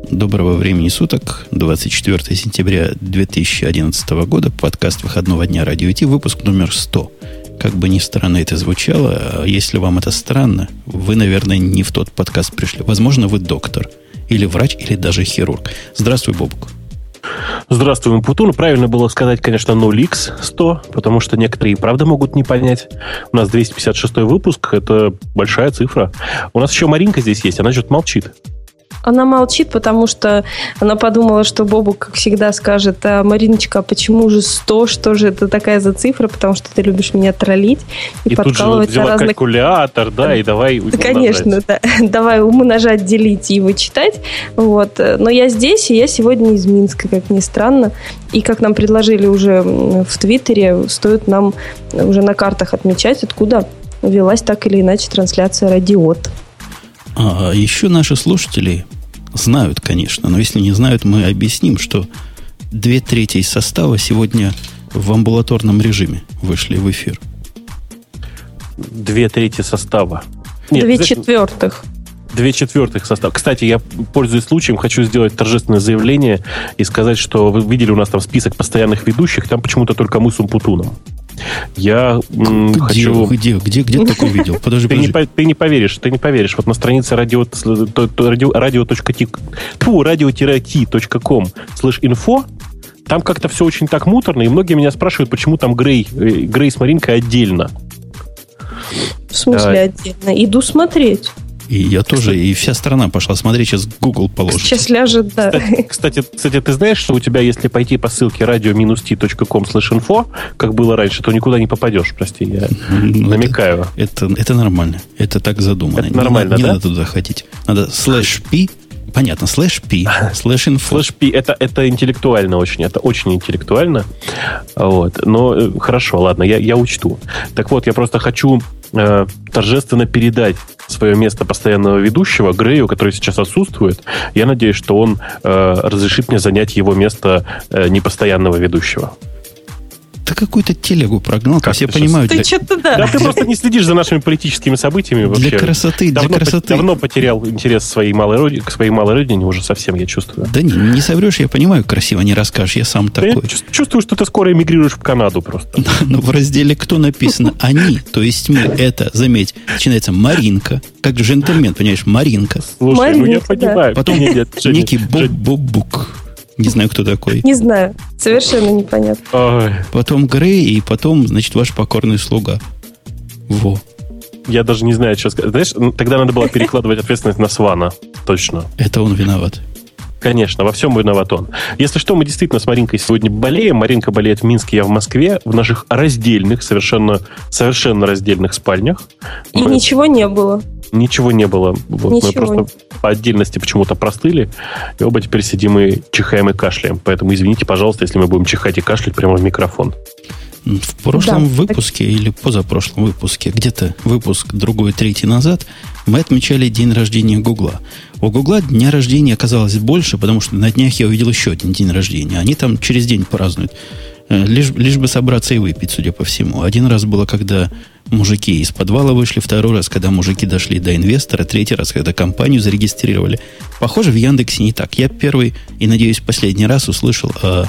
Доброго времени суток. 24 сентября 2011 года. Подкаст выходного дня Радио ТИ. Выпуск номер 100. Как бы ни странно это звучало, если вам это странно, вы, наверное, не в тот подкаст пришли. Возможно, вы доктор, или врач, или даже хирург. Здравствуй, Бобук. Здравствуй, Умпутун. Правильно было сказать, конечно, 0x 100, потому что некоторые и правда могут не понять. У нас 256 выпуск, это большая цифра. У нас еще Маринка здесь есть, она что-то молчит. Она молчит, потому что она подумала, что Бобук, как всегда, скажет: а, Мариночка, а почему же 100? Что же это такая за цифра? Потому что ты любишь меня троллить и подкалывать тут же взяла разных... калькулятор, да, и давай умножать. Конечно, да. Давай умножать, делить и вычитать. Вот. Но я здесь, и я сегодня из Минска, как ни странно. И как нам предложили уже в Твиттере, стоит нам уже на картах отмечать, откуда велась так или иначе трансляция «Радиот». А еще наши слушатели знают, конечно, но если не знают, мы объясним, что 2/3 состава сегодня в амбулаторном режиме вышли в эфир. 2/3 состава. 2/4. 2/4 состава. Кстати, я, пользуясь случаем, хочу сделать торжественное заявление и сказать, что вы видели у нас там список постоянных ведущих, там почему-то только мы с Умпутуном. Я хочу... Где ты такое видел? Подожди. Ты не поверишь. Вот на странице radio-t.com/info там как-то все очень так муторно, и многие меня спрашивают, почему там Грей с Маринкой отдельно. В смысле отдельно? Иду смотреть. И я тоже, и вся страна пошла смотреть, сейчас Google положит. Сейчас ляжет, да. Кстати, ты знаешь, что у тебя, если пойти по ссылке radio-t.com/info, как было раньше, то никуда не попадешь, прости, я намекаю. Это нормально, это так задумано. Это нормально, не надо туда ходить. Надо /p, понятно, /p, /info. /p, это интеллектуально очень, это очень интеллектуально. Вот. Но хорошо, ладно, я учту. Так вот, я просто хочу торжественно передать свое место постоянного ведущего Грею, который сейчас отсутствует. Я надеюсь, что он разрешит мне занять его место непостоянного ведущего. Ты какую-то телегу прогнал, как все понимают. Ты что-то Да, ты просто не следишь за нашими политическими событиями вообще. Для красоты. Давно потерял интерес к своей малой родине, уже совсем, я чувствую. Да не соврешь, я понимаю, красиво не расскажешь, я сам такой. Я чувствую, что ты скоро эмигрируешь в Канаду просто. Но в разделе «Кто» написано «Они», то есть мы, это, заметь, начинается Маринка, как джентльмен, понимаешь, Маринка. Слушай, я понимаю. Потом некий Бобук. Не знаю, кто такой. Не знаю. Совершенно непонятно. Ой. Потом Грей, и потом, значит, ваш покорный слуга. Во. Я даже не знаю, что сказать. Знаешь, тогда надо было перекладывать ответственность на Свана. Точно. Это он виноват. Конечно, во всем виноват он. Если что, мы действительно с Маринкой сегодня болеем. Маринка болеет в Минске, я в Москве. В наших раздельных, совершенно раздельных спальнях. И ничего не было. Ничего не было. Вот, мы просто по отдельности почему-то простыли. И оба теперь сидим и чихаем и кашляем. Поэтому извините, пожалуйста, если мы будем чихать и кашлять прямо в микрофон. В прошлом выпуске или позапрошлом выпуске, где-то выпуск другой, третий назад, мы отмечали день рождения Гугла. У Гугла дня рождения оказалось больше, потому что на днях я увидел еще один день рождения. Они там через день празднуют. Лишь бы собраться и выпить, судя по всему. Один раз было, когда мужики из подвала вышли, второй раз, когда мужики дошли до инвестора, третий раз, когда компанию зарегистрировали. Похоже, в Яндексе не так. Я первый и, надеюсь, последний раз услышал о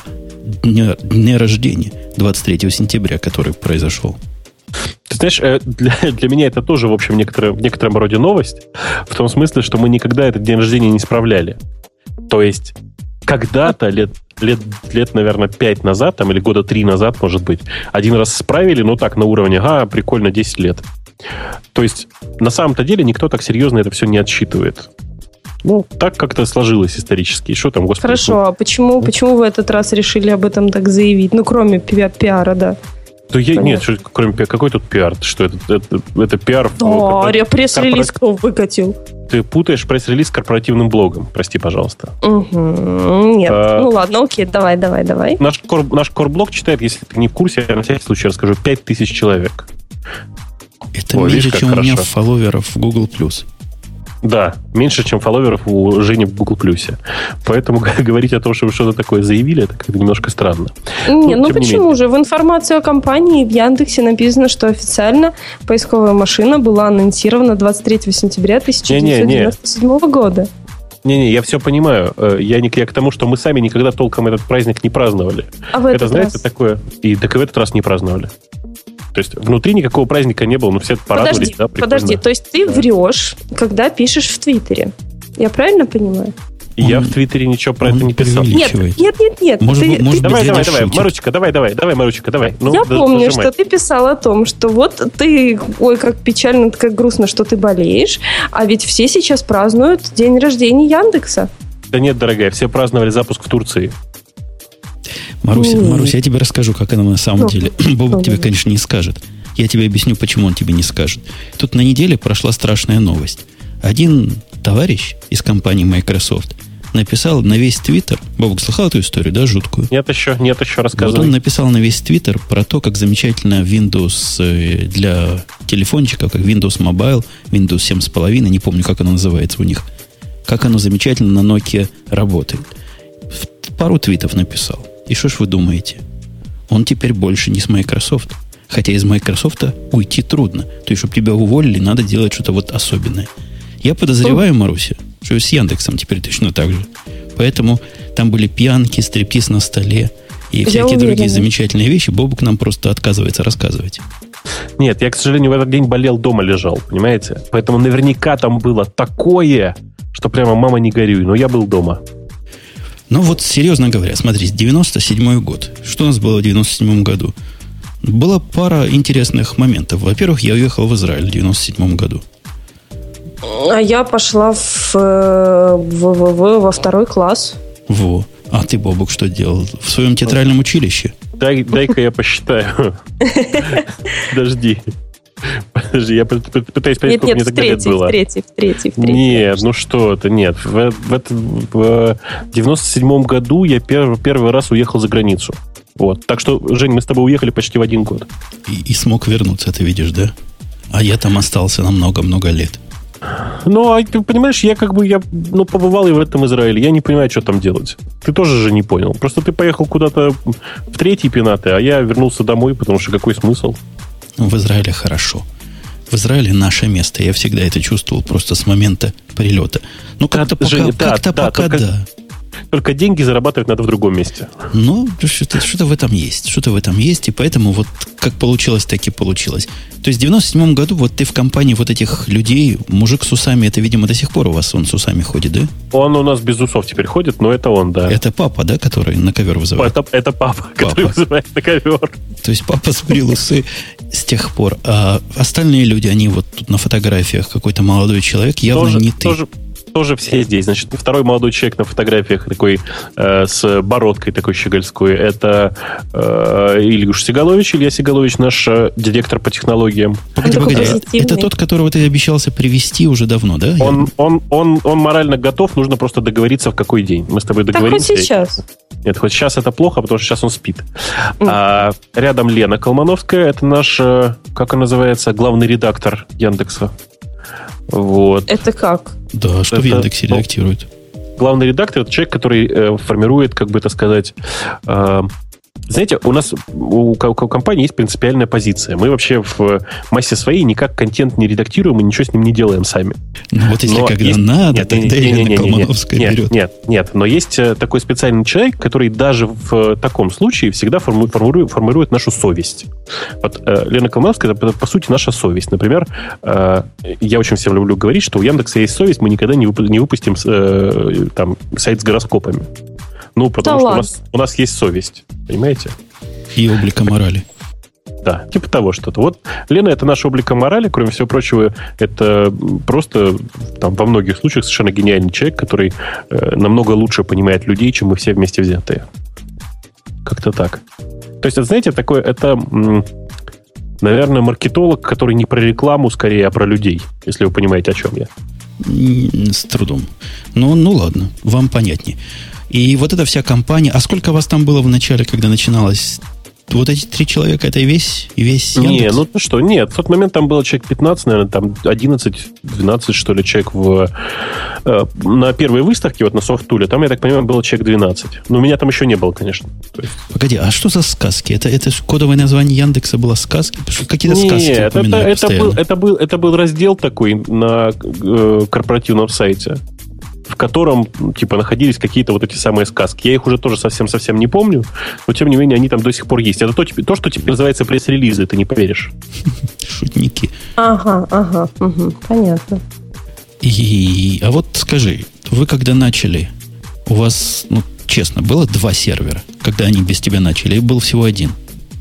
дне рождения 23 сентября, который произошел. Ты знаешь, для меня это тоже, в общем, в некотором роде новость. В том смысле, что мы никогда этот день рождения не справляли. То есть, когда-то, лет, наверное, 5 назад, там, или года 3 назад, может быть, один раз справили, но так, на уровне, прикольно, 10 лет. То есть, на самом-то деле, никто так серьезно это все не отсчитывает. Ну, так как-то сложилось исторически. И что там, господи? Хорошо, а почему вы этот раз решили об этом так заявить? Ну, кроме пиара, да. Нет, кроме пиара, какой тут пиар? Что это пиар? Да, пресс-релиз кто выкатил? Ты путаешь пресс-релиз с корпоративным блогом. Прости, пожалуйста. Нет. Ну ладно, окей, давай. Наш корблог читает, если ты не в курсе, я на всякий случай расскажу, 5000 человек. Это меньше, чем у меня фолловеров в Google+. Да, меньше, чем фолловеров у Жени в Google+. Поэтому говорить о том, что вы что-то такое заявили, это как-то немножко странно. Почему же? В информации о компании в Яндексе написано, что официально поисковая машина была анонсирована 23 сентября 1997 года. Не-не, я все понимаю. Я к тому, что мы сами никогда толком этот праздник не праздновали. А в этот это, знаете, раз? такое... Так и в этот раз не праздновали. То есть внутри никакого праздника не было, но все порадовались. Подожди, то есть ты врешь, когда пишешь в Твиттере. Я правильно понимаю? Я в Твиттере ничего про это не писал. Нет. Давай, Марусечка, давай, Марусечка, давай. Я помню, что ты писал о том, что вот ты, ой, как печально, как грустно, что ты болеешь, а ведь все сейчас празднуют день рождения Яндекса. Да нет, дорогая, все праздновали запуск в Турции. Маруся, я тебе расскажу, как оно на самом деле. Бобок тебе, конечно, не скажет. Я тебе объясню, почему он тебе не скажет. Тут на неделе прошла страшная новость. Один товарищ из компании Microsoft написал на весь Твиттер. Бобок, слыхал эту историю, да, жуткую? Нет еще, рассказывай. Вот он написал на весь Твиттер про то, как замечательно Windows для телефончиков, как Windows Mobile, Windows 7.5, не помню, как оно называется у них, как оно замечательно на Nokia работает. Пару твитов написал. И что ж вы думаете? Он теперь больше не с Microsoft. Хотя из Microsoft уйти трудно. То есть, чтобы тебя уволили, надо делать что-то вот особенное. Я подозреваю, Маруся, что и с Яндексом теперь точно так же. Поэтому там были пьянки, стриптиз на столе и всякие другие замечательные вещи. Бобук нам просто отказывается рассказывать. Нет, я, к сожалению, в этот день болел, дома лежал, понимаете? Поэтому наверняка там было такое, что прямо мама не горюй. Но я был дома. Ну вот, серьезно говоря, смотрите, 97-й год. Что у нас было в 97-м году? Была пара интересных моментов. Во-первых, я уехал в Израиль в 97-м году. А я пошла во второй класс. Во. А ты, Бобок, что делал? В своем театральном училище? Дай-ка я посчитаю. Подожди, я пытаюсь понять, сколько мне тогда лет было. В третий. Нет, ну что это, нет. В 97-м году я первый раз уехал за границу. Вот. Так что, Жень, мы с тобой уехали почти в один год. И смог вернуться, ты видишь, да? А я там остался на много-много лет. Ну, а ты понимаешь, я побывал и в этом Израиле. Я не понимаю, что там делать. Ты тоже же не понял. Просто ты поехал куда-то в третьи пенаты, а я вернулся домой, потому что какой смысл? В Израиле хорошо. В Израиле наше место. Я всегда это чувствовал просто с момента прилета. Ну, как-то пока, да. Только деньги зарабатывать надо в другом месте. Ну, что-то в этом есть. Что-то в этом есть, и поэтому вот как получилось, так и получилось. То есть в 97-м году вот ты в компании вот этих людей, мужик с усами, это, видимо, до сих пор у вас он с усами ходит, да? Он у нас без усов теперь ходит, но это он, да. Это папа, да, который на ковер вызывает? Это папа, который вызывает на ковер. То есть папа сбрил усы с тех пор. А остальные люди, они вот тут на фотографиях, какой-то молодой человек, явно не ты. Тоже все здесь. Значит, второй молодой человек на фотографиях такой с бородкой такой щегольской. Это Илья Сигалович, наш директор по технологиям. Погоди. Это тот, которого ты обещался привезти уже давно, да? Он морально готов, нужно просто договориться, в какой день. Мы с тобой договоримся. Так хоть сейчас. Нет, хоть сейчас это плохо, потому что сейчас он спит. А рядом Лена Колмановская, это наш, как он называется, главный редактор Яндекса. Вот. Это как? Да, что в Яндексе редактирует? Главный редактор – это человек, который формирует, как бы это сказать... Знаете, у нас у компании есть принципиальная позиция. Мы вообще в массе своей никак контент не редактируем и ничего с ним не делаем сами. Ну, вот если когда надо, тогда Елена Колмановская берет. Нет. Но есть такой специальный человек, который даже в таком случае всегда формирует нашу совесть. Вот Лена Колмановская – это, по сути, наша совесть. Например, я очень всем люблю говорить, что у Яндекса есть совесть, мы никогда не выпустим там сайт с гороскопами. Ну, потому что у нас есть совесть, понимаете? И облика морали. Да, типа того что-то. Вот Лена — это наше облико морали, кроме всего прочего, это просто там во многих случаях совершенно гениальный человек, который намного лучше понимает людей, чем мы все вместе взятые. Как-то так. То есть, знаете, такое, это, наверное, маркетолог, который не про рекламу скорее, а про людей, если вы понимаете, о чем я. С трудом. Ну ладно, вам понятнее. И вот эта вся компания... А сколько вас там было в начале, когда начиналось? Вот эти 3 человека, это и весь Яндекс? Не, ну что, нет. В тот момент там было человек 15, наверное, там 11-12, что ли, человек на первой выставке, вот на софтуле, там, я так понимаю, было человек 12. Но у меня там еще не было, конечно. Погоди, а что за сказки? Это кодовое название Яндекса было сказки? Какие-то сказки упоминают постоянно. Это был раздел такой на корпоративном сайте, котором, типа, находились какие-то вот эти самые сказки. Я их уже тоже совсем-совсем не помню, но, тем не менее, они там до сих пор есть. Это то, что теперь называется пресс-релизы, ты не поверишь. Шутники. Ага, понятно. А вот скажи, вы когда начали, у вас, ну, честно, было 2 сервера, когда они без тебя начали, и был всего 1?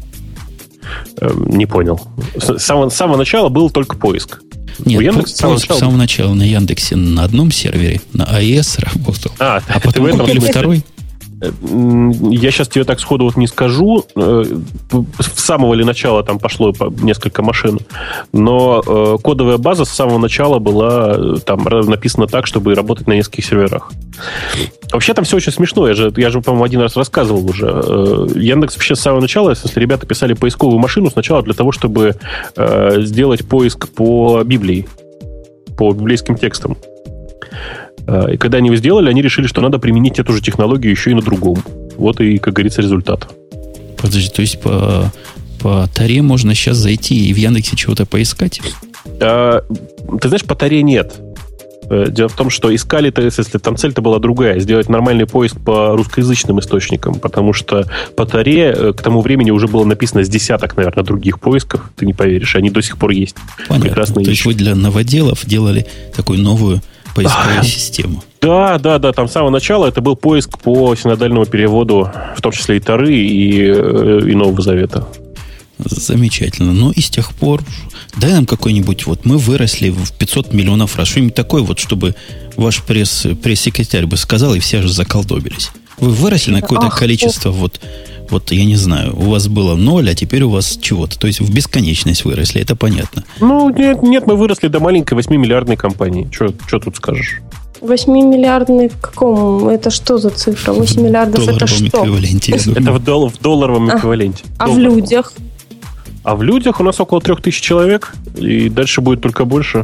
Не понял. С самого начала был только поиск. Нет, поиск с самого начала на Яндексе на одном сервере, на AES работал, а потом купили второй. Я сейчас тебе так сходу вот не скажу, с самого ли начала там пошло несколько машин, но кодовая база с самого начала была там написана так, чтобы работать на нескольких серверах. Вообще там все очень смешно, я же, по-моему, один раз рассказывал уже. Яндекс вообще с самого начала, если ребята писали поисковую машину, сначала для того, чтобы сделать поиск по Библии, по библейским текстам. И когда они его сделали, они решили, что надо применить эту же технологию еще и на другом. Вот и, как говорится, результат. Подожди, то есть по Таре можно сейчас зайти и в Яндексе чего-то поискать? Ты знаешь, по Таре нет. Дело в том, что искали-то, если там цель-то была другая, сделать нормальный поиск по русскоязычным источникам, потому что по Таре к тому времени уже было написано с десяток, наверное, других поисков, ты не поверишь, они до сих пор есть. Понятно. Прекрасно. То есть вы для новоделов делали такую новую поисковую систему. Да, там с самого начала это был поиск по синодальному переводу, в том числе и Торы, и Нового Завета. Замечательно. Ну и с тех пор дай нам какой-нибудь, вот мы выросли в 500 миллионов раз, что-нибудь такое, вот чтобы ваш пресс-секретарь бы сказал, и все же заколдобились. Вы выросли на какое-то количество, вот я не знаю, у вас было 0, а теперь у вас чего-то. То есть в бесконечность выросли, это понятно. Ну, нет, мы выросли до маленькой 8-миллиардной компании. Что тут скажешь? 8-миллиардный в каком? Это что за цифра? 8 миллиардов это что? Это в долларовом эквиваленте. А в людях? А в людях у нас около 3000 человек, и дальше будет только больше.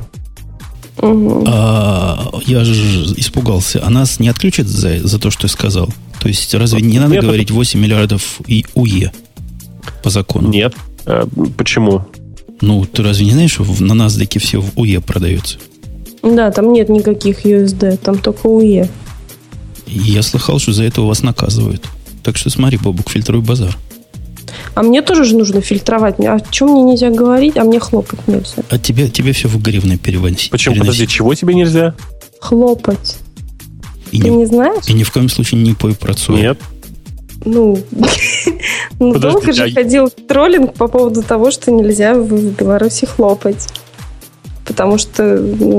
Я же испугался. А нас не отключат за то, что я сказал? То есть разве не надо говорить 8 миллиардов и УЕ по закону? Нет. Почему? Ну, ты разве не знаешь, что на NASDAQ все в УЕ продается? Да, там нет никаких USD, там только УЕ. Я слыхал, что за это вас наказывают. Так что смотри, Бобук, фильтруй базар. А мне тоже же нужно фильтровать. А чем мне нельзя говорить, а мне хлопать нельзя? А тебе все в гривны переводить. Почему? Подожди, чего тебе нельзя? Хлопать. Ты не знаешь? И ни в коем случае не пой про Цой. Нет. Ну, долго же ходил троллинг по поводу того, что нельзя в Беларуси хлопать. Потому что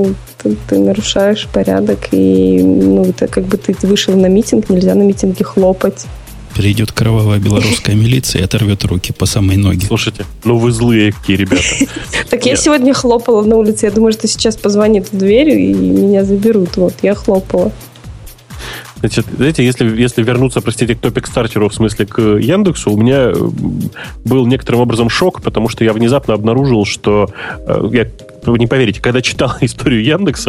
ты нарушаешь порядок, и это как бы ты вышел на митинг, нельзя на митинге хлопать. Придет кровавая белорусская милиция и оторвет руки по самой ноге. Слушайте, вы злые какие ребята. Так я сегодня хлопала на улице. Я думаю, что сейчас позвонит в дверь и меня заберут. Вот, я хлопала. Значит, знаете, если вернуться, простите, к топик-стартеру, в смысле к Яндексу, у меня был некоторым образом шок, потому что я внезапно обнаружил, что вы не поверите, когда читал историю Яндекса,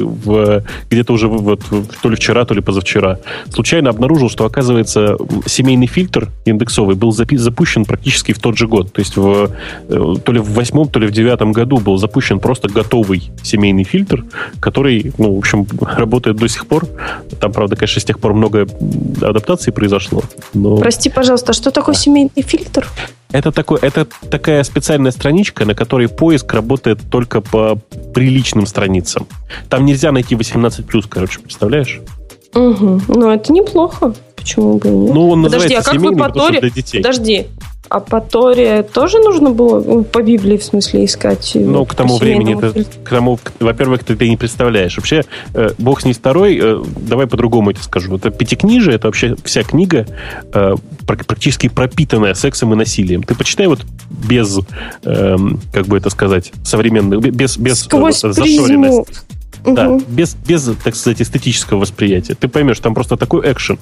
где-то уже то ли вчера, то ли позавчера, случайно обнаружил, что, оказывается, семейный фильтр индексовый был запущен практически в тот же год. То есть то ли в 8-м, то ли в 9-м году был запущен просто готовый семейный фильтр, который, в общем, работает до сих пор. Там, правда, конечно, с тех пор много адаптаций произошло. Но... Прости, пожалуйста, а что такое семейный фильтр? Это такая специальная страничка, на которой поиск работает только по приличным страницам. Там нельзя найти 18+, представляешь? Угу. Ну, это неплохо. Почему бы и нет? Он называется семейный, потому что для детей. Подожди. А по Торе тоже нужно было, по Библии, в смысле, искать? К тому времени, во-первых, ты не представляешь. Вообще, бог с ней второй, давай по-другому это скажу. Это пятикнижие, это вообще вся книга практически пропитанная сексом и насилием. Ты почитай без, как бы это сказать, современных, без зашоренности. Да, без, так сказать, эстетического восприятия. Ты поймешь, там просто такой экшен.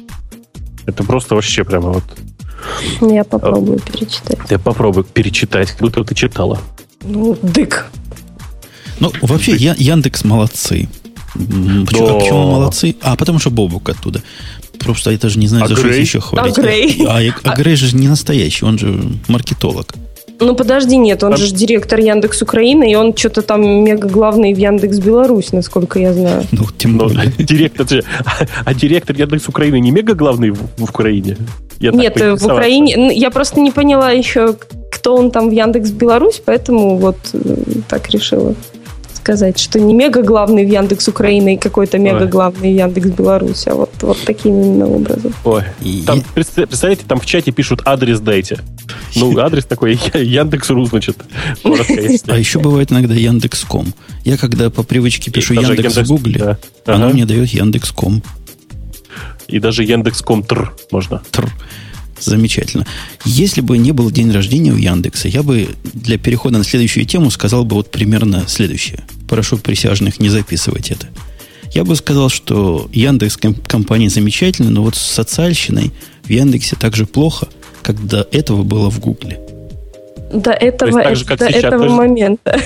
Это просто вообще прямо Я попробую перечитать. Ты попробуй перечитать, как будто ты читала. Дык. Вообще, Яндекс молодцы. Почему молодцы? Потому что Бобук оттуда. Просто это же не знаю, за что еще хвалить. А Грей же не настоящий, он же маркетолог. Ну, подожди, нет, он же директор Яндекс Украины, и он что-то там мега главный в Яндекс Беларусь, насколько я знаю. Ну, тем более. Директор Яндекс Украины не мега главный в Украине? Нет, в Украине... Я просто не поняла еще, кто он там в Яндекс Беларусь, поэтому вот так решила сказать, что не мега главный в Яндекс Украины и какой-то мега главный в Яндекс Беларусь, а вот таким именно образом. Ой, там, представляете, там в чате пишут «адрес дайте». Ну, адрес такой Яндекс.ру, значит. А еще бывает иногда Яндекс.ком. Я когда по привычке пишу Яндекс в Гугле, оно мне дает Яндекс.ком. И даже Яндекс.ком.тр можно. Замечательно. Если бы не был день рождения у Яндекса, я бы для перехода на следующую тему сказал бы вот примерно следующее. Прошу присяжных не записывать это. Я бы сказал, что Яндекс компания замечательная, но вот с социальщиной в Яндексе так же плохо, как до этого было в Гугле. До этого момента.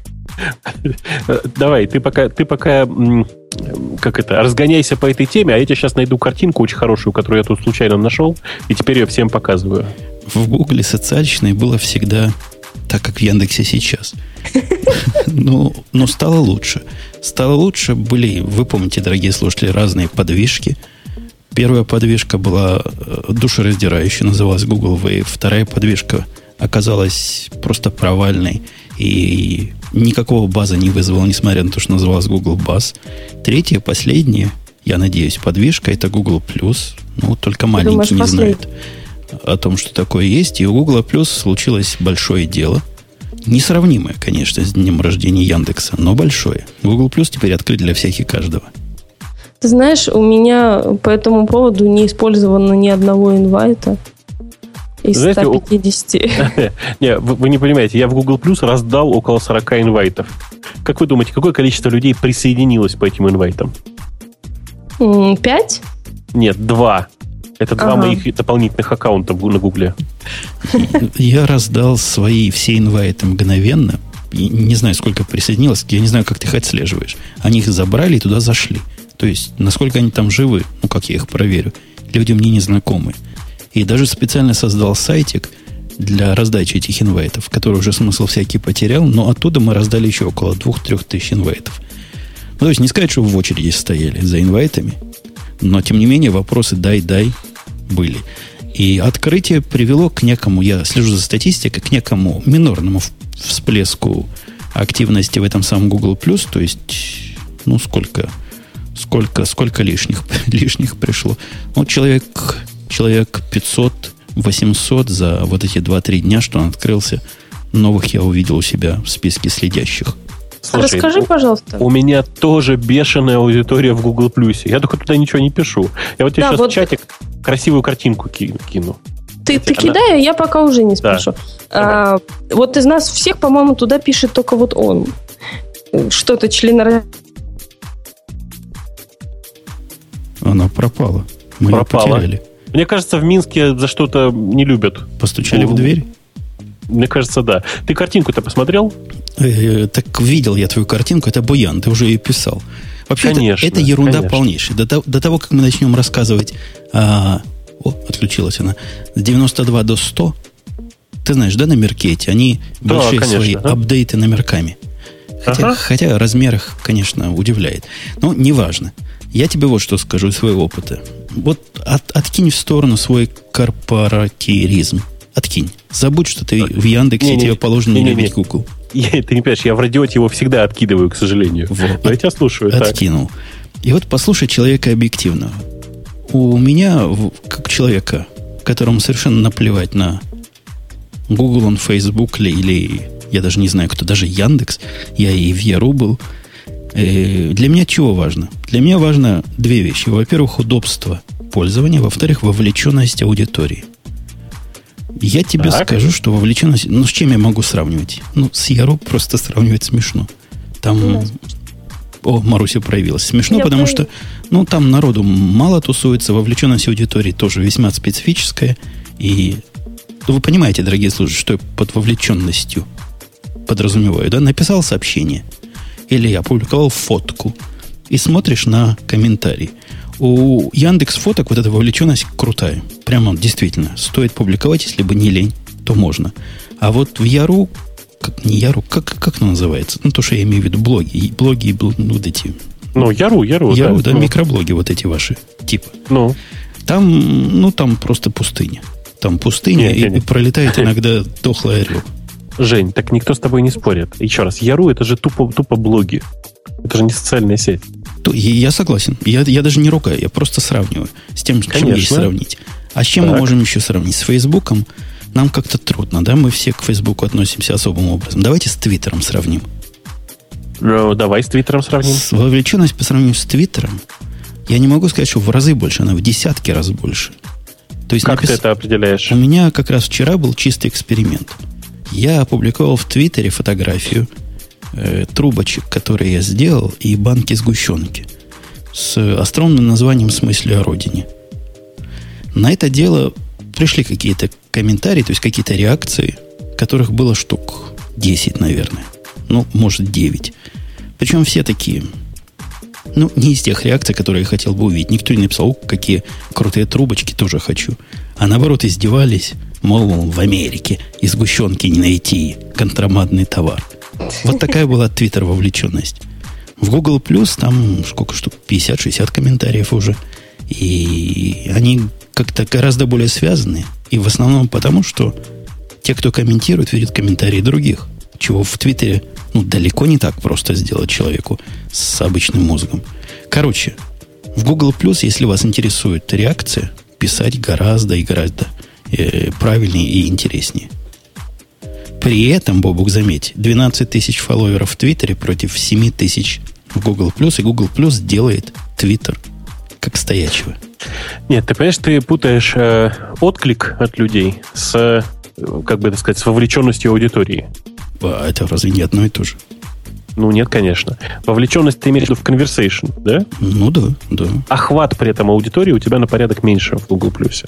Давай, ты пока разгоняйся по этой теме, а я тебе сейчас найду картинку очень хорошую, которую я тут случайно нашел, и теперь ее всем показываю. В Гугле социальщиной было всегда так, как в Яндексе сейчас. Но стало лучше. Стало лучше. Были, вы помните, дорогие слушатели, разные подвижки. Первая подвижка была душераздирающей, называлась Google Wave. Вторая подвижка оказалась просто провальной и никакого база не вызвала, несмотря на то, что называлась Google Buzz. Третья, последняя, я надеюсь, подвижка, это Google+. Ну, только маленький не знает о том, что такое есть. И у Google Plus случилось большое дело. Несравнимое, конечно, с днем рождения Яндекса, но большое. Google Plus теперь открыт для всех и каждого. Ты знаешь, у меня по этому поводу не использовано ни одного инвайта из 150. Не, вы не понимаете, я в Google Plus раздал около 40 инвайтов. Как вы думаете, какое количество людей присоединилось по этим инвайтам? 5? Нет, 2. Это 2 моих дополнительных аккаунта на Гугле. Я раздал свои все инвайты мгновенно. Не знаю, сколько присоединилось. Я не знаю, как ты их отслеживаешь. Они их забрали и туда зашли. То есть, насколько они там живы, ну, как я их проверю. Люди мне не знакомы. И даже специально создал сайтик для раздачи этих инвайтов, который уже смысл всякий потерял, но оттуда мы раздали еще около 2-3 тысяч инвайтов. Ну, то есть, не сказать, что в очереди стояли за инвайтами, но, тем не менее, вопросы «дай» были. И открытие привело к некому, я слежу за статистикой, к некому минорному всплеску активности в этом самом Google+, то есть, ну, сколько лишних пришло. Ну, человек 500-800 за вот эти 2-3 дня, что он открылся, новых я увидел у себя в списке следящих. Слушай, расскажи, пожалуйста. У меня тоже бешеная аудитория в Google+. Я только туда ничего не пишу. Я вот тебе сейчас в чатик красивую картинку кину. Ты кидай, я пока уже не спешу. Вот из нас всех, по-моему, туда пишет только вот он. Что-то членораздельное. Она пропала. Мы ее потеряли. Мне кажется, в Минске за что-то не любят. Постучали в дверь? Мне кажется, да. Ты картинку-то посмотрел? Так видел я твою картинку. Это Буян, ты уже ее писал. Вообще, это ерунда полнейшая. До того, как мы начнем рассказывать... отключилась она. С 92 до 100. Ты знаешь, да, номерки эти? Они большие свои апдейты номерками. Хотя размер их, конечно, удивляет. Но неважно. Я тебе вот что скажу из своего опыта. Вот откинь в сторону свой корпоратизм. Откинь. Забудь, что ты в Яндексе, тебе положено не любить Google. Ты не понимаешь, я в радиоте его всегда откидываю, к сожалению. Но я тебя слушаю. Откинул. Так. И вот послушай человека объективного. У меня, как человека, которому совершенно наплевать на Google, он Facebook или я даже не знаю, кто, даже Яндекс, я и в Яру был. Для меня чего важно? Для меня важно две вещи. Во-первых, удобство пользования. Во-вторых, вовлеченность аудитории. Я тебе скажу, что вовлеченность... Ну, с чем я могу сравнивать? Ну, с Яру просто сравнивать смешно. Там... О, Маруся проявилась. Смешно, потому что там народу мало тусуется, вовлеченность аудитории тоже весьма специфическая. И вы понимаете, дорогие слушатели, что я под вовлеченностью подразумеваю, да? Написал сообщение или опубликовал фотку и смотришь на комментарий. У Яндекс фоток вот эта вовлеченность крутая. Прямо действительно. Стоит публиковать, если бы не лень, то можно. А вот в Яру, не Яру, как оно называется? Ну, то, что я имею в виду, блоги вот эти... Ну, Яру, да, микроблоги вот эти ваши, типа. Ну. Там просто пустыня. Там пустыня, и пролетает иногда дохлый орел. Жень, так никто с тобой не спорит. Еще раз, Яру — это же тупо блоги. Это же не социальная сеть. Я согласен. Я даже не ругаю, я просто сравниваю с тем, с чем есть сравнить. А с чем мы можем еще сравнить? С Фейсбуком нам как-то трудно, да? Мы все к Фейсбуку относимся особым образом. Давайте с Твиттером сравним. Давай с Твиттером сравним. Вовлеченность по сравнению с Твиттером, я не могу сказать, что в разы больше, она в десятки раз больше. То есть как ты это определяешь? У меня как раз вчера был чистый эксперимент. Я опубликовал в Твиттере фотографию трубочек, которые я сделал, и банки сгущенки с остроумным названием «С мыслью о родине». На это дело пришли какие-то комментарии, то есть какие-то реакции, которых было штук 10, наверное. Ну, может, 9. Причем все такие, не из тех реакций, которые я хотел бы увидеть. Никто не написал, какие крутые трубочки, тоже хочу. А наоборот, издевались, мол, в Америке из сгущенки не найти контрабандный товар. Вот такая была Твиттер вовлеченность. В Google Plus там сколько штук? 50-60 комментариев уже. И они как-то гораздо более связаны. И в основном потому, что те, кто комментирует, видят комментарии других. Чего в Твиттере далеко не так просто сделать человеку с обычным мозгом. Короче, в Google Plus, если вас интересует реакция, писать гораздо и гораздо правильнее и интереснее. При этом, Бобук, заметь, 12 тысяч фолловеров в Твиттере против 7 тысяч в Google Plus, и Google Plus делает Твиттер как стоячего. Нет, ты понимаешь, ты путаешь отклик от людей с, как бы это сказать, с вовлеченностью аудитории. А это разве не одно и то же? Ну, нет, конечно. Вовлеченность ты имеешь в виду в conversation, да? Ну, да. Охват при этом аудитории у тебя на порядок меньше в Google Plus.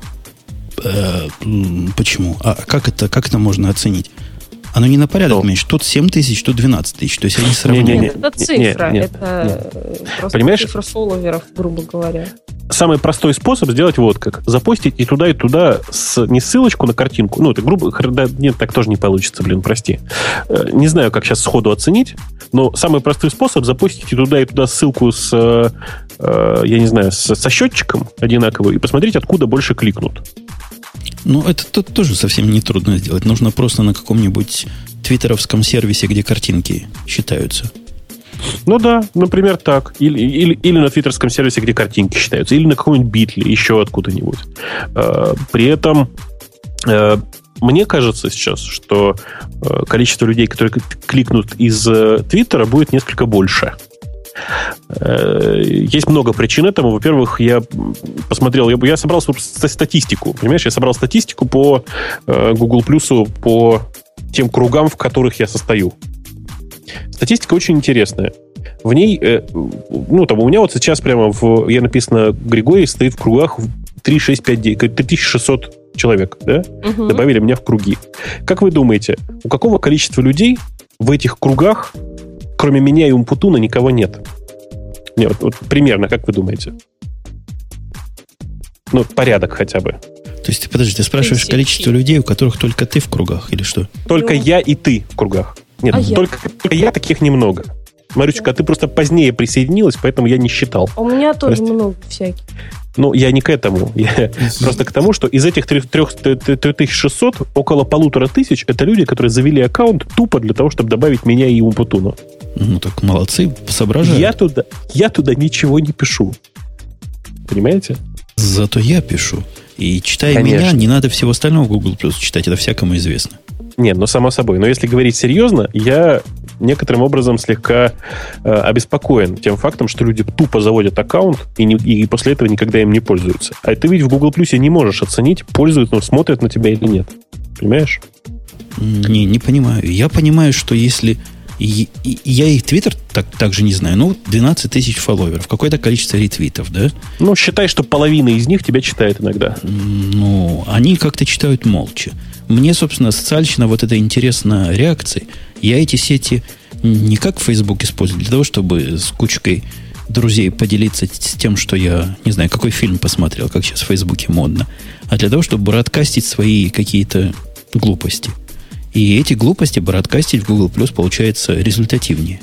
Почему? А как это можно оценить? Оно не на порядок меньше. Тут 7 тысяч, тут 12 тысяч. То есть они сравнивают. Нет, это цифра. Это просто понимаешь? Цифра фолловеров, грубо говоря. Самый простой способ сделать вот как. Запостить и туда не ссылочку на картинку. Ну, это грубо... Нет, так тоже не получится, прости. Не знаю, как сейчас сходу оценить, но самый простой способ запостить и туда ссылку с, я не знаю, со счетчиком одинаковую и посмотреть, откуда больше кликнут. Это тут тоже совсем не трудно сделать. Нужно просто на каком-нибудь твиттеровском сервисе, где картинки считаются. Ну да, например, так. Или на твиттерском сервисе, где картинки считаются. Или на каком-нибудь битле, еще откуда-нибудь. При этом мне кажется сейчас, что количество людей, которые кликнут из Твиттера, будет несколько больше. Есть много причин этому. Во-первых, я посмотрел, я собрал статистику. Понимаешь, я собрал статистику по Google Plus, по тем кругам, в которых я состою. Статистика очень интересная. В ней, там у меня вот сейчас прямо я написано, Григорий стоит в кругах 3, 6, 5, 9, 3600 человек, да? Угу. Добавили меня в круги. Как вы думаете, у какого количества людей в этих кругах, кроме меня и Умпутуна, никого нет? Нет, вот примерно, как вы думаете? Порядок хотя бы. То есть, ты спрашиваешь количество людей, у которых только ты в кругах, или что? Только я и ты в кругах. Нет, только я, таких немного. Марючка, ты просто позднее присоединилась, поэтому я не считал. У меня тоже много всяких. Я не к этому. Я просто к тому, что из этих 3600 около 1500 это люди, которые завели аккаунт тупо для того, чтобы добавить меня и Умпутуна. Так молодцы, соображают. Я туда ничего не пишу. Понимаете? Зато я пишу. И читая меня, не надо всего остального в Google Plus читать, это всякому известно. Нет, само собой. Но если говорить серьезно, я некоторым образом слегка обеспокоен тем фактом, что люди тупо заводят аккаунт и после этого никогда им не пользуются. А ты ведь в Google Plus не можешь оценить, пользуются, смотрят на тебя или нет. Понимаешь? Не понимаю. Я понимаю, что если... я их Твиттер так же не знаю. 12 тысяч фолловеров. Какое-то количество ретвитов, да? Считай, что половина из них тебя читает иногда. Они как-то читают молча. Мне, собственно, социальщина вот эта интересная реакция. Я эти сети не как Facebook использую для того, чтобы с кучкой друзей поделиться с тем, что я, не знаю, какой фильм посмотрел, как сейчас в Фейсбуке модно, а для того, чтобы бродкастить свои какие-то глупости. И эти глупости бродкастить в Google Plus получается результативнее.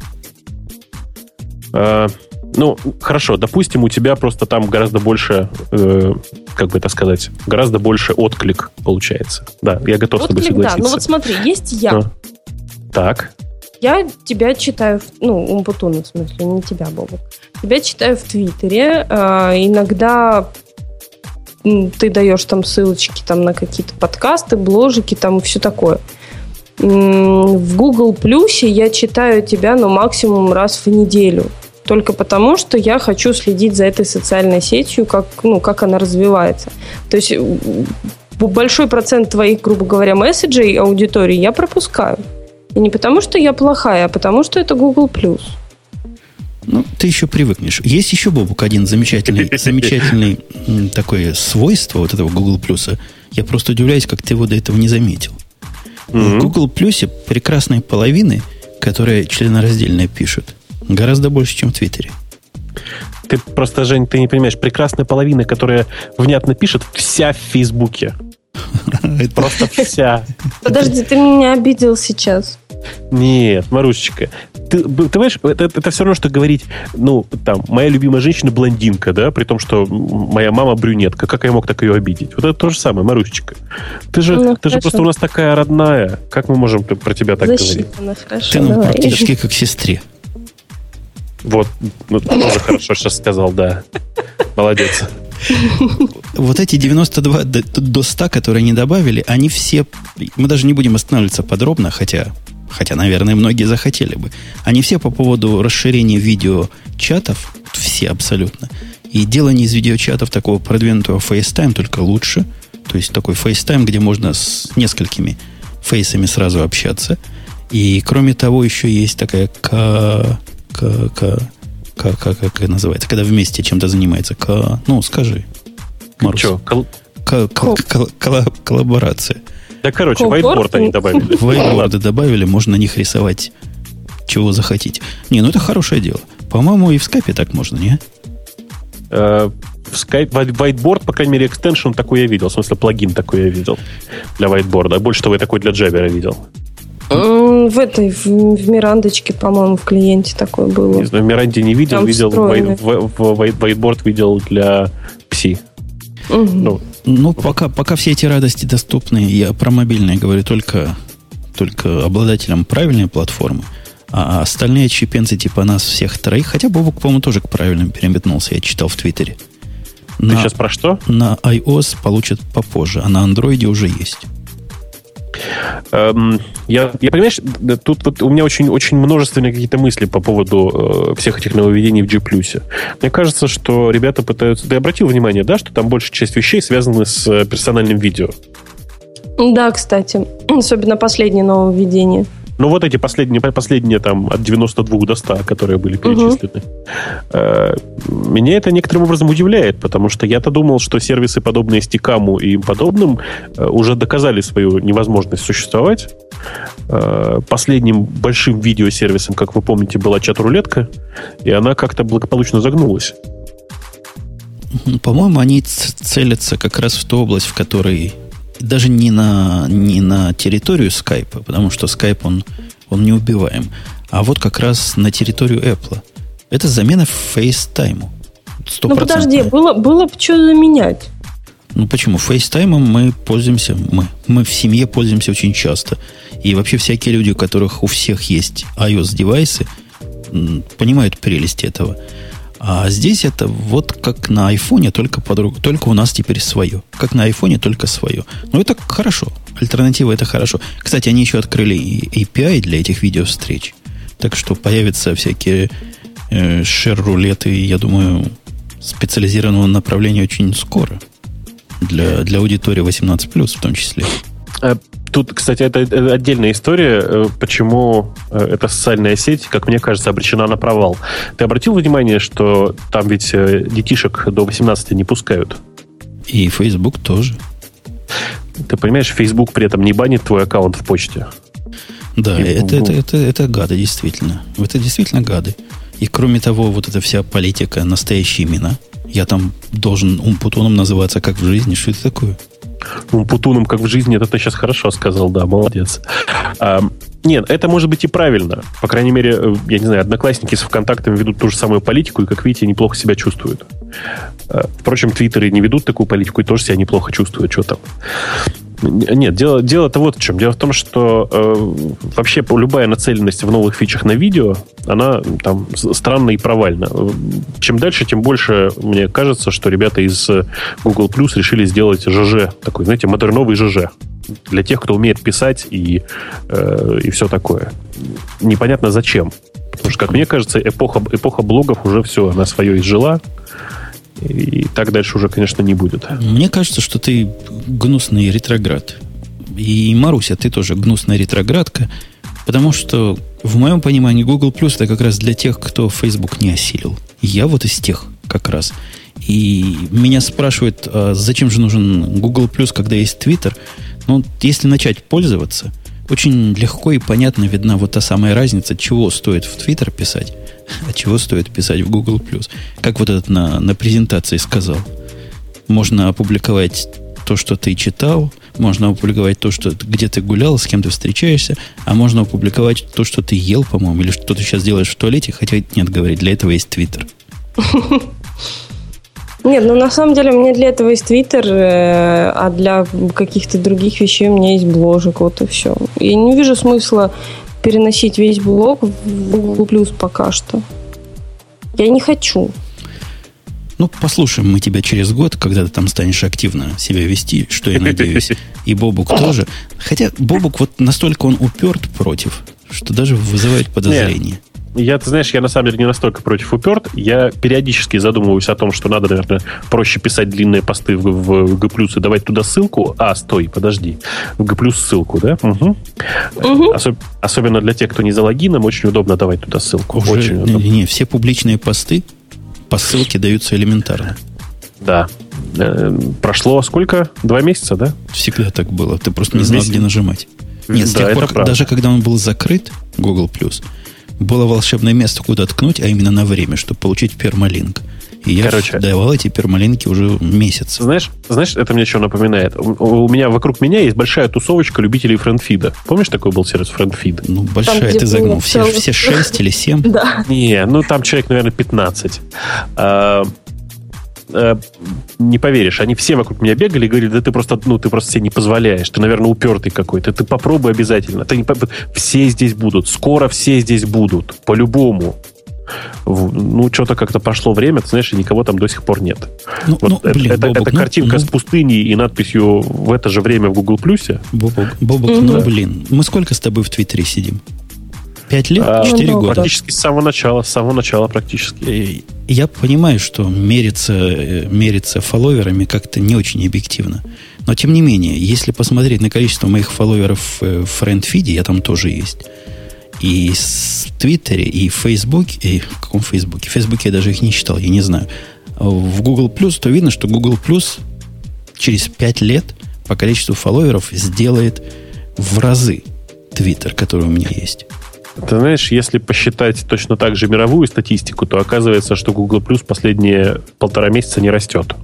Ну, хорошо, допустим, у тебя просто там гораздо больше, как бы это сказать, гораздо больше отклик получается. Да, я готов отклик, с тобой согласиться. Да, ну вот смотри, есть я. Так. Я тебя читаю, Умпутуна, в смысле, не тебя, Бобок. Тебя читаю в Твиттере. Иногда ты даешь там ссылочки там, на какие-то подкасты, бложики там и все такое. В Google Плюсе я читаю тебя, максимум раз в неделю. Только потому, что я хочу следить за этой социальной сетью, как она развивается. То есть большой процент твоих, грубо говоря, месседжей аудитории я пропускаю. И не потому, что я плохая, а потому, что это Google+. Ну, ты еще привыкнешь. Есть еще, Бобук, один замечательный такое свойство вот этого Google+. Я просто удивляюсь, как ты его до этого не заметил. В Google Плюсе прекрасной половины, которые членораздельно пишут, гораздо больше, чем в Твиттере. Ты просто, Жень, ты не понимаешь, прекрасная половина, которая внятно пишет, вся в Фейсбуке. Просто вся. Подожди, ты меня обидел сейчас. Нет, Марусечка, ты понимаешь, это все равно, что говорить, моя любимая женщина блондинка, да, при том, что моя мама брюнетка. Как я мог так ее обидеть? Вот это то же самое, Марусечка. Ты же просто у нас такая родная. Как мы можем про тебя так говорить? Ты практически как сестре. Вот, тоже хорошо сейчас сказал, да. Молодец. Вот эти 92 до 100, которые они добавили, они все... Мы даже не будем останавливаться подробно, хотя, наверное, многие захотели бы. Они все по поводу расширения видеочатов, все абсолютно. И делание из видеочатов такого продвинутого FaceTime только лучше. То есть такой FaceTime, где можно с несколькими фейсами сразу общаться. И кроме того, еще есть такая как называется, когда вместе чем-то занимается. Скажи, Марус. Что? Коллаборация. Да, короче, whiteboard они добавили. Whiteboard добавили, можно на них рисовать, чего захотите. Это хорошее дело. По-моему, и в скайпе так можно, не? В Skype, whiteboard, по крайней мере, экстеншн такой я видел. В смысле, плагин такой я видел для whiteboard. Больше того, я такой для Jabber видел. В Мирандочке, по-моему, в клиенте такое было. Не знаю, в Миранде не видел, видел whiteboard видел для Psi. Пока все эти радости доступны, я про мобильные говорю только обладателям правильной платформы, а остальные отщепенцы типа нас всех троих, хотя Бобук, по-моему, тоже к правильным переметнулся, я читал в Твиттере. Ты сейчас про что? На iOS получат попозже, а на Android уже есть. Я понимаешь, тут вот у меня очень множественные какие-то мысли по поводу всех этих нововведений в G+. Мне кажется, что ребята пытаются... Ты обратил внимание, да, что там большая часть вещей связаны с персональным видео? Да, кстати. Особенно последнее нововведение. Вот эти последние там от 92 до 100, которые были перечислены. Меня это некоторым образом удивляет, потому что я-то думал, что сервисы, подобные Стикаму и им подобным, уже доказали свою невозможность существовать. Последним большим видеосервисом, как вы помните, была чат-рулетка, и она как-то благополучно загнулась. По-моему, они целятся как раз в ту область, в которой... Даже не на территорию скайпа, потому что скайп, он неубиваем, а вот как раз на территорию Apple. Это замена FaceTime. 100%. Подожди, было бы что заменять. Почему? FaceTime мы пользуемся, мы в семье пользуемся очень часто. И вообще всякие люди, у которых у всех есть iOS-девайсы, понимают прелести этого. А здесь это вот как на айфоне, только у нас теперь свое. Как на айфоне, только свое. Это хорошо. Альтернатива это хорошо. Кстати, они еще открыли API для этих видеовстреч. Так что появятся всякие share-рулеты, я думаю, специализированного направления очень скоро. Для аудитории 18+, в том числе. Тут, кстати, это отдельная история, почему эта социальная сеть, как мне кажется, обречена на провал. Ты обратил внимание, что там ведь детишек до 18 не пускают? И Facebook тоже. Ты понимаешь, Facebook при этом не банит твой аккаунт в почте. Да, это гады, действительно. Это действительно гады. И кроме того, вот эта вся политика, настоящие имена. Я там должен Умпутуном называться, как в жизни. Что это такое? Путуном, как в жизни, это ты сейчас хорошо сказал, да, молодец. Нет, это может быть и правильно. По крайней мере, я не знаю, одноклассники с ВКонтактом ведут ту же самую политику, и, как видите, неплохо себя чувствуют. Впрочем, твиттеры не ведут такую политику и тоже себя неплохо чувствуют. Что там? Нет, дело-то вот в чем. Дело в том, что вообще любая нацеленность в новых фичах на видео, она там странна и провальна. Чем дальше, тем больше мне кажется, что ребята из Google Plus решили сделать ЖЖ, такой, знаете, модерновый ЖЖ. Для тех, кто умеет писать и все такое. Непонятно зачем. Потому что, как мне кажется, эпоха блогов уже все, она свое изжила. И так дальше уже, конечно, не будет. Мне кажется, что ты гнусный ретроград. И, Маруся, ты тоже гнусная ретроградка. Потому что, в моем понимании, Google Plus это как раз для тех, кто Facebook не осилил. Я вот из тех как раз. И меня спрашивают, а зачем же нужен Google Plus, когда есть Twitter? Ну, если начать пользоваться, очень легко и понятно видна вот та самая разница, чего стоит в Twitter писать, а чего стоит писать в Google+. Как вот этот на презентации сказал. Можно опубликовать то, что ты читал, можно опубликовать то, что где ты гулял, с кем ты встречаешься, а можно опубликовать то, что ты ел, по-моему, или что ты сейчас делаешь в туалете, хотя нет, говорить, для этого есть Twitter. Нет, ну на самом деле у меня для этого есть Твиттер, а для каких-то других вещей у меня есть бложек, вот и все. И не вижу смысла переносить весь блог в Google Plus пока что. Я не хочу. Ну, послушаем мы тебя через год, когда ты там станешь активно себя вести, что я надеюсь. И Бобук тоже. Хотя Бобук вот настолько он уперт против, что даже вызывает подозрение. Ты знаешь, я на самом деле не настолько против уперт. Я периодически задумываюсь о том, что надо, наверное, проще писать длинные посты в G+, и давать туда ссылку. Стой, подожди. В G+, ссылку, да? Угу. Особенно для тех, кто не за логином, очень удобно давать туда ссылку. Уже, очень удобно. Не, все публичные посты по ссылке даются элементарно. Да. Прошло сколько? 2 месяца, да? Всегда так было. Ты просто не знал, где нажимать. Нет, с тех пор, даже когда он был закрыт, Google+, было волшебное место, куда ткнуть, а именно на время, чтобы получить пермалинк. И я давал эти пермалинки уже месяц. Знаешь, это мне что напоминает? У меня вокруг меня есть большая тусовочка любителей френдфида. Помнишь, такой был сервис френдфид? Ну, большая, там, ты загнул. Все 6 или 7? Да. Не, ну там человек, наверное, 15. Не поверишь, они все вокруг меня бегали и говорили, да ты просто себе не позволяешь, ты, наверное, упертый какой-то, ты попробуй обязательно. Все здесь будут, скоро все здесь будут, по-любому. Ну, что-то как-то прошло время, ты знаешь, и никого там до сих пор нет. Это картинка с пустыней и надписью «В это же время в Google+». Бобок, мы сколько с тобой в Твиттере сидим? 5 лет? 4 года? Практически с самого начала практически. Я понимаю, что мериться фолловерами как-то не очень объективно. Но, тем не менее, если посмотреть на количество моих фолловеров в френдфиде, я там тоже есть, и в Твиттере, и в Фейсбуке, и в каком Фейсбуке? В Фейсбуке я даже их не считал, я не знаю. В Google+, то видно, что Google+, через 5 лет по количеству фолловеров сделает в разы Твиттер, который у меня есть. Ты знаешь, если посчитать точно так же мировую статистику, то оказывается, что Google Plus последние 1,5 месяца не растет.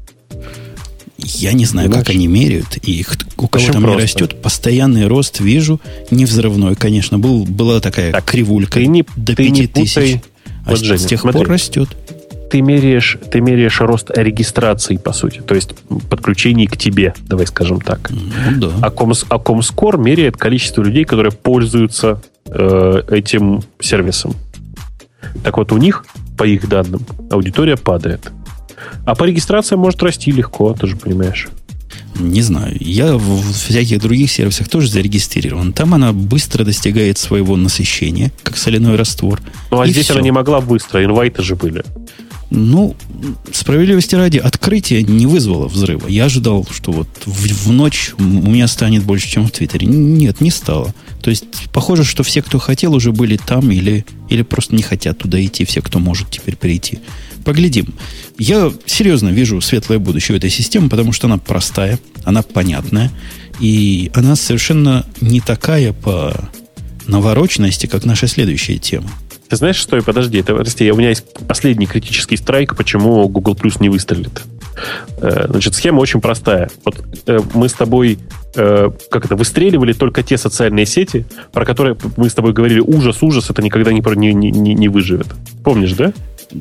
Я не знаю, как они меряют. И у кого там не растет, постоянный рост вижу, не взрывной, конечно. Была такая кривулька до 5000. А вот, Женя, с тех пор растет. Ты меряешь рост регистраций, по сути. То есть подключений к тебе, давай скажем так. Ну, да. А Comscore меряет количество людей, которые пользуются этим сервисом. Так вот, у них, по их данным, аудитория падает. А по регистрации может расти легко, ты же понимаешь. Не знаю. Я в всяких других сервисах тоже зарегистрирован. Там она быстро достигает своего насыщения, как соляной раствор. Ну, а здесь все. Она не могла быстро, инвайты же были. Ну, справедливости ради, открытие не вызвало взрыва. Я ожидал, что вот в ночь у меня станет больше, чем в Твиттере. Нет, не стало. То есть, похоже, что все, кто хотел, уже были там или просто не хотят туда идти, все, кто может теперь прийти. Поглядим. Я серьезно вижу светлое будущее у этой системы, потому что она простая, она понятная, и она совершенно не такая по навороченности, как наша следующая тема. Ты знаешь, что? Подожди, у меня есть последний критический страйк, почему Google Plus не выстрелит. Значит, схема очень простая. Вот мы с тобой выстреливали только те социальные сети, про которые мы с тобой говорили, ужас, это никогда не выживет. Помнишь, да?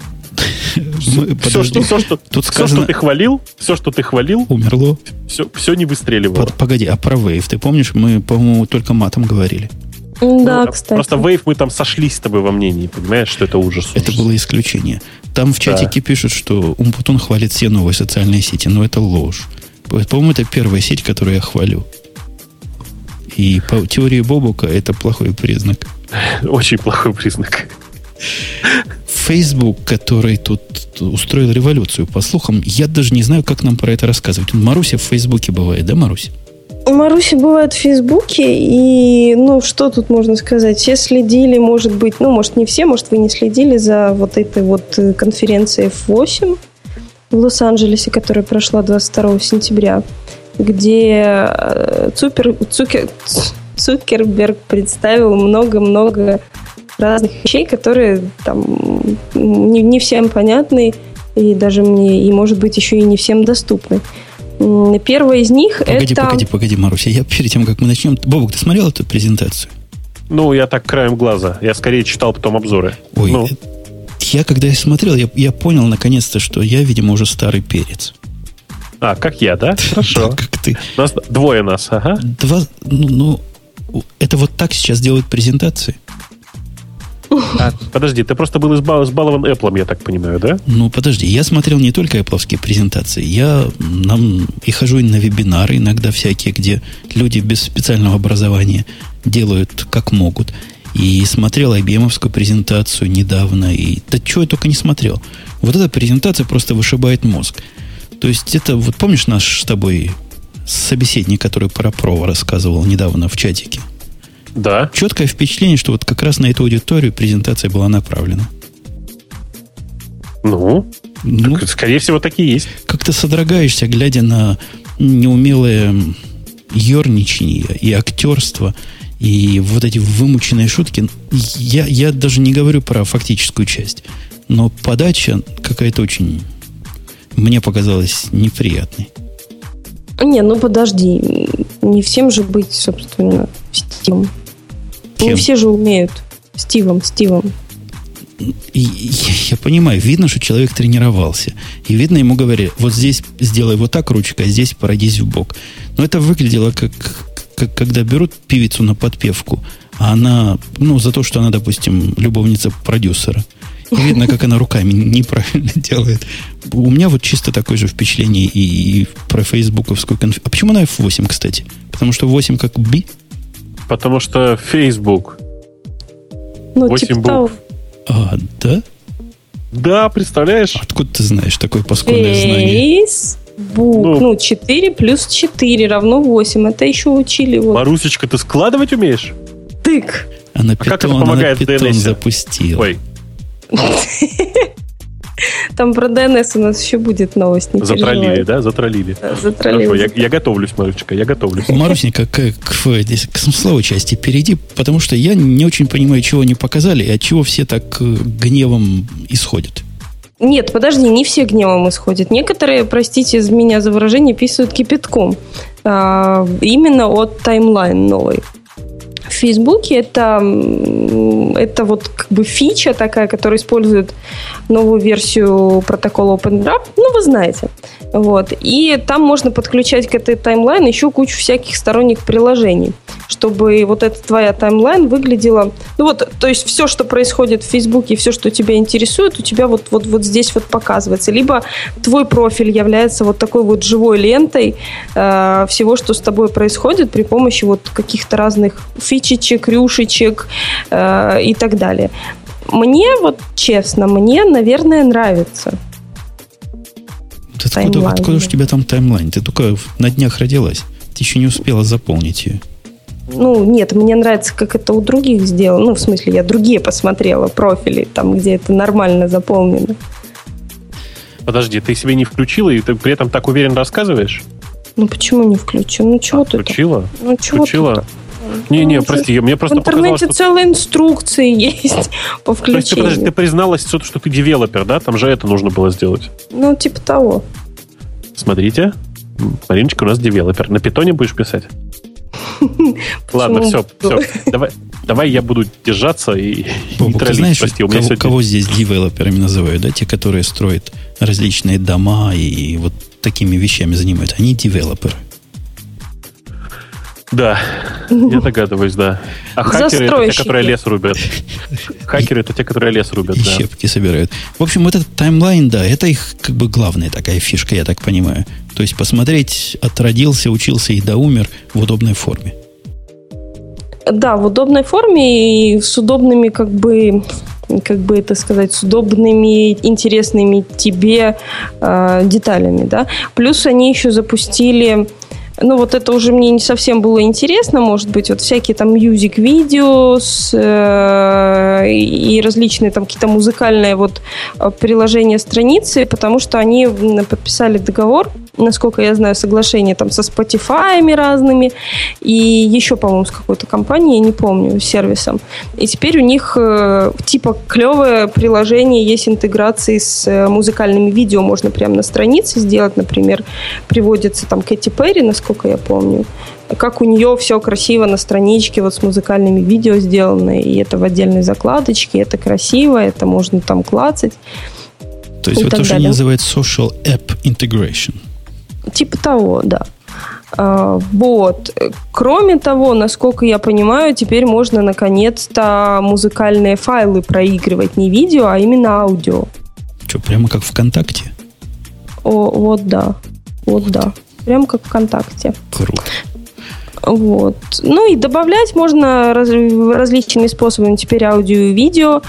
Все, что ты хвалил, умерло. Все не выстреливало. Погоди, а про Wave ты помнишь? Мы, по-моему, только матом говорили. Да, кстати. Просто Wave мы там сошлись с тобой во мнении, понимаешь, что это ужас. Это было исключение. Там в чатике пишут, что Умпутун хвалит все новые социальные сети, но это ложь. По-моему, это первая сеть, которую я хвалю. И по теории Бобука это плохой признак. Очень плохой признак. Facebook, который тут устроил революцию, по слухам, я даже не знаю, как нам про это рассказывать. Маруся в Фейсбуке бывает, да, Маруся? Маруся бывает в Фейсбуке, и, что тут можно сказать? Все следили, может быть, может, не все, может, вы не следили за вот этой вот конференцией F8 в Лос-Анджелесе, которая прошла 22 сентября, где Цукерберг представил много-много разных вещей, которые там не всем понятны, и даже мне, и, может быть, еще и не всем доступны. Первая из них Погоди, Маруся, я перед тем, как мы начнем... Бобок, ты смотрел эту презентацию? Я так краем глаза. Я скорее читал потом обзоры. Ой, когда я смотрел, я понял наконец-то, что я, видимо, уже старый перец. Как я, да? Хорошо. Как ты. Нас двое нас, ага. Это вот так сейчас делают презентации? Подожди, ты просто был избалован Apple, я так понимаю, да? Подожди, я смотрел не только Apple-овские презентации, я и хожу на вебинары иногда всякие, где люди без специального образования делают как могут. И смотрел IBM-овскую презентацию недавно, и да чего я только не смотрел. Вот эта презентация просто вышибает мозг. То есть это, вот помнишь наш с тобой собеседник, который про Прово рассказывал недавно в чатике? Да. Четкое впечатление, что вот как раз на эту аудиторию презентация была направлена. Скорее всего, такие есть. Как-то содрогаешься, глядя на неумелое ерничание и актерство, и вот эти вымученные шутки. Я даже не говорю про фактическую часть, но подача какая-то очень, мне показалась, неприятной. Подожди. Не всем же быть, собственно, Стивом. Кем? Не все же умеют Стивом. И я понимаю, видно, что человек тренировался. И видно, ему говорят, вот здесь сделай вот так ручкой, а здесь пройдись в бок. Но это выглядело как когда берут певицу на подпевку, а она, за то, что она, допустим, любовница продюсера. И видно, как она руками неправильно делает. У меня вот чисто такое же впечатление и про фейсбуковскую конференцию. А почему на F8, кстати? Потому что 8 как B? Потому что Facebook. 8 букв. Да? Да, представляешь? Откуда ты знаешь такое паскудное знание? Facebook. 4 плюс 4 равно 8. Это еще учили. Марусечка, ты складывать умеешь? Тык. Она как это помогает в питон DNS? запустила. Ой. Там про DNS у нас еще будет новость. Затроллили, да? Затроллили. Затроллили. Хорошо, я готовлюсь, Марусечка, я готовлюсь. Марусенька, к смысловой части перейди, потому что я не очень понимаю, чего они показали, и от чего все так гневом исходят. Нет, подожди, не все гневом исходят. Некоторые, простите меня за выражение, писают кипятком. Именно от таймлайн новой. В Фейсбуке это вот как бы фича такая, которая использует новую версию протокола OpenDrop. Вы знаете. Вот. И там можно подключать к этой таймлайн еще кучу всяких сторонних приложений, чтобы вот эта твоя таймлайн выглядела... то есть все, что происходит в Фейсбуке, все, что тебя интересует, у тебя вот здесь вот показывается. Либо твой профиль является вот такой вот живой лентой всего, что с тобой происходит при помощи вот каких-то разных фичечек, рюшечек и так далее. Мне, честно, наверное, нравится. Откуда же у тебя там таймлайн? Ты только на днях родилась. Ты еще не успела заполнить ее. Нет, мне нравится, как это у других сделано. В смысле, я другие посмотрела профили, там, где это нормально заполнено. Подожди, ты себе не включила, и ты при этом так уверенно рассказываешь? Почему не включила? Чего ты? Включила? Чего включила? Не, прости, мне просто показалось, в интернете целые инструкции есть по включению. То есть ты призналась, что ты девелопер, да? Там же это нужно было сделать. Типа того. Смотрите, Мариночка у нас девелопер. На питоне будешь писать? Ладно, все. Давай я буду держаться и не троллить. Прости, у меня кого здесь девелоперами называют, да? Те, которые строят различные дома и вот такими вещами занимаются. Они девелоперы. Да, я догадываюсь, да. А хакеры это те, которые лес рубят. Хакеры это те, которые лес рубят, да. И щепки собирают. В общем, вот этот таймлайн, да, это их как бы главная такая фишка, я так понимаю. То есть посмотреть, отродился, учился и доумер в удобной форме. Да, в удобной форме и с удобными как бы это сказать, с удобными, интересными тебе деталями, да. Плюс они еще запустили... Ну, вот это уже мне не совсем было интересно, может быть, вот всякие там мьюзик-видео и различные там какие-то музыкальные вот приложения, страницы, потому что они подписали договор, насколько я знаю, соглашение там со Spotify разными и еще, по-моему, с какой-то компанией, я не помню, сервисом. И теперь у них типа клевое приложение, есть интеграции с музыкальными видео, можно прямо на странице сделать, например, приводится там Кэти Перри, насколько я помню, как у нее все красиво на страничке вот с музыкальными видео сделано, и это в отдельной закладочке, это красиво, это можно там клацать. То есть вот то, что они называют social app integration. Типа того, да. Вот. Кроме того, насколько я понимаю, теперь можно наконец-то музыкальные файлы проигрывать, не видео, а именно аудио. Что, прямо как ВКонтакте? Вот да. Прям как ВКонтакте. Круто. Вот. Ну и добавлять можно различными способами теперь аудио и видео.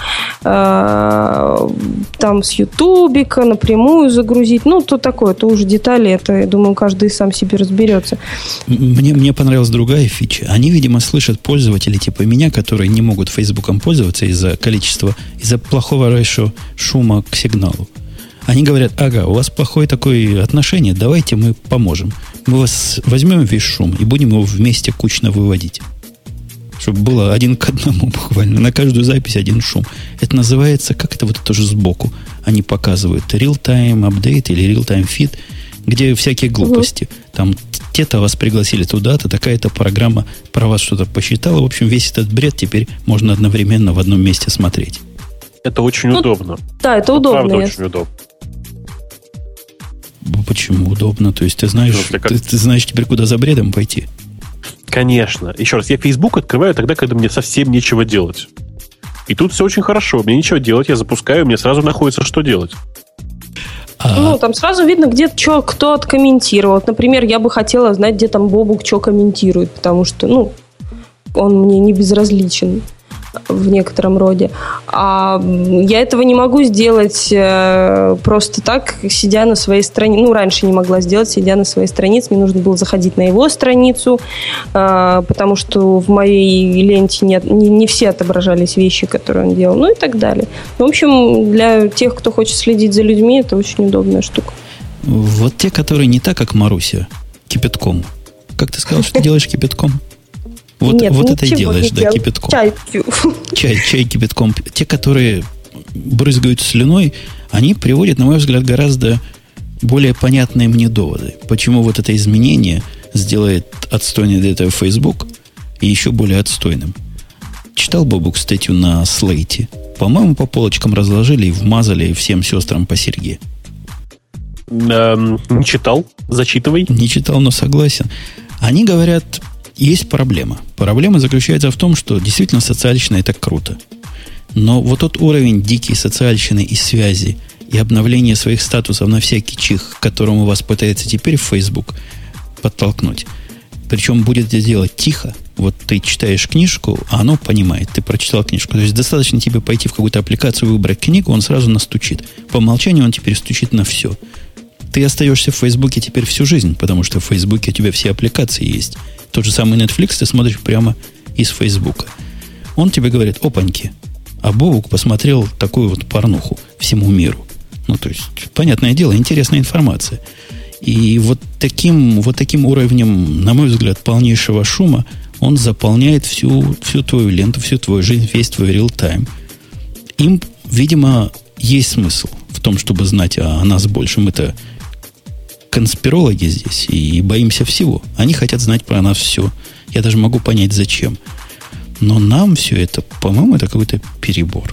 Там с ютубика напрямую загрузить. Ну, то такое, то уже детали. Это, я думаю, каждый сам себе разберется. Мне понравилась другая фича. Они, видимо, слышат пользователей типа меня, которые не могут Фейсбуком пользоваться из-за плохого рэшо шума к сигналу. Они говорят, ага, у вас плохое такое отношение, давайте мы поможем. Мы вас возьмем весь шум и будем его вместе кучно выводить. Чтобы было 1 к 1 буквально. На каждую запись 1 шум. Это называется, как это вот тоже сбоку они показывают, real-time update или real-time feed, где всякие глупости. Там те-то вас пригласили туда-то, такая-то программа про вас что-то посчитала. В общем, весь этот бред теперь можно одновременно в одном месте смотреть. Это очень удобно. Да, это удобно. Правда, очень удобно. Почему удобно? То есть ты знаешь, ты знаешь теперь, куда за бредом пойти? Конечно. Еще раз, я Facebook открываю тогда, когда мне совсем нечего делать. И тут все очень хорошо. Мне нечего делать, я запускаю, мне сразу находится, что делать. Ну, там сразу видно, где что, кто откомментировал. Вот, например, я бы хотела знать, где там Бобук что комментирует, потому что, ну, он мне не безразличен в некотором роде. А я этого не могу сделать просто так, сидя на своей странице. Ну, раньше не могла сделать, сидя на своей странице. Мне нужно было заходить на его страницу, потому что в моей ленте не все отображались вещи, которые он делал, ну и так далее. В общем, для тех, кто хочет следить за людьми, это очень удобная штука. Вот те, которые не так, как Маруся, кипятком. Как ты сказал, что ты делаешь кипятком? Вот это и делаешь, да, кипятком. Чай пью. Чай кипятком. Те, которые брызгают слюной, они приводят, на мой взгляд, гораздо более понятные мне доводы. Почему вот это изменение сделает отстойный для этого Facebook и еще более отстойным. Читал, Бобук, статью на Слейте? По-моему, по полочкам разложили и вмазали всем сестрам по серьге. Не читал. Зачитывай. Не читал, но согласен. Они говорят... Есть проблема. Проблема заключается в том, что действительно социальщина – это круто. Но вот тот уровень дикой социальщины и связи и обновления своих статусов на всякий чих, к которому вас пытается теперь Facebook подтолкнуть, причем будет это делать тихо. Вот ты читаешь книжку, а оно понимает, ты прочитал книжку. То есть достаточно тебе пойти в какую-то аппликацию, выбрать книгу, он сразу настучит. По умолчанию он теперь стучит на все. Ты остаешься в Фейсбуке теперь всю жизнь, потому что в Фейсбуке у тебя все аппликации есть. Тот же самый Netflix ты смотришь прямо из Фейсбука. Он тебе говорит, опаньки, а Бобук посмотрел такую вот порнуху всему миру. Ну, то есть, понятное дело, интересная информация. И вот таким уровнем, на мой взгляд, полнейшего шума он заполняет всю твою ленту, всю твою жизнь, весь твой реал-тайм. Им, видимо, есть смысл в том, чтобы знать о нас больше. Мы-то к конспирологи здесь и боимся всего. Они хотят знать про нас все. Я даже могу понять, зачем. Но нам все это, по-моему, это какой-то перебор.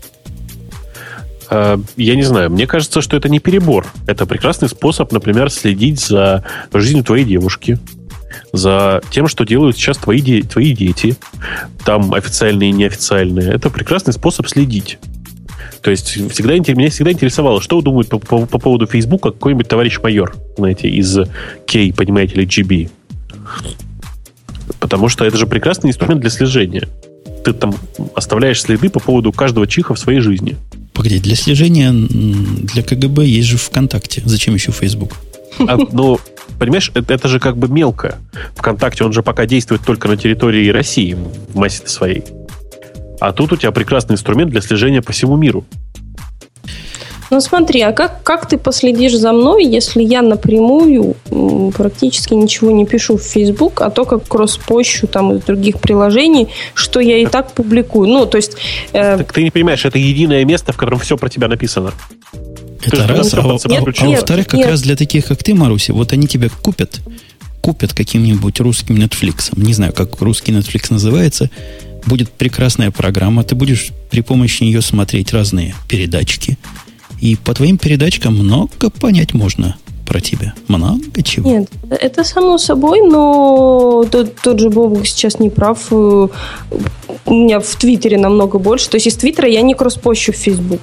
Я не знаю. Мне кажется, что это не перебор. Это прекрасный способ, например, следить за жизнью твоей девушки, за тем, что делают сейчас твои дети, там официальные и неофициальные. Это прекрасный способ следить. То есть меня всегда интересовало, что думает по поводу Фейсбука какой-нибудь товарищ майор, знаете, из K, понимаете, или GB. Потому что это же прекрасный инструмент для слежения. Ты там оставляешь следы по поводу каждого чиха в своей жизни. Погоди, для слежения для КГБ есть же ВКонтакте. Зачем еще Facebook? Ну, понимаешь, это же как бы мелко. ВКонтакте, он же пока действует только на территории России, в массе своей. А тут у тебя прекрасный инструмент для слежения по всему миру. Ну смотри, а как ты последишь за мной, если я напрямую практически ничего не пишу в Facebook, а только кросс-пощу там из других приложений, что я и так публикую? Ну, то есть... Так ты не понимаешь, это единое место, в котором все про тебя написано. Это раз, а во-вторых, как раз для таких, как ты, Маруся, вот они тебя купят каким-нибудь русским Netflix. Не знаю, как русский Netflix называется. Будет прекрасная программа, ты будешь при помощи нее смотреть разные передачки. И по твоим передачкам много понять можно про тебя. Много чего. Нет, это само собой, но тот же Бобук сейчас не прав. У меня в Твиттере намного больше. То есть из Твиттера я не кросспощу в Фейсбук.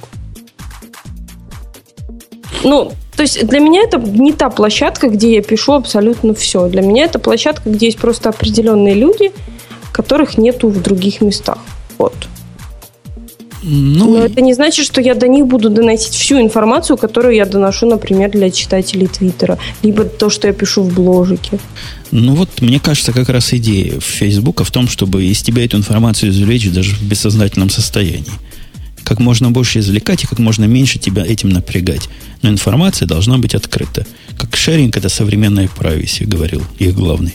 Ну, то есть для меня это не та площадка, где я пишу абсолютно все. Для меня это площадка, где есть просто определенные люди, которых нету в других местах. Вот. Но это не значит, что я до них буду доносить всю информацию, которую я доношу, например, для читателей Твиттера, либо то, что я пишу в бложике. Ну вот, мне кажется, как раз идея Фейсбука в том, чтобы из тебя эту информацию извлечь даже в бессознательном состоянии. Как можно больше извлекать и как можно меньше тебя этим напрягать. Но информация должна быть открыта. Как шеринг — это современная privacy, говорил их главный.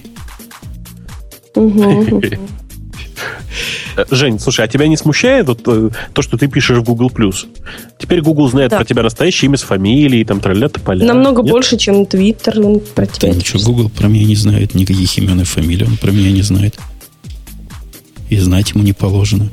Жень, слушай, а тебя не смущает то, что ты пишешь в Google+? Теперь Google знает про тебя настоящее имя с фамилией, там, тролля-тополя. Намного больше, чем Twitter. Он про тебя ничего, Google про меня не знает никаких имен и фамилий. Он про меня не знает. И знать ему не положено.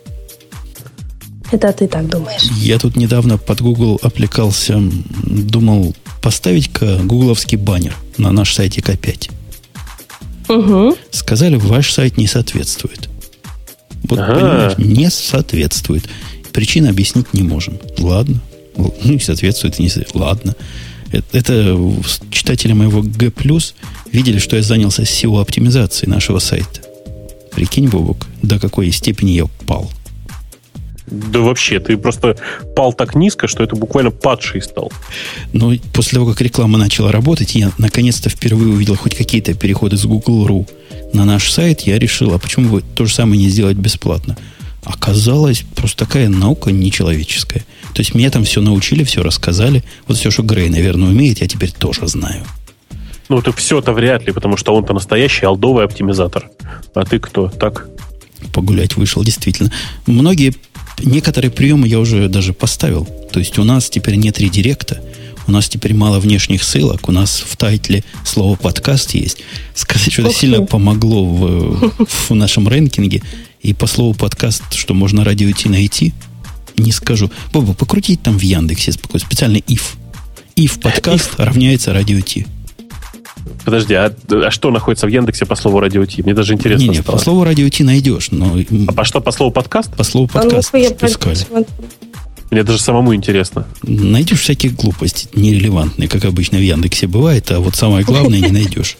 Это ты так думаешь. Я тут недавно под Google аппликался, думал поставить-ка гугловский баннер на наш сайте К5. Угу. Сказали, ваш сайт не соответствует. Вот, понимаешь, не соответствует. Причину объяснить не можем. Ладно. Ну, не соответствует, не соответствует. Ладно. Это читатели моего Г+, видели, что я занялся SEO-оптимизацией нашего сайта. Прикинь, Бобок, до какой степени я упал. Да вообще, ты просто пал так низко, что это буквально падший стал. Но после того, как реклама начала работать, я наконец-то впервые увидел хоть какие-то переходы с Google.ru на наш сайт. Я решил, а почему бы то же самое не сделать бесплатно? Оказалось, просто такая наука нечеловеческая. То есть меня там все научили, все рассказали. Вот все, что Грей, наверное, умеет, я теперь тоже знаю. Ну, это все-то вряд ли, потому что он-то настоящий олдовый оптимизатор. А ты кто? Так? Погулять вышел, действительно. Некоторые приемы я уже даже поставил. То есть у нас теперь нет редиректа, у нас теперь мало внешних ссылок, у нас в тайтле слово «подкаст» есть. Сказать, что это сильно помогло в нашем рэнкинге. И по слову «подкаст», что можно радио Ти найти, не скажу. Боба, покрутить там в Яндексе специально if. If подкаст равняется радио Ти. Подожди, а что находится в Яндексе по слову радио Ти? Мне даже интересно стало. По слову радио Ти найдешь, но... А что, по слову подкаст? По слову подкаст, что искали. Мне даже самому интересно. Найдешь всякие глупости нерелевантные, как обычно в Яндексе бывает, а вот самое главное не найдешь.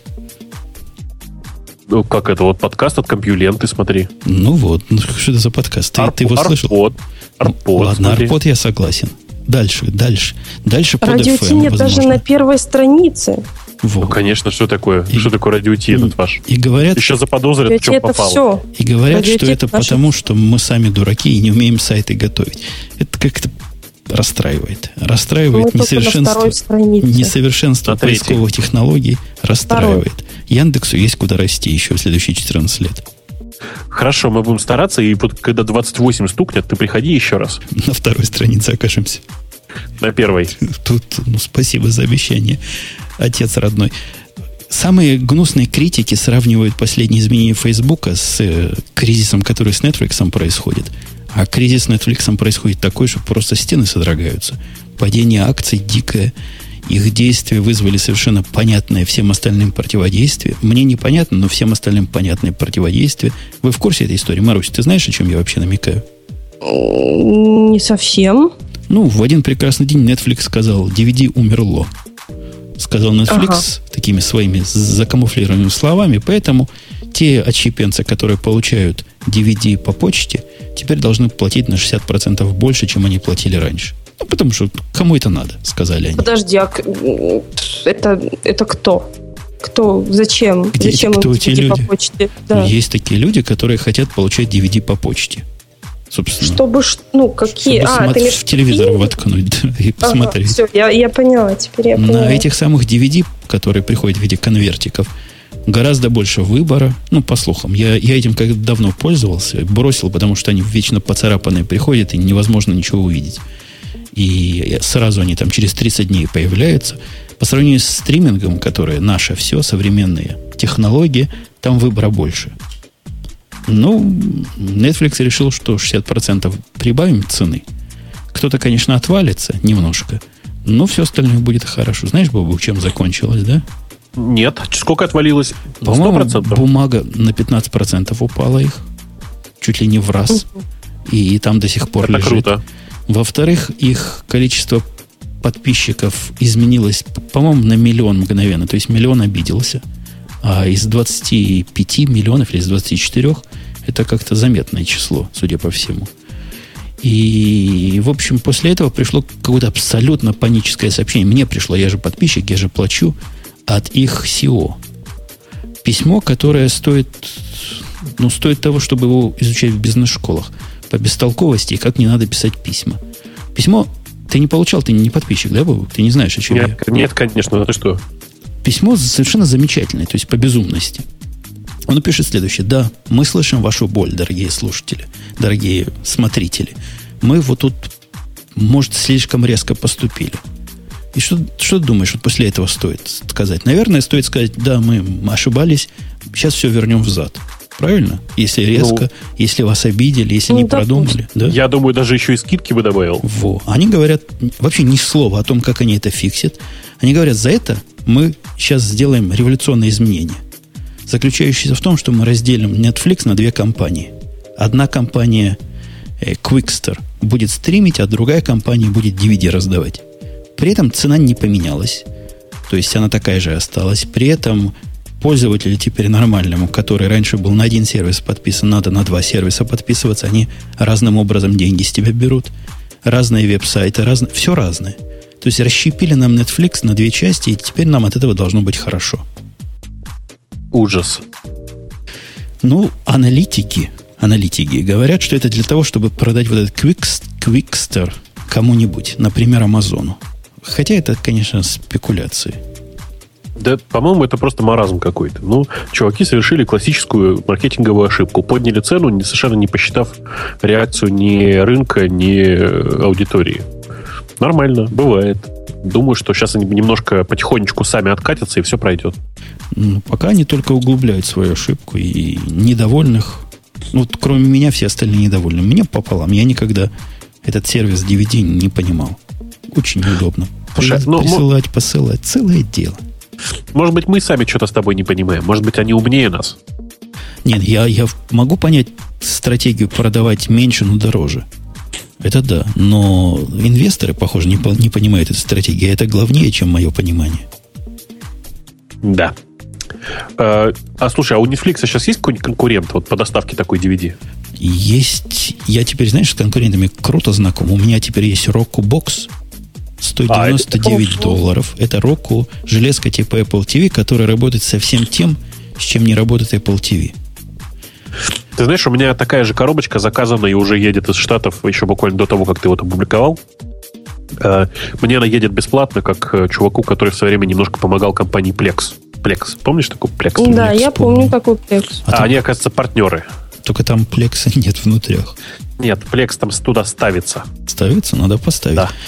Ну, как это? Вот подкаст от Компьюленты, смотри. Ну вот, что это за подкаст? Ты его слышал? Арпод. Ладно, Арпод я согласен. Дальше под радио Ти нет даже на первой странице. Вот. Ну, конечно, что такое? Что такое радио Ти этот ваш? И говорят, еще заподозрят, в чем попало. Все. И говорят, что это потому, что мы сами дураки и не умеем сайты готовить. Это как-то расстраивает. Расстраивает несовершенство поисковых технологий. Расстраивает. Яндексу есть куда расти еще в следующие 14 лет. Хорошо, мы будем стараться, и когда 28 стукнет, ты приходи еще раз. На второй странице окажемся. На первой. Тут, спасибо за обещание, отец родной. Самые гнусные критики сравнивают последние изменения Фейсбука с кризисом, который с Netflix происходит. А кризис с Netflix происходит такой, что просто стены содрогаются. Падение акций дикое. Их действия вызвали совершенно понятное всем остальным противодействие. Мне непонятно, но всем остальным понятное противодействие. Вы в курсе этой истории? Марусь, ты знаешь, о чем я вообще намекаю? Не совсем. В один прекрасный день Netflix сказал, DVD умерло. Сказал Netflix такими своими закамуфлированными словами. Поэтому те отщепенцы, которые получают DVD по почте, теперь должны платить на 60% больше, чем они платили раньше. Потому что кому это надо, сказали они. Подожди, а это кто? Кто? Зачем? Зачем кто им эти DVD люди? по почте? Да. Есть такие люди, которые хотят получать DVD по почте. Собственно. Чтобы, какие? Чтобы ты в телевизор воткнуть и посмотреть. Все, я поняла, теперь я поняла. На этих самых DVD, которые приходят в виде конвертиков, гораздо больше выбора. По слухам. Я этим как-то давно пользовался, бросил, потому что они вечно поцарапанные приходят, и невозможно ничего увидеть. И сразу они там через 30 дней появляются. По сравнению с стримингом, которое наше все, современные технологии, там выбора больше. Netflix решил, что 60% прибавим цены. Кто-то, конечно, отвалится немножко, но все остальное будет хорошо. Знаешь, Бобук, чем закончилось, да? Нет. Сколько отвалилось? По-моему, 100%? Бумага на 15% упала их. Чуть ли не в раз. И там до сих пор это лежит. Круто. Во-вторых, их количество подписчиков изменилось, по-моему, на 1 миллион мгновенно. То есть 1 миллион обиделся. А из 25 миллионов или из 24 это как-то заметное число, судя по всему. И, в общем, после этого пришло какое-то абсолютно паническое сообщение. Мне пришло, я же подписчик, я же плачу, от их CEO. Письмо, которое стоит того, чтобы его изучать в бизнес-школах. По бестолковости и как не надо писать письма. Письмо ты не получал, ты не подписчик, да, Бобук? Ты не знаешь, о чем я? Нет, конечно, ты что? Письмо совершенно замечательное, то есть по безумности. Он пишет следующее. Да, мы слышим вашу боль, дорогие слушатели, дорогие смотрители. Мы вот тут, может, слишком резко поступили. И что ты думаешь, вот после этого стоит сказать? Наверное, стоит сказать, да, мы ошибались, сейчас все вернем взад. Правильно? Если резко, если вас обидели, если не продумали. Да? Я думаю, даже еще и скидки бы добавил. Они говорят вообще ни слова о том, как они это фиксят. Они говорят, за это мы сейчас сделаем революционные изменения, заключающиеся в том, что мы разделим Netflix на 2 компании. Одна компания Quickster будет стримить, а другая компания будет DVD раздавать. При этом цена не поменялась. То есть она такая же осталась. При этом пользователю теперь нормальному, который раньше был на 1 сервис подписан, надо на 2 сервиса подписываться. Они разным образом деньги с тебя берут. Разные веб-сайты, все разное. То есть расщепили нам Netflix на 2 части, и теперь нам от этого должно быть хорошо. Ужас. Аналитики говорят, что это для того, чтобы продать вот этот Quickster кому-нибудь, например, Амазону. Хотя это, конечно, спекуляции. Да, по-моему, это просто маразм какой-то. Чуваки совершили классическую маркетинговую ошибку. Подняли цену, совершенно не посчитав реакцию ни рынка, ни аудитории. Нормально, бывает. Думаю, что сейчас они немножко потихонечку сами откатятся, и все пройдет. Пока они только углубляют свою ошибку, и недовольных, кроме меня, все остальные недовольны. Мне пополам. Я никогда этот сервис DVD не понимал. Очень неудобно. Присылать, посылать. Целое дело. Может быть, мы сами что-то с тобой не понимаем. Может быть, они умнее нас. Нет, я могу понять стратегию продавать меньше, но дороже. Это да. Но инвесторы, похоже, не понимают эту стратегию. Это главнее, чем мое понимание. Да. Слушай, а у Netflix сейчас есть какой-нибудь конкурент по доставке такой DVD? Есть. Я теперь, знаешь, с конкурентами круто знаком. У меня теперь есть Roku Box. Стоит $99. Это Roku, железка типа Apple TV, которая работает со всем тем, с чем не работает Apple TV. Ты знаешь, у меня такая же коробочка заказана и уже едет из Штатов еще буквально до того, как ты вот опубликовал. Мне она едет бесплатно, как чуваку, который в свое время немножко помогал компании Plex. Plex. Помнишь такой Plex? Да, я помню такой Plex. Они, оказывается, партнеры. Только там Plex нет внутрях. Нет, Plex там туда ставится. Ставится? Надо поставить. Да.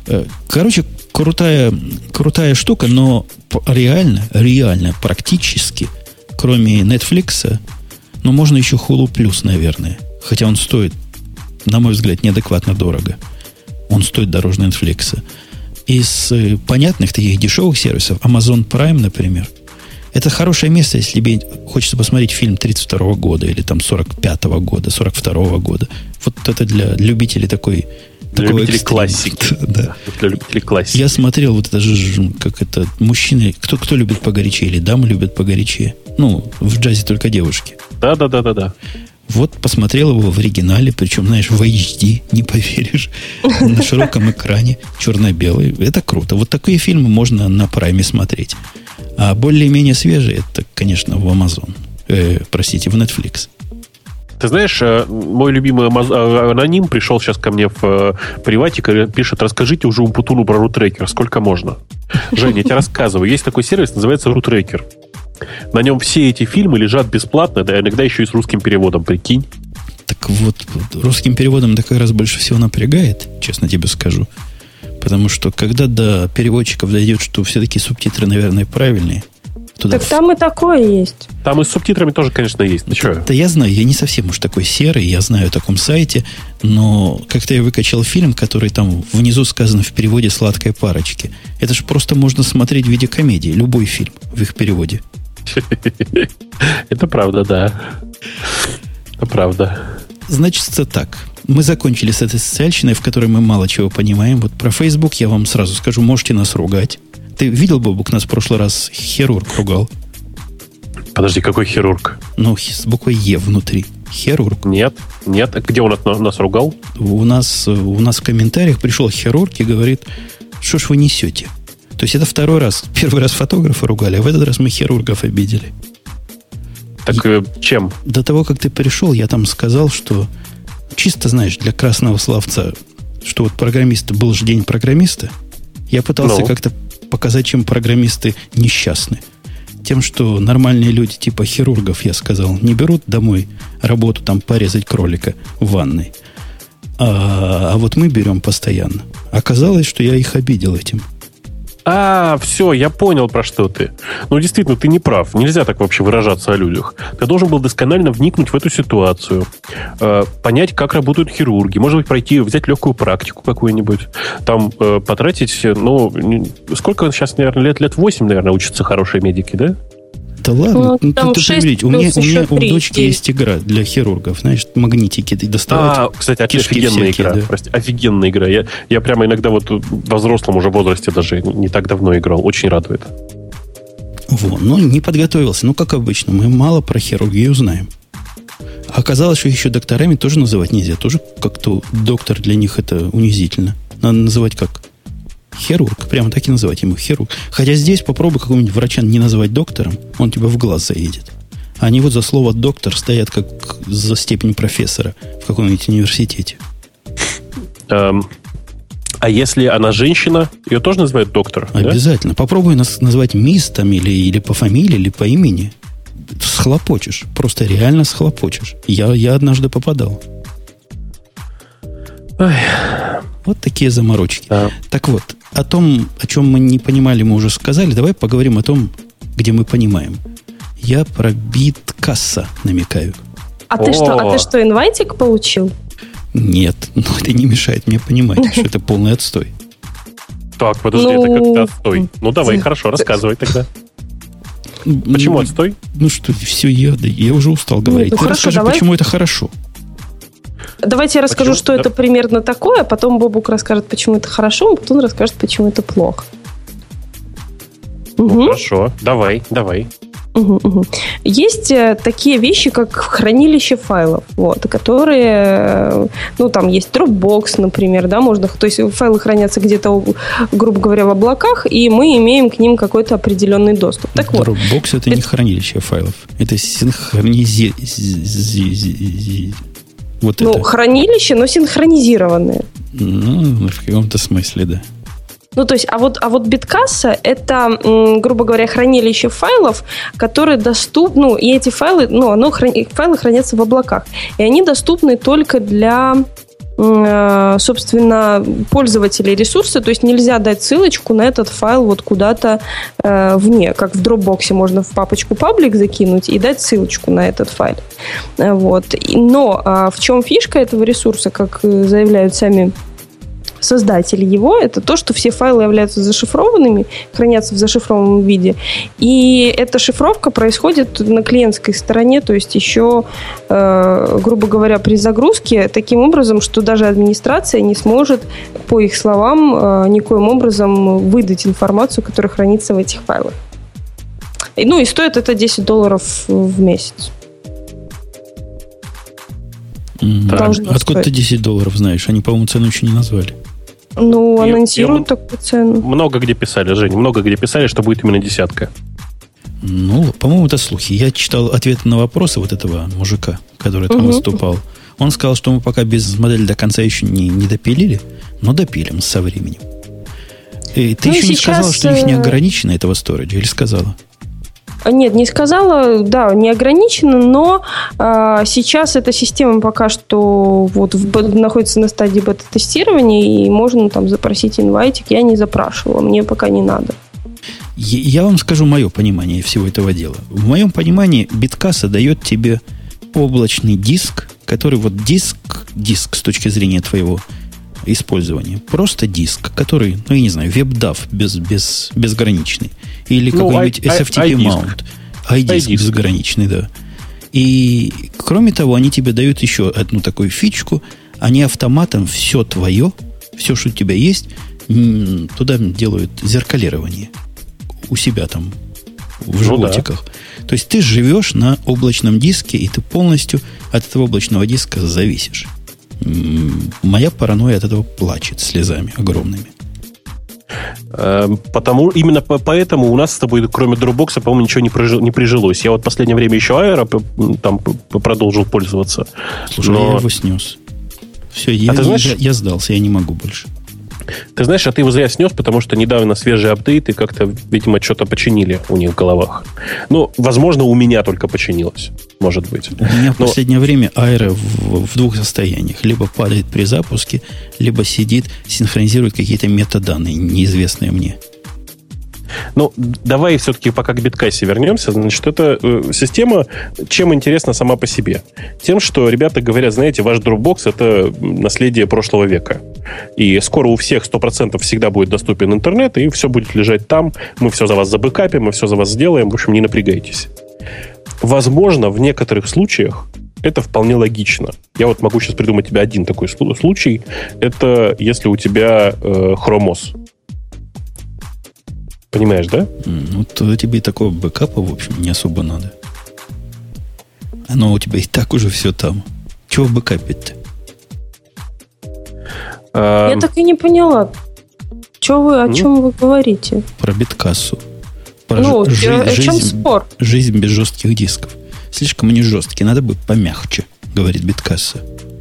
Короче, крутая штука, но реально, практически, кроме Netflix, можно еще Hulu Plus, наверное. Хотя он стоит, на мой взгляд, неадекватно дорого. Он стоит дороже Netflix. Из понятных таких дешевых сервисов, Amazon Prime, например, это хорошее место, если тебе хочется посмотреть фильм 32 года или там 45 года, 42 года. Вот это для любителей такого любителей классики. Да. Для любителей классики. Я смотрел вот это же, как это, мужчины, кто любит погорячее или дамы любят погорячее. В джазе только девушки. Да. Вот посмотрел его в оригинале, причем, знаешь, в HD, не поверишь, на широком экране, черно-белый. Это круто. Вот такие фильмы можно на Прайме смотреть. А более-менее свежие, это, конечно, в Amazon. В Netflix. Ты знаешь, мой любимый аноним пришел сейчас ко мне в приватик и пишет: расскажите уже Умпутуну про RootRacker, сколько можно. Женя, я тебе рассказываю. Есть такой сервис, называется RootRacker. На нем все эти фильмы лежат бесплатно, да иногда еще и с русским переводом, прикинь. Так вот, русским переводом это как раз больше всего напрягает, честно тебе скажу. Потому что когда до переводчиков дойдет, что все-таки субтитры, наверное, правильные. Так там и такое есть. Там и с субтитрами тоже, конечно, есть. Да я знаю, я не совсем уж такой серый, я знаю о таком сайте, но как-то я выкачал фильм, который там внизу сказано в переводе «Сладкой парочки». Это же просто можно смотреть в виде комедии, любой фильм в их переводе. Это правда, да. Это правда. Значит, так. Мы закончили с этой социальщиной, в которой мы мало чего понимаем. Вот про Facebook я вам сразу скажу, можете нас ругать. Ты видел, Бобук, нас в прошлый раз хирург ругал? Подожди, какой хирург? С буквой Е внутри. Хирург. Нет. Где он нас ругал? У нас в комментариях пришел хирург и говорит, что ж вы несете? То есть это второй раз. Первый раз фотографа ругали, а в этот раз мы хирургов обидели. Так чем? До того, как ты пришел, я там сказал, что чисто, знаешь, для красного словца, что вот программисты, был же день программиста, я пытался как-то показать, чем программисты несчастны. Тем, что нормальные люди типа хирургов, я сказал, не берут домой работу там порезать кролика в ванной. А вот мы берем постоянно. Оказалось, что я их обидел этим. Все, я понял, про что ты. Действительно, ты не прав. Нельзя так вообще выражаться о людях. Ты должен был досконально вникнуть в эту ситуацию, понять, как работают хирурги, может быть, взять легкую практику какую-нибудь, там потратить, сколько сейчас, наверное, лет 8, наверное, учатся хорошие медики, да? Да ладно, ты поверить. У дочки 3. есть игра для хирургов, знаешь, магнитики доставать. Кстати, офигенная игра. Да. Прости, офигенная игра. Я прямо иногда вот во взрослом уже возрасте даже не так давно играл. Очень радует. Не подготовился. Как обычно, мы мало про хирургию знаем. Оказалось, что еще докторами тоже называть нельзя. Тоже как-то доктор для них это унизительно. Надо называть как? Хирург. Прямо так и называть ему хирург. Хотя здесь попробуй какого-нибудь врача не называть доктором, он тебя в глаз заедет. Они вот за слово доктор стоят как за степень профессора в каком-нибудь университете. А если она женщина, ее тоже называют доктор? Обязательно. Да? Попробуй нас назвать мисс там, или по фамилии, или по имени. Схлопочешь. Просто реально схлопочешь. Я однажды попадал. Вот такие заморочки. Да. Так вот, о том, о чем мы не понимали, мы уже сказали. Давай поговорим о том, где мы понимаем. Я про биткасса намекаю. А ты что, инвайтик получил? Нет, но это не мешает мне понимать, что это полный отстой. Так, подожди, это как-то отстой. Давай, хорошо, рассказывай тогда. Почему отстой? Что, все, я уже устал говорить. Ты расскажи, почему это хорошо. Давайте я расскажу, что это примерно такое, потом Бобук расскажет, почему это хорошо, а потом расскажет, почему это плохо. Хорошо, давай. Есть такие вещи, как хранилище файлов, которые, там есть Dropbox, например, да, то есть файлы хранятся где-то, грубо говоря, в облаках, и мы имеем к ним какой-то определенный доступ. Так вот. Dropbox это не хранилище файлов, это хранилище, но синхронизированное. В каком-то смысле, да. То есть, а вот биткасса это, грубо говоря, хранилище файлов, которые доступны, и эти файлы, файлы хранятся в облаках, и они доступны только для собственно, пользователей ресурса, то есть нельзя дать ссылочку на этот файл вот куда-то вне, как в Dropbox можно в папочку public закинуть и дать ссылочку на этот файл. Вот. Но в чем фишка этого ресурса, как заявляют сами создатель его, это то, что все файлы являются зашифрованными, хранятся в зашифрованном виде. И эта шифровка происходит на клиентской стороне, то есть еще, грубо говоря, при загрузке, таким образом, что даже администрация не сможет, по их словам, никоим образом выдать информацию, которая хранится в этих файлах. Ну и стоит это $10 в месяц. Откуда ты $10 знаешь? Они, по-моему, цену еще не назвали. Ну, анонсируют такую цену. Много где писали, Жень, много где писали, что будет именно 10. Ну, по-моему, это слухи. Я читал ответы на вопросы вот этого мужика, который там выступал. Он сказал, что мы пока бизнес-модель до конца еще не допилили, но допилим со временем. И ты еще не сказала, что у них не ограничено этого сториджа, или сказала? Нет, не сказала, да, не ограничено, но сейчас эта система пока что вот находится на стадии бета-тестирования, и можно там запросить инвайтик. Я не запрашивала, мне пока не надо. Я вам скажу мое понимание всего этого дела. В моем понимании Биткасса дает тебе облачный диск, который вот диск с точки зрения твоего использования. Просто диск, который, ну, я не знаю, WebDAV безграничный. Или какой-нибудь SFTP mount. iDisk безграничный, да. И, кроме того, они тебе дают еще одну такую фичку. Они автоматом все твое, все, что у тебя есть, туда делают зеркалирование. У себя там, в животиках. Да. То есть ты живешь на облачном диске, и ты полностью от этого облачного диска зависишь. Моя паранойя от этого плачет слезами огромными. Именно поэтому у нас с тобой, кроме Dropbox, по-моему, ничего не прижилось. Я вот в последнее время еще Aero там продолжил пользоваться. Слушай, я его снес. Все, я сдался, я не могу больше. Ты знаешь, а ты его зря снес, потому что недавно свежий апдейт, и как-то, видимо, что-то починили у них в головах. Ну, возможно, у меня только починилось, может быть. У меня в последнее время Aero в двух состояниях. Либо падает при запуске, либо сидит, синхронизирует какие-то метаданные, неизвестные мне. Ну, давай все-таки пока к Биткассе вернемся. Значит, эта система чем интересна сама по себе? Тем, что ребята говорят, знаете, ваш Dropbox — это наследие прошлого века. И скоро у всех 100% всегда будет доступен интернет, и все будет лежать там. Мы все за вас забэкапим, мы все за вас сделаем. В общем, не напрягайтесь. Возможно, в некоторых случаях это вполне логично. Я вот могу сейчас придумать тебе один такой случай. Это если у тебя Chrome OS. Понимаешь, да? Ну, то тебе такого бэкапа, в общем, не особо надо. Оно у тебя и так уже все там. Чего бэкапить-то? Я так и не поняла. О чем вы говорите? Про Биткассу. Про о чем спор? Жизнь без жестких дисков. Слишком они жесткие, надо бы помягче, говорит Биткасса.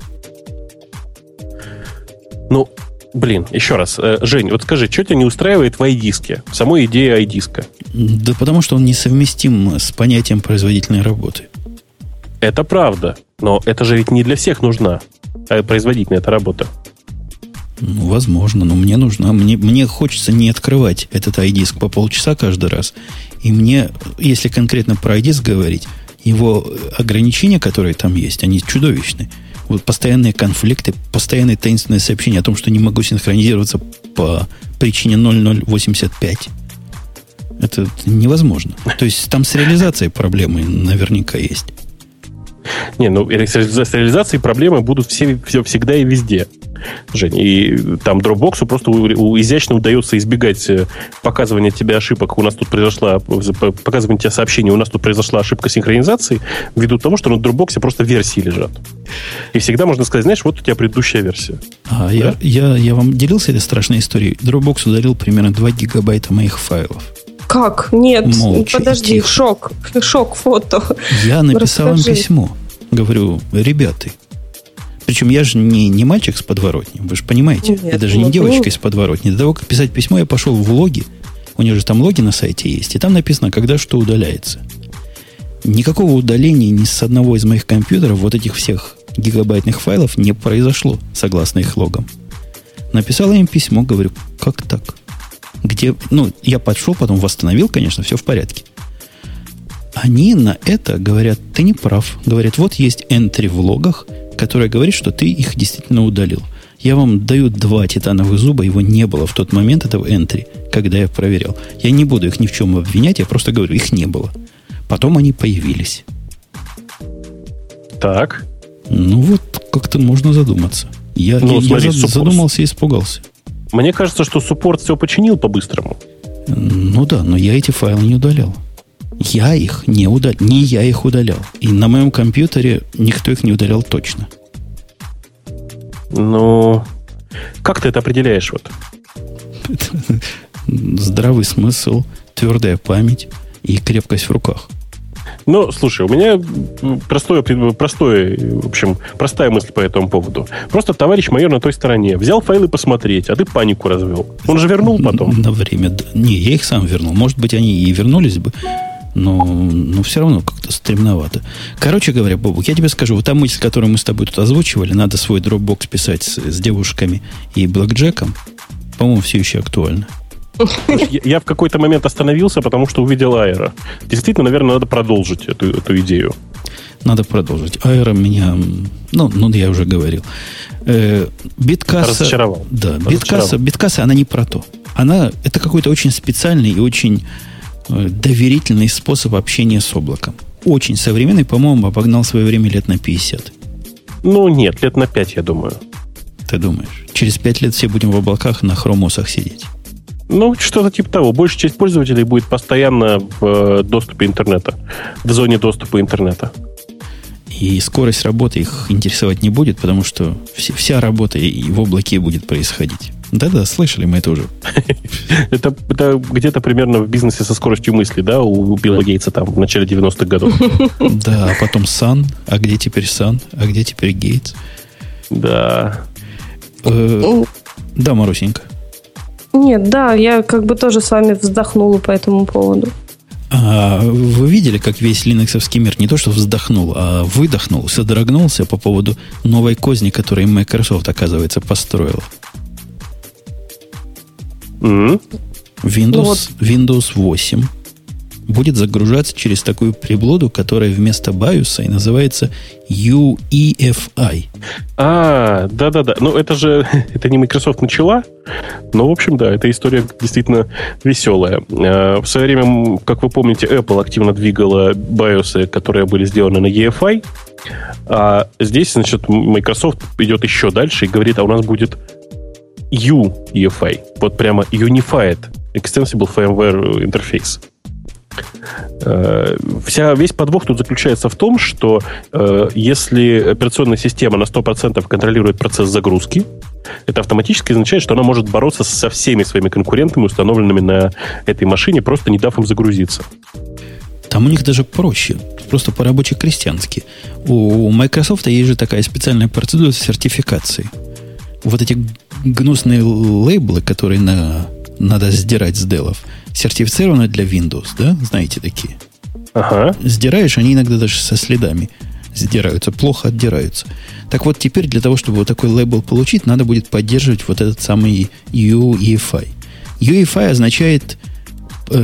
Ну, блин, еще раз. Жень, вот скажи, что тебя не устраивает в iDisk? Самой идея iDisk? Да потому что он несовместим с понятием производительной работы. Это правда. Но это же ведь не для всех нужна производительная эта работа. Ну, возможно, но мне нужна. Мне хочется не открывать этот iDisk по полчаса каждый раз. И мне, если конкретно про iDisk говорить, его ограничения, которые там есть, они чудовищны. Вот постоянные конфликты, постоянные таинственные сообщения о том, что не могу синхронизироваться по причине 0085. Это невозможно. То есть там с реализацией проблемы наверняка есть. Не, ну с реализацией проблемы будут всегда и везде, Жень. И там Dropbox'у просто изящно удается избегать показывания тебе ошибок. У нас тут показывания тебе сообщений, у нас тут произошла ошибка синхронизации, ввиду того, что на Dropbox'е просто версии лежат. И всегда можно сказать, знаешь, вот у тебя предыдущая версия. Да? Я вам делился этой страшной историей. Dropbox удалил примерно 2 гигабайта моих файлов. Как? Нет, молча, подожди, шок фото. Я написал им письмо. Говорю, ребята, причем я же не мальчик с подворотни, вы же понимаете, нет, я даже не девочка из подворотни. До того, как писать письмо, я пошел в логи, у них же там логи на сайте есть, и там написано, когда что удаляется. Никакого удаления ни с одного из моих компьютеров, вот этих всех гигабайтных файлов не произошло, согласно их логам. Написал им письмо, говорю, как так? Где, я пошел, потом восстановил, конечно, все в порядке. Они на это говорят, ты не прав. Говорят, вот есть entry в логах, которая говорит, что ты их действительно удалил. Я вам даю 2 титановых зуба, его не было в тот момент, этого entry, когда я проверял. Я не буду их ни в чем обвинять, я просто говорю, их не было. Потом они появились. Так. Вот как-то можно задуматься. Я задумался и испугался. Мне кажется, что суппорт все починил по-быстрому. Да, но я эти файлы не удалял. Я их не удалял. Не я их удалял. И на моем компьютере никто их не удалял точно. Как ты это определяешь? Здравый смысл, твердая память и крепкость в руках. Слушай, у меня простая мысль по этому поводу. Просто товарищ майор на той стороне взял файлы посмотреть, а ты панику развел. Он же вернул потом. На время. Не, я их сам вернул. Может быть, они и вернулись бы, но все равно как-то стремновато. Короче говоря, Бобук, я тебе скажу, вот та мысль, которую мы с тобой тут озвучивали, надо свой Dropbox писать с девушками и блэкджеком, по-моему, все еще актуально. Я в какой-то момент остановился, потому что увидел Аэро. Действительно, наверное, надо продолжить эту идею. Надо продолжить. Аэро меня... я уже говорил. Биткасса... Разочаровал. Да, Биткасса, она не про то. Это какой-то очень специальный и очень доверительный способ общения с облаком. Очень современный, по-моему, обогнал свое время лет на 50. Нет, лет на 5, я думаю. Ты думаешь? Через 5 лет все будем в облаках на хромосах сидеть. Что-то типа того. Большая часть пользователей будет постоянно в доступе интернета, в зоне доступа интернета. И скорость работы их интересовать не будет, потому что вся работа и в облаке будет происходить. Да-да, слышали мы это уже. Это где-то примерно в бизнесе со скоростью мысли, да, у Билла Гейтса там в начале 90-х годов. Да, а потом Сан. А где теперь Сан? А где теперь Гейтс? Да. Да, Марусенька. Нет, да, я тоже с вами вздохнула по этому поводу. Вы видели, как весь линоксовский мир не то что вздохнул, а выдохнул, содрогнулся по поводу новой козни, которую Microsoft, оказывается, построила? Windows 8 будет загружаться через такую приблуду, которая вместо BIOS и называется UEFI. Да-да-да. Это не Microsoft начала, но, в общем, да, эта история действительно веселая. В свое время, как вы помните, Apple активно двигала BIOS, которые были сделаны на EFI, а здесь, значит, Microsoft идет еще дальше и говорит, у нас будет UEFI. Вот прямо Unified Extensible Firmware Interface. Весь подвох тут заключается в том, что если операционная система на 100% контролирует процесс загрузки, это автоматически означает, что она может бороться со всеми своими конкурентами, установленными на этой машине, просто не дав им загрузиться. Там у них даже проще, просто по-рабоче-крестьянски. У Microsoft есть же такая специальная процедура сертификации. Вот эти гнусные лейблы, которые надо сдирать с делов, сертифицированы для Windows, да? Знаете такие? Ага. Сдираешь, они иногда даже со следами сдираются, плохо отдираются. Так вот, теперь для того, чтобы вот такой лейбл получить, надо будет поддерживать вот этот самый UEFI. UEFI означает, как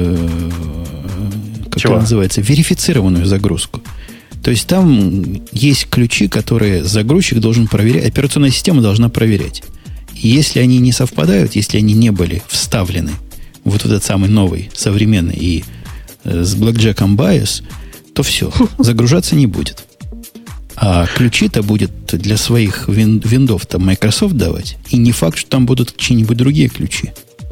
это называется, верифицированную загрузку. То есть там есть ключи, которые загрузчик должен проверять, операционная система должна проверять. И если они не совпадают, если они не были вставлены вот в этот самый новый, современный и с блэкджеком BIOS, то все, загружаться не будет. А ключи-то будет для своих виндов-то Microsoft давать. И не факт, что там будут чьи-нибудь другие ключи.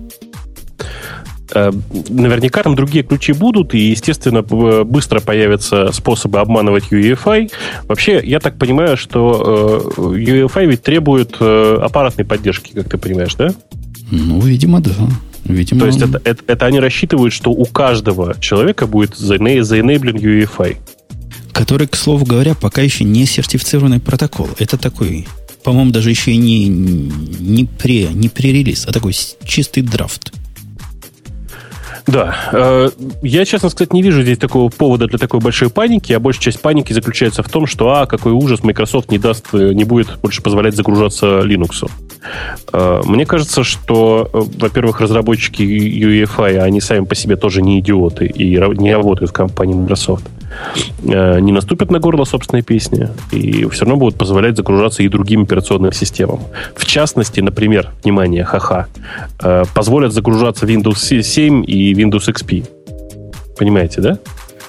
Наверняка там другие ключи будут, и, естественно, быстро появятся способы обманывать UEFI. Вообще, я так понимаю, что UEFI ведь требует аппаратной поддержки, как ты понимаешь, да? Видимо, да. Видимо, то есть это они рассчитывают, что у каждого человека будет заэнейблен UEFI. Который, к слову говоря, пока еще не сертифицированный протокол. Это такой, по-моему, даже еще и не пререлиз, а такой чистый драфт. Да. Я, честно сказать, не вижу здесь такого повода для такой большой паники, а большая часть паники заключается в том, что, какой ужас, Microsoft не будет больше позволять загружаться Linux. Мне кажется, что, во-первых, разработчики UEFI, они сами по себе тоже не идиоты и не работают в компании Microsoft, не наступят на горло собственной песни и все равно будут позволять загружаться и другим операционным системам. В частности, например, внимание, позволят загружаться Windows 7 и Windows XP. Понимаете, да?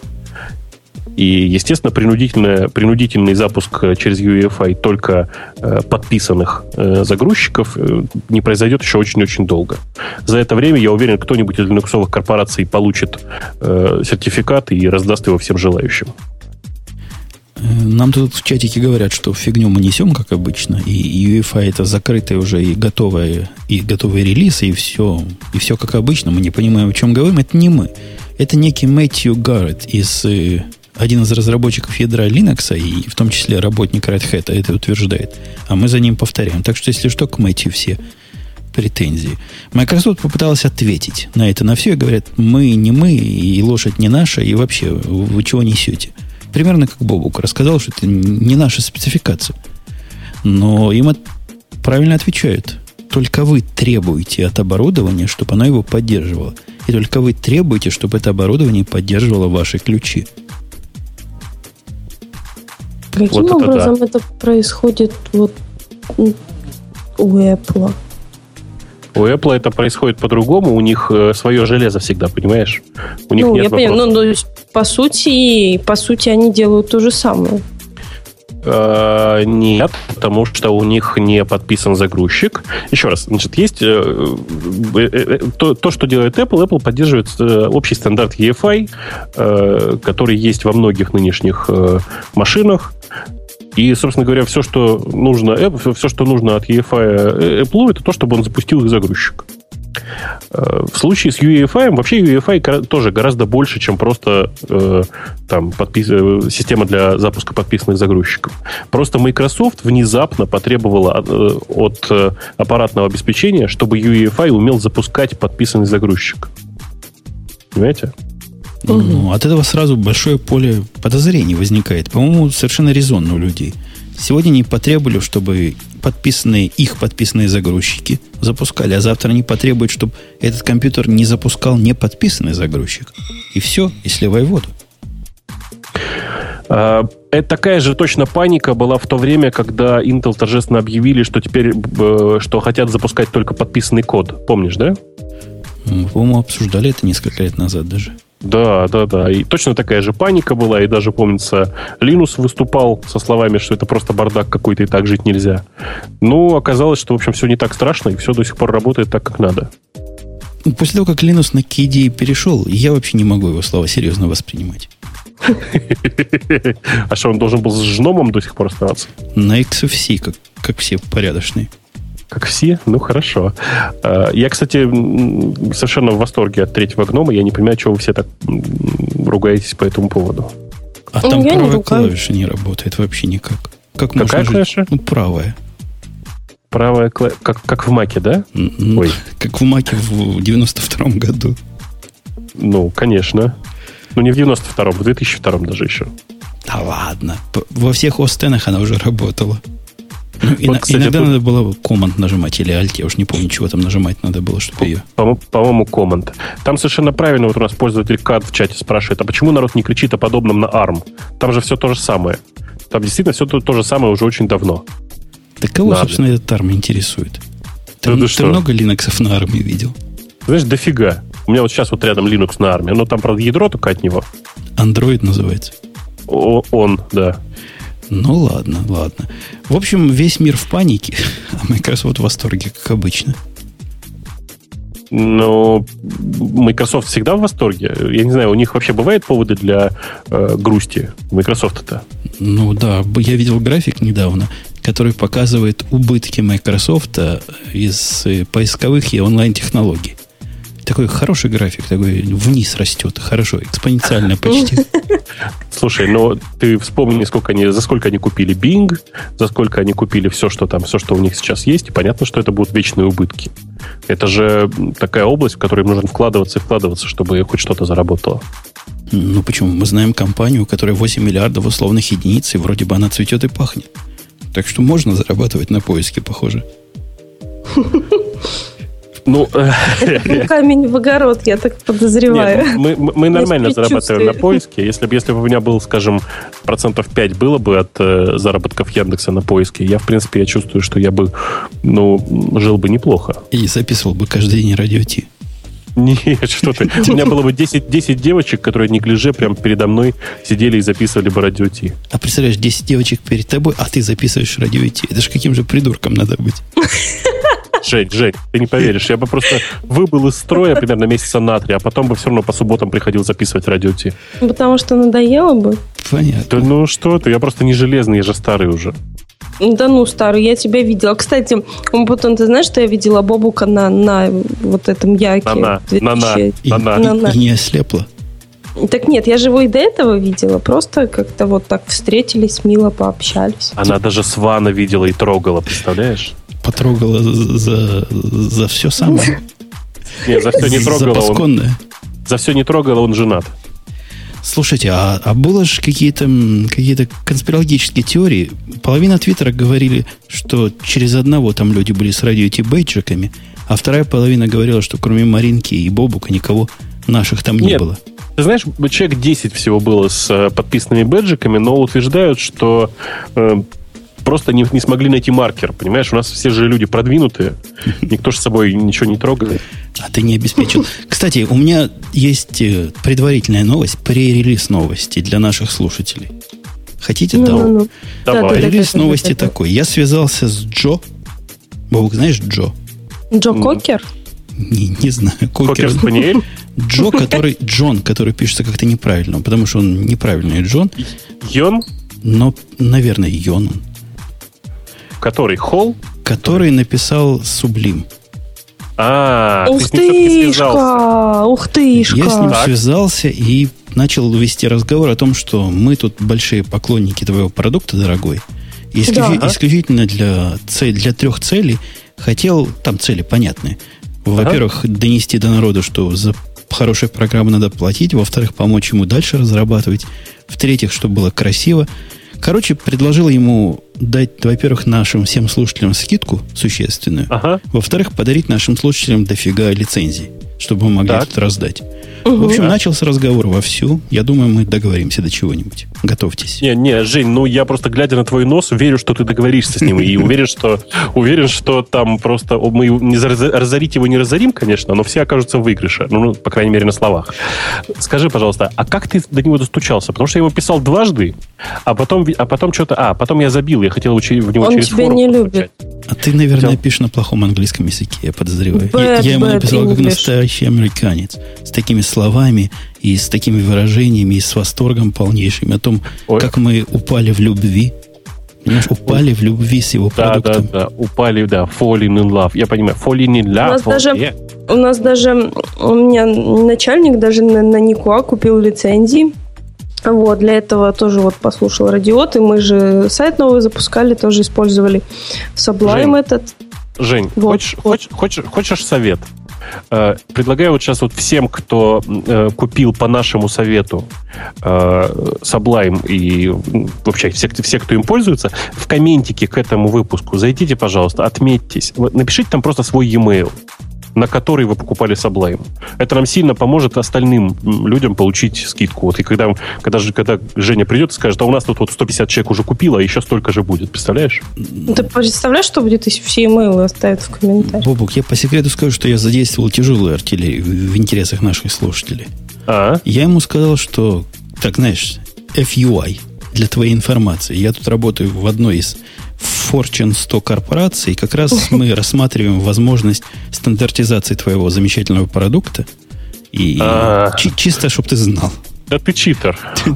И, естественно, принудительный запуск через UEFI только подписанных загрузчиков не произойдет еще очень-очень долго. За это время, я уверен, кто-нибудь из линуксовых корпораций получит сертификат и раздаст его всем желающим. Нам тут в чатике говорят, что фигню мы несем, как обычно, и UEFI это закрытые уже и готовые релизы, и все как обычно. Мы не понимаем, о чем говорим. Это не мы. Это некий Мэтью Гарретт один из разработчиков ядра Linux, и в том числе работник Red Hat это утверждает. А мы за ним повторяем. Так что, если что, к Мэтью все претензии. Microsoft попыталась ответить на это, на все, и говорят, мы не мы, и лошадь не наша, и вообще, вы чего несете? Примерно как Бобук рассказал, что это не наша спецификация. Но им правильно отвечают. Только вы требуете от оборудования, чтобы оно его поддерживало. И только вы требуете, чтобы это оборудование поддерживало ваши ключи. Каким образом это происходит у Apple? У Apple это происходит по-другому, у них свое железо всегда, понимаешь? У них нет я понимаю, то есть, по сути, они делают то же самое. Нет, потому что у них не подписан загрузчик. Еще раз, значит, есть то, что делает Apple поддерживает общий стандарт EFI, который есть во многих нынешних машинах. И, собственно говоря, все, что нужно от EFI Apple, это то, чтобы он запустил их загрузчик. В случае с UEFI, вообще UEFI тоже гораздо больше, чем просто система для запуска подписанных загрузчиков. Просто Microsoft внезапно потребовала от аппаратного обеспечения, чтобы UEFI умел запускать подписанный загрузчик. Понимаете? Ну, от этого сразу большое поле подозрений возникает. По-моему, совершенно резонно у людей. Сегодня они потребовали, чтобы их подписанные загрузчики запускали, а завтра они потребуют, чтобы этот компьютер не запускал неподписанный загрузчик. И все, и сливай воду. Такая же точно паника была в то время, когда Intel торжественно объявили, что теперь что хотят запускать только подписанный код. Помнишь, да? Мы, по-моему, обсуждали это несколько лет назад даже. Да. И точно такая же паника была. И даже, помнится, Linus выступал со словами, что это просто бардак какой-то, и так жить нельзя. Ну, оказалось, что, в общем, все не так страшно, и все до сих пор работает так, как надо. После того, как Linus на KDE перешел, я вообще не могу его слова серьезно воспринимать. А что, он должен был с жномом до сих пор оставаться? На XFC, как все порядочные. Как все? Ну, хорошо. Я, кстати, совершенно в восторге от третьего гнома. Я не понимаю, чего вы все так ругаетесь по этому поводу. А там правая клавиша не работает вообще никак. Какая клавиша? Ну, правая. Правая клавиша. Как в Маке, да? Ой. Как в Маке в 92-м году. Ну, конечно. Ну, не в 92-м, в 2002-м даже еще. Да ладно. Во всех ОС-10 она уже работала. Ну, вот, кстати, иногда надо было команд нажимать или альт, я уж не помню, чего там нажимать надо было, чтобы ее... По-моему, команд. Там совершенно правильно вот у нас пользователь Кад в чате спрашивает, а почему народ не кричит о подобном на ARM? Там же все то же самое. Там действительно все то же самое уже очень давно. Так кого, собственно, этот ARM интересует? Ты много Linux на ARM видел? Знаешь, дофига. У меня вот сейчас вот рядом Linux на ARM, но там, правда, ядро только от него. Android называется. Он, да. Ну, ладно. В общем, весь мир в панике, а Microsoft в восторге, как обычно. Ну, Microsoft всегда в восторге. Я не знаю, у них вообще бывают поводы для грусти? Microsoft-то? Ну, да. Я видел график недавно, который показывает убытки Microsoft из поисковых и онлайн-технологий. Такой хороший график, такой вниз растет. Хорошо, экспоненциально почти. Слушай, ну ты вспомни, за сколько они купили Bing, за сколько они купили все, что у них сейчас есть, и понятно, что это будут вечные убытки. Это же такая область, в которой нужно вкладываться и вкладываться, чтобы хоть что-то заработало. Ну почему? Мы знаем компанию, у которой 8 миллиардов условных единиц, и вроде бы она цветет и пахнет. Так что можно зарабатывать на поиске, похоже. Ну, камень в огород, я так подозреваю. Нет, мы нормально зарабатываем на поиске. Если бы у меня был, скажем, 5% было бы от заработков Яндекса на поиске, я чувствую, что я бы, жил бы неплохо. И записывал бы каждый день радио Ти. Нет, что ты. У меня было бы 10 девочек, которые неглиже прямо передо мной сидели и записывали бы радио Ти. А представляешь, 10 девочек перед тобой, а ты записываешь радио Ти. Это же каким же придурком надо быть? Жень, ты не поверишь. Я бы просто выбыл из строя примерно месяца на 3, а потом бы все равно по субботам приходил записывать радио Ти. Потому что надоело бы? Понятно. Да, что ты, я просто не железный, я же старый уже. Да старый, я тебя видела. Кстати, потом ты знаешь, что я видела Бобука на вот этом яке? И не ослепла? Так нет, я же его и до этого видела. Просто как-то вот так встретились, мило пообщались. Она даже Свана видела и трогала, представляешь? Потрогала за все самое? Нет, за все не трогала. За пасконное? За все не трогала, он женат. Слушайте, а было же какие-то конспирологические теории. Половина Твиттера говорили, что через одного там люди были с радио Ти-бейджиками, а вторая половина говорила, что кроме Маринки и Бобука никого наших там не было. Ты знаешь, человек 10 всего было с подписанными бэджиками, но утверждают, что просто не смогли найти маркер. Понимаешь, у нас все же люди продвинутые. Никто же с собой ничего не трогает. А ты не обеспечил. Кстати, у меня есть предварительная новость, пререлиз новости для наших слушателей. Хотите? Давай. Пререлиз новости такой. Я связался с Джо. Бог, знаешь Джо? Джо Кокер? Не знаю. Кокер-спаниель? Джон, который пишется как-то неправильно, потому что он неправильный Джон. Йон? Но, наверное, Йон. Который? Холл? Который написал Сублим. Ух тышка! Я с ним связался и начал вести разговор о том, что мы тут большие поклонники твоего продукта, дорогой. И исключительно для 3 целей хотел, там цели понятные. Во-первых, донести до народа, что за хорошие программы надо платить. Во-вторых, помочь ему дальше разрабатывать. В-третьих, чтобы было красиво. Короче, предложил ему дать, во-первых, нашим всем слушателям скидку существенную. Во-вторых, подарить нашим слушателям дофига лицензий, чтобы мы могли тут раздать. В общем, начался разговор вовсю. Я думаю, мы договоримся до чего-нибудь. Готовьтесь. Не, Жень, я просто, глядя на твой нос, верю, что ты договоришься с ним. И уверен, что там просто мы разорить его не разорим, конечно, но все окажутся в выигрыше. По крайней мере, на словах. Скажи, пожалуйста, а как ты до него достучался? Потому что я ему писал дважды, а потом что-то... потом я забил, я хотел в него он через форум. Он тебя не любит. А ты, наверное, пишешь на плохом английском языке, я подозреваю. Я ему написал как настоящий американец. С такими словами и с такими выражениями, и с восторгом полнейшим о том, как мы упали в любви. Понимаешь, упали в любви с его продуктом. Да, упали, falling in love. Я понимаю, falling in love. У нас даже, у меня начальник даже на Никуа купил лицензии. Для этого тоже послушал Радиот, и мы же сайт новый запускали, тоже использовали Sublime этот. Жень, хочешь совет? Предлагаю сейчас всем, кто купил по нашему совету Sublime и вообще все, кто им пользуется, в комментике к этому выпуску зайдите, пожалуйста, отметьтесь, напишите там просто свой e-mail, на который вы покупали Sublime. Это нам сильно поможет остальным людям получить скидку. И когда Женя придет и скажет, а у нас тут 150 человек уже купило, а еще столько же будет. Представляешь? Ты представляешь, что будет, если все имейлы оставят в комментариях? Бобук, я по секрету скажу, что я задействовал тяжелую артиллерию в интересах наших слушателей. Я ему сказал, что, так знаешь, FUI, для твоей информации. Я тут работаю в одной из Fortune 100 корпораций, и как раз мы рассматриваем возможность стандартизации твоего замечательного продукта. И чисто, чтобы ты знал. Да ты читер.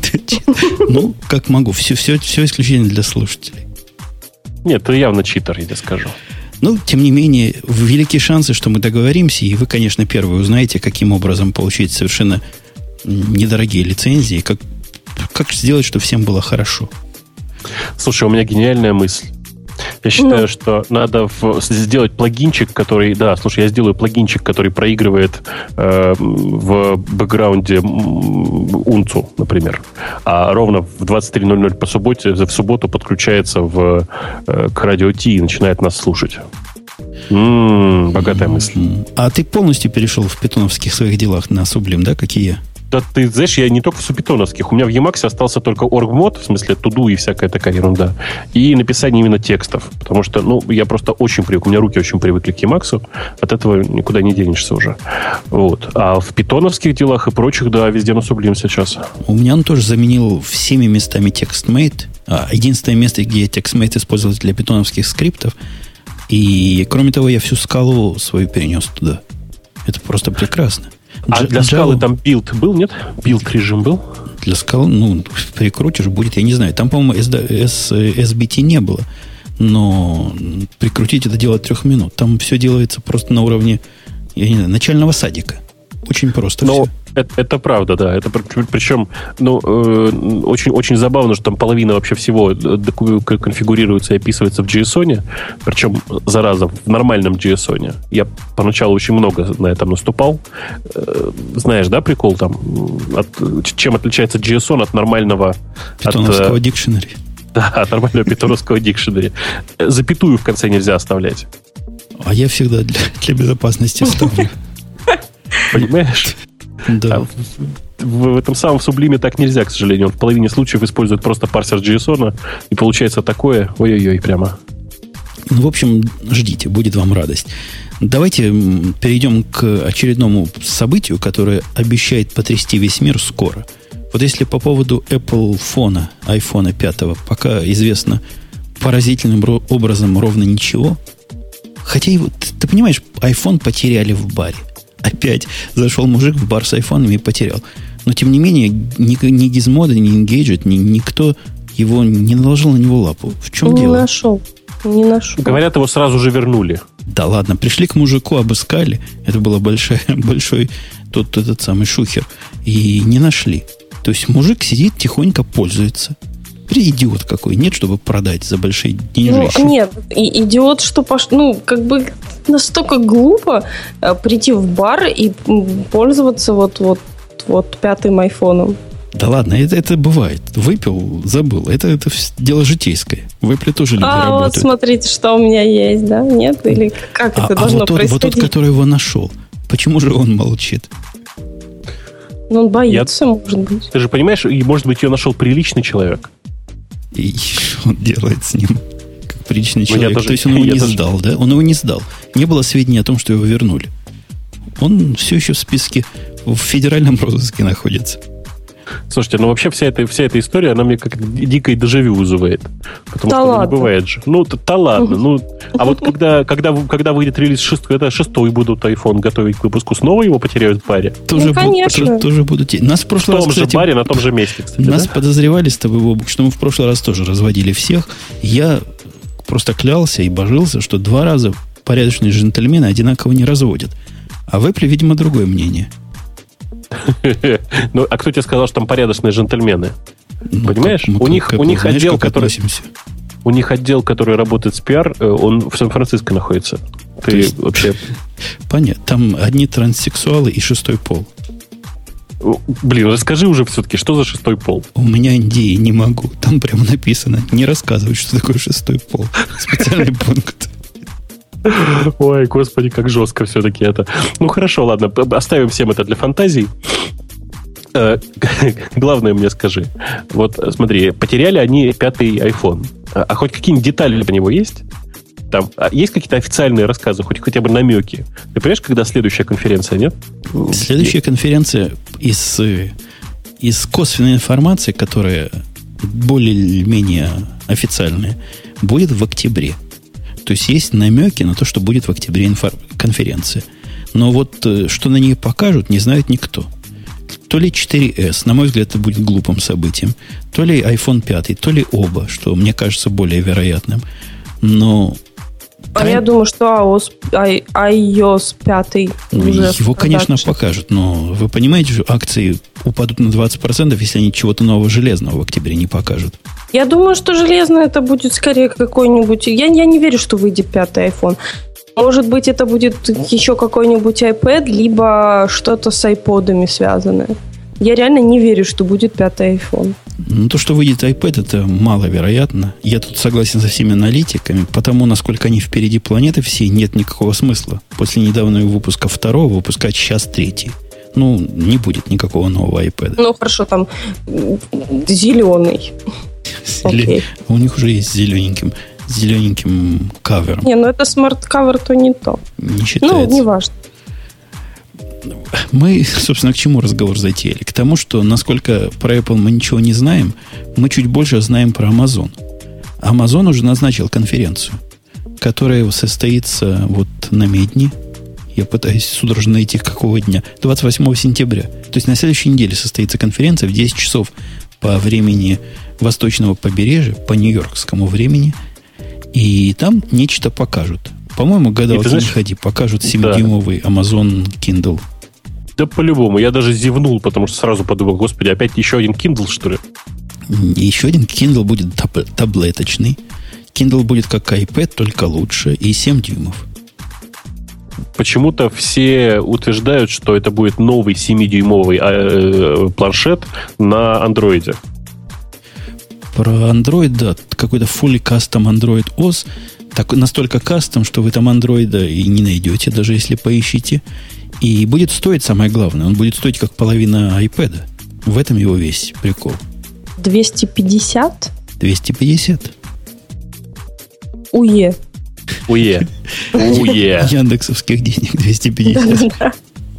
Как могу. Все исключительно для слушателей. Нет, ты явно читер, я тебе скажу. Тем не менее, велики шансы, что мы договоримся, и вы, конечно, первые узнаете, каким образом получить совершенно недорогие лицензии, как сделать, чтобы всем было хорошо. Слушай, у меня гениальная мысль. Я считаю, что надо сделать плагинчик, который... Да, слушай, я сделаю плагинчик, который проигрывает в бэкграунде унцу, например. А ровно в 23:00 в субботу подключается к радио Ти и начинает нас слушать. Богатая мысль. А ты полностью перешел в питоновских своих делах на Sublime, да? Какие? Да ты знаешь, я не только в супитоновских. У меня в Emacs остался только org-мод, в смысле туду и всякая такая ерунда. И написание именно текстов. Потому что, я просто очень привык. У меня руки очень привыкли к Emacs. От этого никуда не денешься уже. Вот. А в питоновских делах и прочих, да, везде на Sublime сейчас. У меня он тоже заменил всеми местами TextMate. Единственное место, где я TextMate использовал для питоновских скриптов. И, кроме того, я всю скалу свою перенес туда. Это просто прекрасно. А для скалы там билд был, нет? Билд режим был? Для скалы, прикрутишь, будет, я не знаю. Там, по-моему, SBT не было. Но прикрутить это дело 3 минут. Там все делается просто на уровне, я не знаю, начального садика. Очень просто все. Это правда, да. Это причем, очень, очень забавно, что там половина вообще всего конфигурируется и описывается в JSON. Причем, зараза, в нормальном JSON. Я поначалу очень много на этом наступал. Знаешь, да, прикол там? Чем отличается JSON от нормального... Питоновского дикшенери. Да, от нормального питоновского дикшенери. Запятую в конце нельзя оставлять. А я всегда для безопасности ставлю. Понимаешь? Да. В этом самом Sublime так нельзя, к сожалению. Он в половине случаев использует просто парсер JSON, и получается такое, ой-ой-ой, прямо. В общем, ждите, будет вам радость. Давайте перейдем к очередному событию, которое обещает потрясти весь мир скоро. Вот если по поводу Apple фона, iPhone 5, пока известно поразительным образом ровно ничего. Хотя, ты понимаешь, iPhone потеряли в баре. Опять зашел мужик в бар с айфонами и потерял. Но, тем не менее, ни Gizmodo, ни Engadget, никто не наложил на него лапу. В чем дело? Не нашел. Говорят, его сразу же вернули. Да ладно, пришли к мужику, обыскали. Это был большой этот самый шухер. И не нашли. То есть мужик сидит, тихонько пользуется. Идиот какой. Нет, чтобы продать за большие деньжища. Нет, идиот, что настолько глупо прийти в бар и пользоваться вот 5-м айфоном. Да ладно, это бывает. Выпил, забыл. Это дело житейское. В Apple тоже люди работают. Вот смотрите, что у меня есть, да? Нет? Или как это должно происходить? Вот тот, который его нашел. Почему же он молчит? Он боится, может быть. Ты же понимаешь, может быть, ее нашел приличный человек. И он делает с ним как приличный человек. То есть он его не сдал, да? Он его не сдал. Не было сведений о том, что его вернули. Он все еще в списке, в федеральном розыске находится. Слушайте, вообще вся эта история, она мне как дикое дежавю вызывает. Потому что ладно. Не бывает же. Ладно. А вот когда выйдет релиз 6, когда 6-й будут iPhone готовить к выпуску, снова его потеряют в баре? Конечно. Тоже будут. Нас в прошлый раз, кстати, в баре, на том же месте, кстати. Нас подозревали с тобой, Бобук, что мы в прошлый раз тоже разводили всех. Я просто клялся и божился, что 2 раза порядочные джентльмены одинаково не разводят. А в Apple, видимо, другое мнение. А кто тебе сказал, что там порядочные джентльмены? Понимаешь? У них отдел, который работает с пиар, он в Сан-Франциско находится. Ты вообще... Понятно. Там одни транссексуалы и 6-й пол. Блин, расскажи уже все-таки, что за 6-й пол? У меня NDA, не могу. Там прямо написано, не рассказывать, что такое 6-й пол. Специальный пункт. Ой, господи, как жестко все-таки это. Хорошо, ладно, оставим всем это для фантазий. Главное мне скажи. Вот, смотри, потеряли они 5-й iPhone. А хоть какие-нибудь детали по нему есть? Там есть какие-то официальные рассказы, хотя бы намеки? Ты понимаешь, когда следующая конференция, нет? Следующая конференция из косвенной информации, которая более-менее официальная, будет в октябре. То есть есть намеки на то, что будет в октябре конференция. Но вот что на ней покажут, не знает никто. То ли 4S, на мой взгляд, это будет глупым событием. То ли iPhone 5, то ли оба, что мне кажется более вероятным. Но... я думаю, что iOS 5 уже... Его, конечно, покажут. Но вы понимаете, что акции упадут на 20%, если они чего-то нового железного в октябре не покажут. Я думаю, что железный это будет скорее какой-нибудь... Я не верю, что выйдет 5-й iPhone. Может быть, это будет еще какой-нибудь iPad, либо что-то с iPod'ами связанное. Я реально не верю, что будет 5-й iPhone. Ну, то, что выйдет iPad, это маловероятно. Я тут согласен со всеми аналитиками. Потому, насколько они впереди планеты всей, нет никакого смысла после недавнего выпуска 2-го выпускать сейчас 3-й. Ну, не будет никакого нового iPad. Ну, хорошо, там зеленый. Okay. У них уже есть зелененьким кавером. Не, ну это смарт-кавер, то не то. Не считается. Ну, не важно. Мы, собственно, к чему разговор затеяли? К тому, что, насколько про Apple мы ничего не знаем, мы чуть больше знаем про Amazon. Amazon уже назначил конференцию, которая состоится вот на Медне. Я пытаюсь судорожно найти, какого дня. 28 сентября. То есть на следующей неделе состоится конференция в 10 часов по времени восточного побережья, по нью-йоркскому времени. И там нечто покажут. По-моему, гадалки не ходи, покажут 7-дюймовый Amazon Kindle. Да по-любому. Я даже зевнул, потому что сразу подумал, господи, опять еще один Kindle, что ли? Еще один Kindle будет таблеточный. Kindle будет как iPad, только лучше, и 7 дюймов. Почему-то все утверждают, что это будет новый 7-дюймовый планшет на Android. Про Android, да, какой-то fully custom Android OS. Так, настолько кастом, что вы там андроида и не найдете, даже если поищите. И будет стоить, самое главное, он будет стоить как половина iPad. В этом его весь прикол. 250? 250. Уе. Яндексовских денег 250.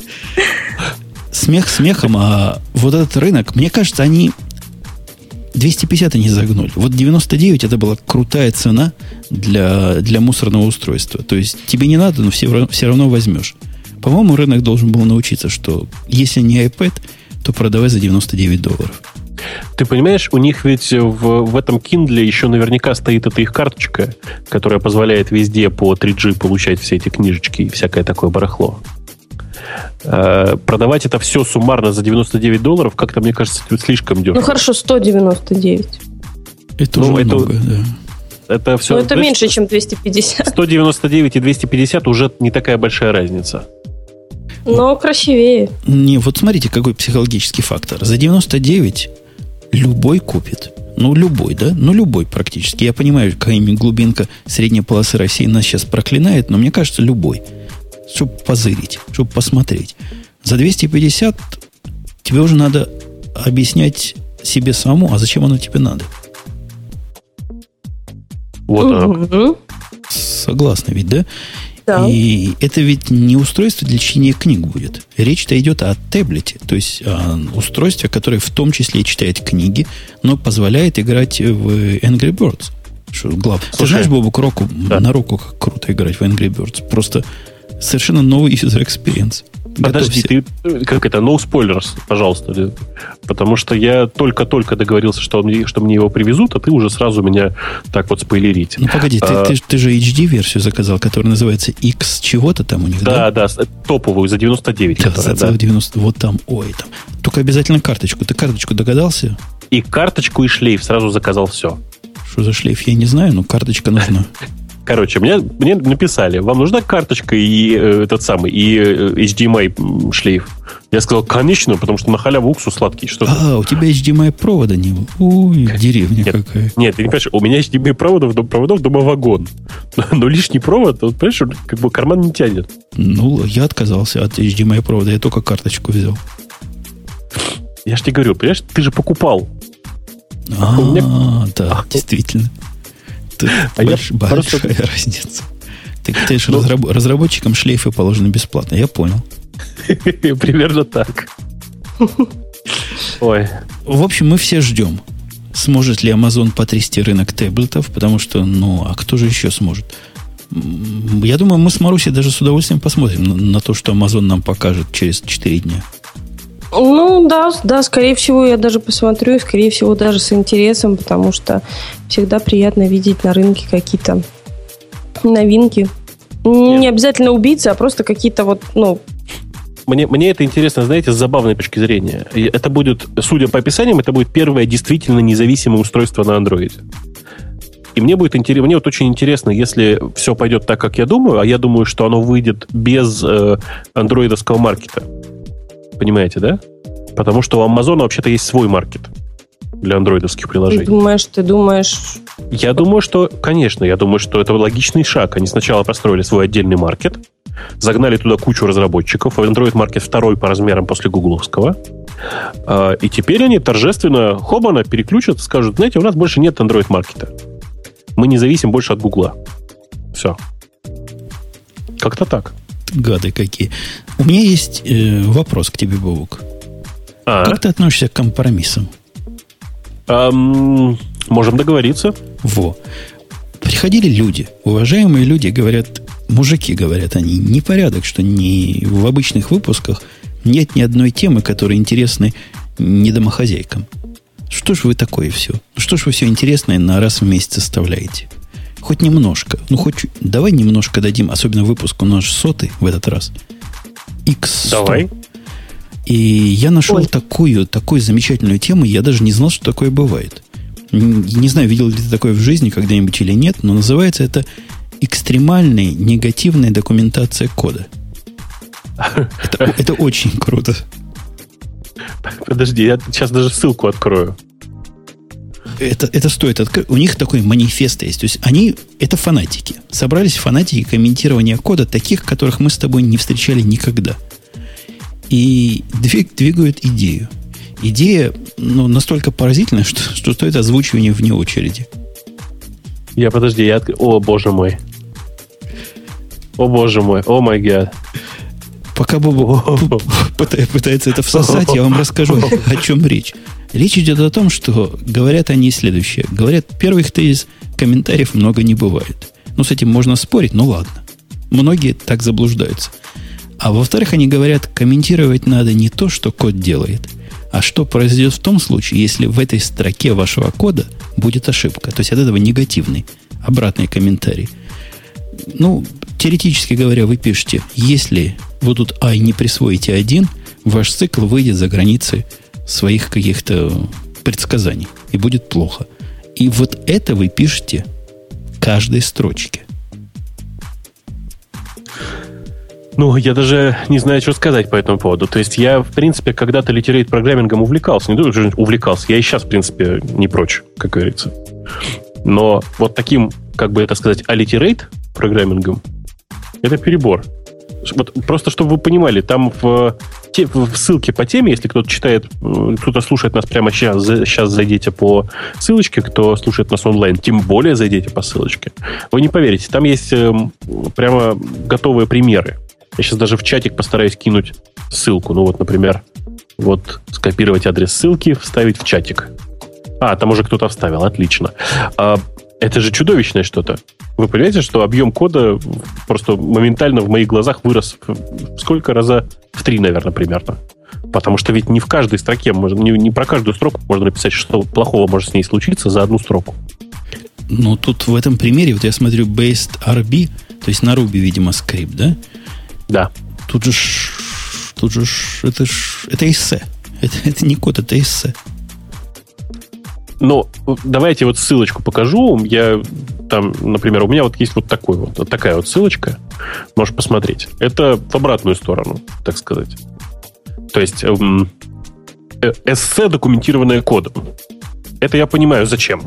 Смех смехом, а вот этот рынок, мне кажется, они 250 они загнули. Вот 99 это была крутая цена для мусорного устройства. То есть тебе не надо, но все равно возьмешь. По-моему, рынок должен был научиться, что если не iPad, то продавай за $99. Ты понимаешь, у них ведь в этом Kindle еще наверняка стоит эта их карточка, которая позволяет везде по 3G получать все эти книжечки и всякое такое барахло. Продавать это все суммарно за $99, как-то, мне кажется, слишком дешево. Ну хорошо, 199. Это уже много, да. Это все. Но это меньше, чем 250. 199 и 250 уже не такая большая разница. Но красивее. Не, вот смотрите, какой психологический фактор. За 99 любой купит. Ну, любой, да? Ну, любой практически. Я понимаю, какая-нибудь глубинка средней полосы России нас сейчас проклинает, но мне кажется, любой. Чтобы позырить, чтобы посмотреть. За 250 тебе уже надо объяснять себе самому, а зачем оно тебе надо. Вот так. Согласна ведь, да? Да. И это ведь не устройство для чтения книг будет. Речь-то идет о таблете, то есть о устройстве, которое в том числе читает книги, но позволяет играть в Angry Birds. Ты знаешь, Бобук, на руку как круто играть в Angry Birds. Просто совершенно новый user experience. Подожди, ты как это, no spoilers, пожалуйста. Потому что я только-только договорился, что мне его привезут, а ты уже сразу меня так вот спойлерить. Ну, погоди, ты же HD-версию заказал, которая называется X чего-то там у них, да? Да, топовую, за 99. Да, за 90, вот там, ой, там. Только обязательно карточку. Ты карточку догадался? И карточку, и шлейф сразу заказал все. Что за шлейф, я не знаю, но карточка нужна. Короче, мне написали, вам нужна карточка и этот самый, и HDMI шлейф. Я сказал, конечно, потому что на халяву уксус сладкий. Что у тебя HDMI провода не было? Ой, деревня какая. Нет, ты не понимаешь, у меня HDMI проводов дома вагон. Но лишний провод, понимаешь, как бы карман не тянет. Ну, я отказался от HDMI провода, я только карточку взял. Я ж тебе говорю, понимаешь, ты же покупал. Да, действительно. Большая разница. Ты же разработчикам шлейфы положены бесплатно, я понял. Примерно так. Ой. В общем, мы все ждем, сможет ли Amazon потрясти рынок таблетов, потому что, а кто же еще сможет? Я думаю, мы с Марусей даже с удовольствием посмотрим на то, что Amazon нам покажет через 4 дня. Ну, да, скорее всего, я даже посмотрю, и, скорее всего, даже с интересом, потому что всегда приятно видеть на рынке какие-то новинки. Не обязательно убийцы, а просто какие-то мне это интересно, знаете, с забавной точки зрения. Это будет, судя по описаниям, это будет первое действительно независимое устройство на Android. И мне вот очень интересно, если все пойдет так, как я думаю, а я думаю, что оно выйдет без андроидовского маркета. Понимаете, да? Потому что у Amazon вообще-то есть свой маркет для андроидовских приложений. Ты думаешь... Я думаю, что, конечно, это логичный шаг. Они сначала построили свой отдельный маркет, загнали туда кучу разработчиков. Android маркет второй по размерам после гугловского. И теперь они торжественно, хобана, переключат, скажут, знаете, у нас больше нет Android маркета. Мы не зависим больше от Гугла. Все. Как-то так. Гады какие. У меня есть вопрос к тебе, Бобук. Как ты относишься к компромиссам? Можем договориться. Во. Приходили люди, уважаемые люди, говорят, мужики, говорят они, непорядок, что в обычных выпусках нет ни одной темы, которая интересны не домохозяйкам. Что ж вы такое все? Что ж вы все интересное на раз в месяц оставляете? Хоть немножко. Давай немножко дадим, особенно выпуску наш 100-й в этот раз. X100. Давай. И я нашел такую замечательную тему, я даже не знал, что такое бывает. Не знаю, видел ли ты такое в жизни когда-нибудь или нет, но называется это экстремальная негативная документация кода. Это очень круто. Подожди, я сейчас даже ссылку открою. Это стоит открыть. У них такой манифест есть. То есть это фанатики. Собрались фанатики комментирования кода, таких, которых мы с тобой не встречали никогда. И двигают идею. Идея настолько поразительная, что стоит озвучивание вне очереди. О, боже мой. О май гад. Пока Бобу пытается это всосать, я вам расскажу, о чем речь. Речь идет о том, что говорят они следующее. Говорят, первых тезис комментариев много не бывает. С этим можно спорить, ладно. Многие так заблуждаются. А во-вторых, они говорят, комментировать надо не то, что код делает, а что произойдет в том случае, если в этой строке вашего кода будет ошибка. То есть от этого негативный, обратный комментарий. Теоретически говоря, вы пишете, если вы тут I не присвоите 1, ваш цикл выйдет за границы своих каких-то предсказаний. И будет плохо. И вот это вы пишете каждой строчке. Я даже не знаю, что сказать по этому поводу. То есть я, в принципе, когда-то литерейт-программингом увлекался. Не то, что увлекался. Я и сейчас, в принципе, не прочь, как говорится. Но вот таким, как бы это сказать, алитерейт-программингом это перебор. Вот просто, чтобы вы понимали, там в ссылке по теме, если кто-то читает, кто-то слушает нас прямо сейчас зайдите по ссылочке, кто слушает нас онлайн, тем более зайдите по ссылочке. Вы не поверите, там есть прямо готовые примеры. Я сейчас даже в чатик постараюсь кинуть ссылку. Например, скопировать адрес ссылки, вставить в чатик. Там уже кто-то вставил, отлично. Это же чудовищное что-то. Вы понимаете, что объем кода просто моментально в моих глазах вырос сколько раза? В 3, наверное, примерно. Потому что ведь не в каждой строке, не про каждую строку можно написать, что плохого может с ней случиться за одну строку. Тут в этом примере, я смотрю, based RB, то есть на Ruby, видимо, скрипт, да? Да. Тут же это эссе. Это не код, это эссе. Давайте ссылочку покажу. Я там, например, у меня есть такая ссылочка. Можешь посмотреть. Это в обратную сторону, так сказать. То есть эссе, документированное кодом. Это я понимаю, зачем.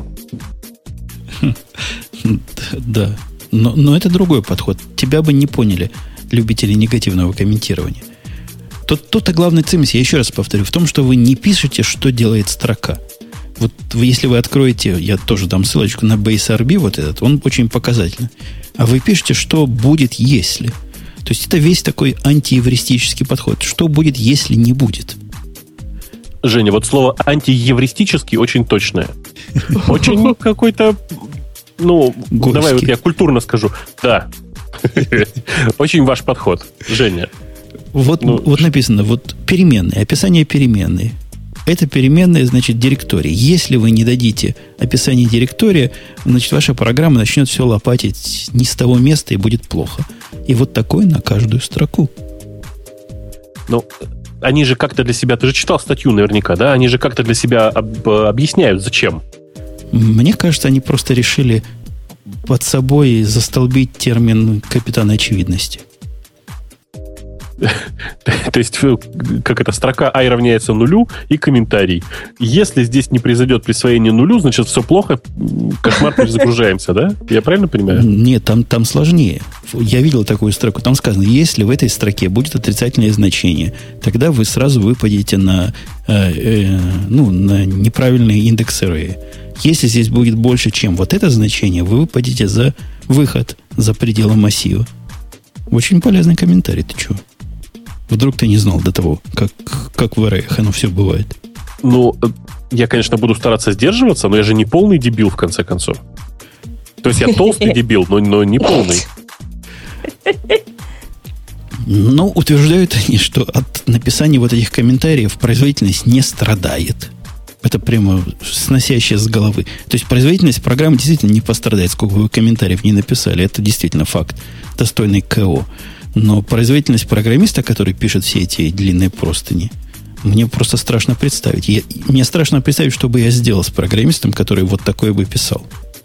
Да. Но это другой подход. Тебя бы не поняли любители негативного комментирования. Тут-то главный цимис, я еще раз повторю, в том, что вы не пишете, что делает строка. Если вы откроете, я тоже дам ссылочку на BaseRB, этот, он очень показательный. А вы пишете, что будет, если. То есть это весь такой антиевристический подход. Что будет, если не будет? Женя, слово антиевристический очень точное. Очень какой-то... давай я культурно скажу. Да. Очень ваш подход, Женя. Написано, переменные, описание переменной. Это переменная, значит, директория. Если вы не дадите описание директории, значит, ваша программа начнет все лопатить не с того места и будет плохо. И такое на каждую строку. Ну, они же как-то для себя... Ты же читал статью наверняка, да? Они же как-то для себя объясняют, зачем. Мне кажется, они просто решили под собой застолбить термин «капитан очевидности». То есть, как это, строка I равняется нулю и комментарий. Если здесь не произойдет присвоение нулю, значит, все плохо, кошмар, перезагружаемся, да? Я правильно понимаю? Нет, там сложнее. Я видел такую строку. Там сказано, если в этой строке будет отрицательное значение, тогда вы сразу выпадете на неправильный индекс array. Если здесь будет больше, чем вот это значение, вы выпадете за выход за пределы массива. Очень полезный комментарий. Ты чего? Вдруг ты не знал до того, как в array оно все бывает? Ну, я, конечно, буду стараться сдерживаться, но я же не полный дебил, в конце концов. То есть я толстый дебил, но не полный. Но утверждают они, что от написания вот этих комментариев производительность не страдает. Это прямо сносящее с головы. То есть производительность программы действительно не пострадает, сколько вы комментариев не написали. Это действительно факт, достойный КО. Но производительность программиста, который пишет все эти длинные простыни, мне просто страшно представить. Мне страшно представить, что бы я сделал с программистом, который вот такое бы писал.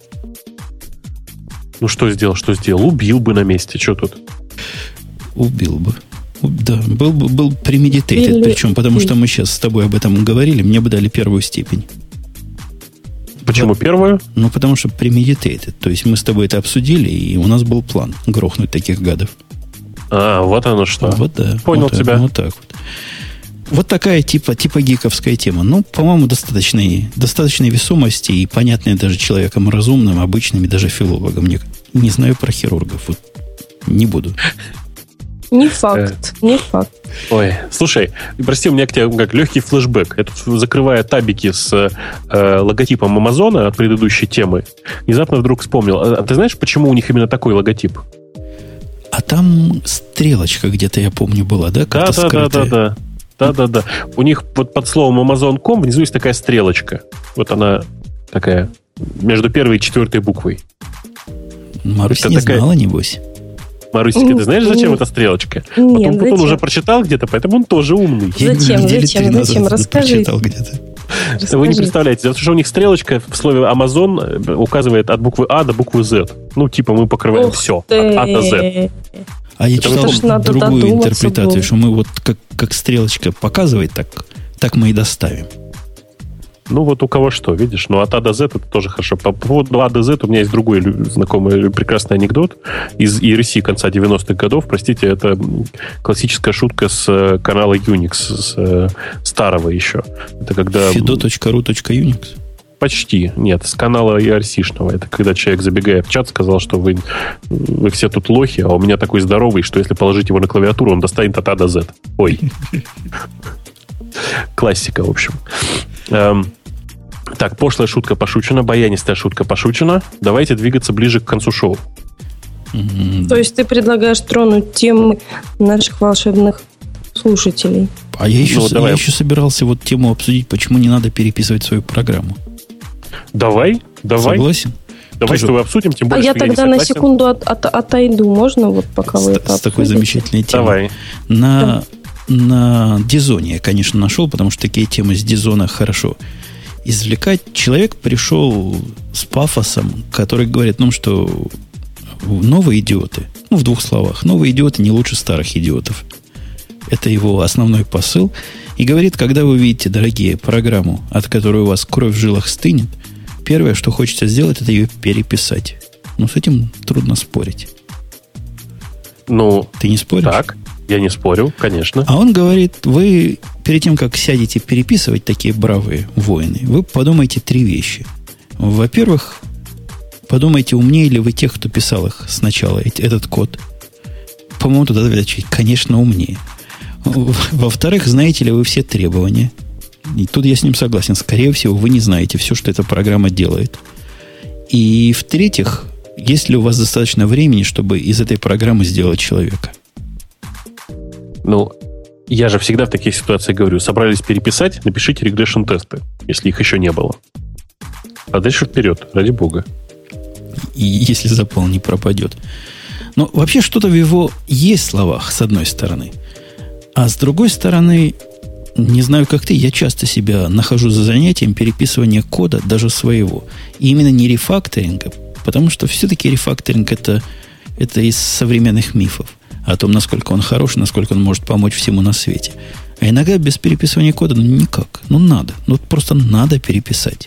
Ну, что сделал? Убил бы на месте. Что тут? Убил бы. Да, был premeditated, причем, потому что мы сейчас с тобой об этом говорили, мне бы дали первую степень. Почему вот, первую? Ну, потому что premeditated. То есть мы с тобой это обсудили, и у нас был план грохнуть таких гадов. А, вот оно что. Вот да. Понял вот тебя. Вот так вот. Вот такая типа гиковская тема. Ну, по-моему, достаточной весомости и понятная даже человеком разумным, обычным и даже филологом. Не знаю про хирургов. Вот не буду. Не факт. Ой, слушай, прости, у меня к тебе как легкий флешбэк. Я тут, закрывая табики с логотипом Амазона от предыдущей темы, внезапно вдруг вспомнил. А ты знаешь, почему у них именно такой логотип? А там стрелочка где-то, я помню, была, да? Да. У них вот под словом Amazon.com внизу есть такая стрелочка. Вот она такая между первой и четвертой буквой. Марусь не знала, небось. Марусечка, ты знаешь, зачем эта стрелочка? Нет, Потом он уже прочитал где-то, поэтому он тоже умный. Зачем? Расскажите. Вы не представляете, потому что у них стрелочка в слове Amazon указывает от буквы А до буквы Z. Ну, типа мы покрываем все от А до Z. А я читал другую интерпретацию, что мы вот как стрелочка показывает, так мы и доставим. Ну, вот у кого что, видишь? Ну, от А до Z это тоже хорошо. По поводу А до Z у меня есть другой знакомый прекрасный анекдот из ERC конца 90-х годов. Простите, это классическая шутка с канала Unix, с старого еще. Это когда... fido.ru.unix? Почти. Нет, с канала ERC-шного. Это когда человек, забегая в чат, сказал, что вы все тут лохи, а у меня такой здоровый, что если положить его на клавиатуру, он достанет от А до Z. Ой. Классика, в общем. Так, пошлая шутка пошучена, баянистая шутка пошучена. Давайте двигаться ближе к концу шоу. То есть ты предлагаешь тронуть темы наших волшебных слушателей? А я еще собирался вот тему обсудить, почему не надо переписывать свою программу. Давай. Согласен? Давай с тобой обсудим, тем более, я тогда на секунду отойду, можно, вот пока вы это обсудите? С такой замечательной темой. Давай. На Дизоне я, конечно, нашел, потому что такие темы с Дизона хорошо извлекать. Человек пришел с пафосом, который говорит, что новые идиоты, в двух словах, новые идиоты не лучше старых идиотов. Это его основной посыл. И говорит, когда вы видите, дорогие, программу, от которой у вас кровь в жилах стынет, первое, что хочется сделать, это ее переписать. С этим трудно спорить. Ты не споришь? Так. Я не спорю, конечно. А он говорит, вы перед тем, как сядете переписывать такие бравые воины, вы подумайте 3 вещи. Во-первых, подумайте, умнее ли вы тех, кто писал их сначала, этот код. По-моему, туда отвечать, конечно, умнее. Во-вторых, знаете ли вы все требования? И тут я с ним согласен. Скорее всего, вы не знаете все, что эта программа делает. И в-третьих, есть ли у вас достаточно времени, чтобы из этой программы сделать человека? Я же всегда в таких ситуациях говорю, собрались переписать, напишите регрессион-тесты, если их еще не было. А дальше вперед, ради бога. И если запал не пропадет. Но вообще что-то в его есть словах, с одной стороны. А с другой стороны, не знаю, как ты, я часто себя нахожу за занятием переписывания кода, даже своего. И именно не рефакторинга, потому что все-таки рефакторинг это из современных мифов о том, насколько он хорош, насколько он может помочь всему на свете. А иногда без переписывания кода, никак. Надо. Просто надо переписать.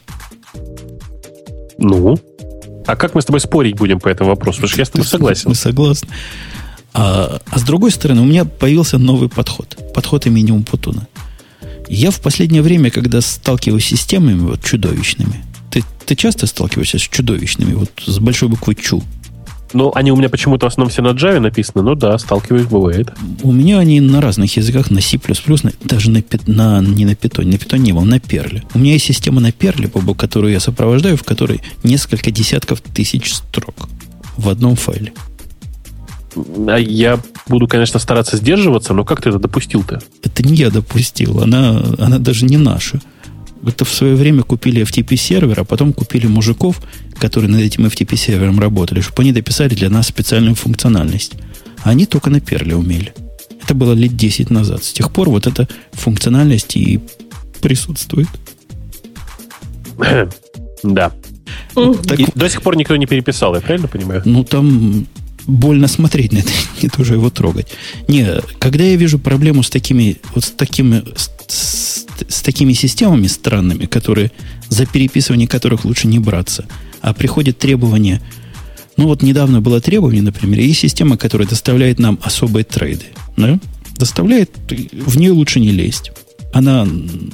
А как мы с тобой спорить будем по этому вопросу? Потому что я с тобой согласен. Мы согласны. А с другой стороны, у меня появился новый подход. Подход имени Умпутуна. Я в последнее время, когда сталкиваюсь с системами чудовищными, ты часто сталкиваешься с чудовищными, с большой буквы «чу»? Они у меня почему-то в основном все на Java написаны, да, сталкиваюсь, бывает. У меня они на разных языках, на C++, даже не на Python. На Python не был, на Perl. У меня есть система на Perl, которую я сопровождаю, в которой несколько десятков тысяч строк в одном файле. Я буду, конечно, стараться сдерживаться, но как ты это допустил-то? Это не я допустил, она даже не наша. Это в свое время купили FTP-сервер, а потом купили мужиков, которые над этим FTP-сервером работали, чтобы они дописали для нас специальную функциональность. А они только на Perl умели. Это было лет 10 назад. С тех пор эта функциональность и присутствует. Да. И до сих пор никто не переписал, я правильно понимаю? Там больно смотреть на это, не тоже его трогать. Когда я вижу проблему с такими системами странными, за переписывание которых лучше не браться, а приходят требования. Недавно было требование, например, есть система, которая доставляет нам особые трейды. Да? Доставляет, в нее лучше не лезть. Она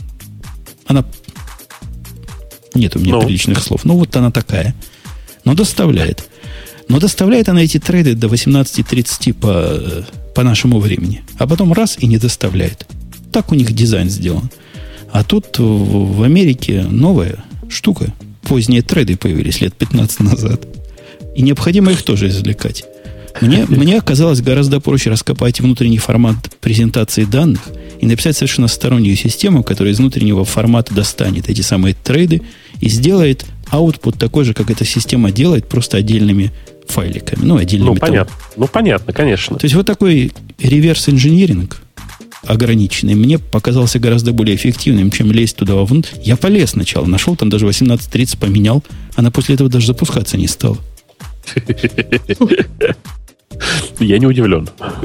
нет у меня приличных слов. Она такая. Но доставляет. Но доставляет она эти трейды до 18:30 по нашему времени. А потом раз и не доставляет. Так у них дизайн сделан. А тут в Америке новая штука. Поздние трейды появились лет 15 назад. И необходимо их тоже извлекать. Мне оказалось гораздо проще раскопать внутренний формат презентации данных и написать совершенно стороннюю систему, которая из внутреннего формата достанет эти самые трейды и сделает output такой же, как эта система делает, просто отдельными файликами. Отдельными. Понятно. Понятно, конечно. То есть такой реверс-инжиниринг ограниченный мне показался гораздо более эффективным, чем лезть туда вовнутрь. Я полез сначала, нашел, там даже 18:30 поменял, она после этого даже запускаться не стала. Я не удивлен.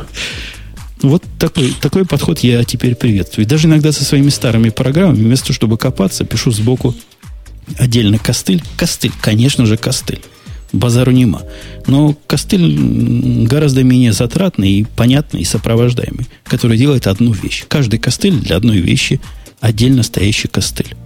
Такой подход я теперь приветствую. Даже иногда со своими старыми программами, вместо того, чтобы копаться, пишу сбоку отдельно костыль. Костыль, конечно же, костыль. Базару нема. Но костыль гораздо менее затратный и понятный, и сопровождаемый, который делает одну вещь. Каждый костыль для одной вещи отдельно стоящий костыль.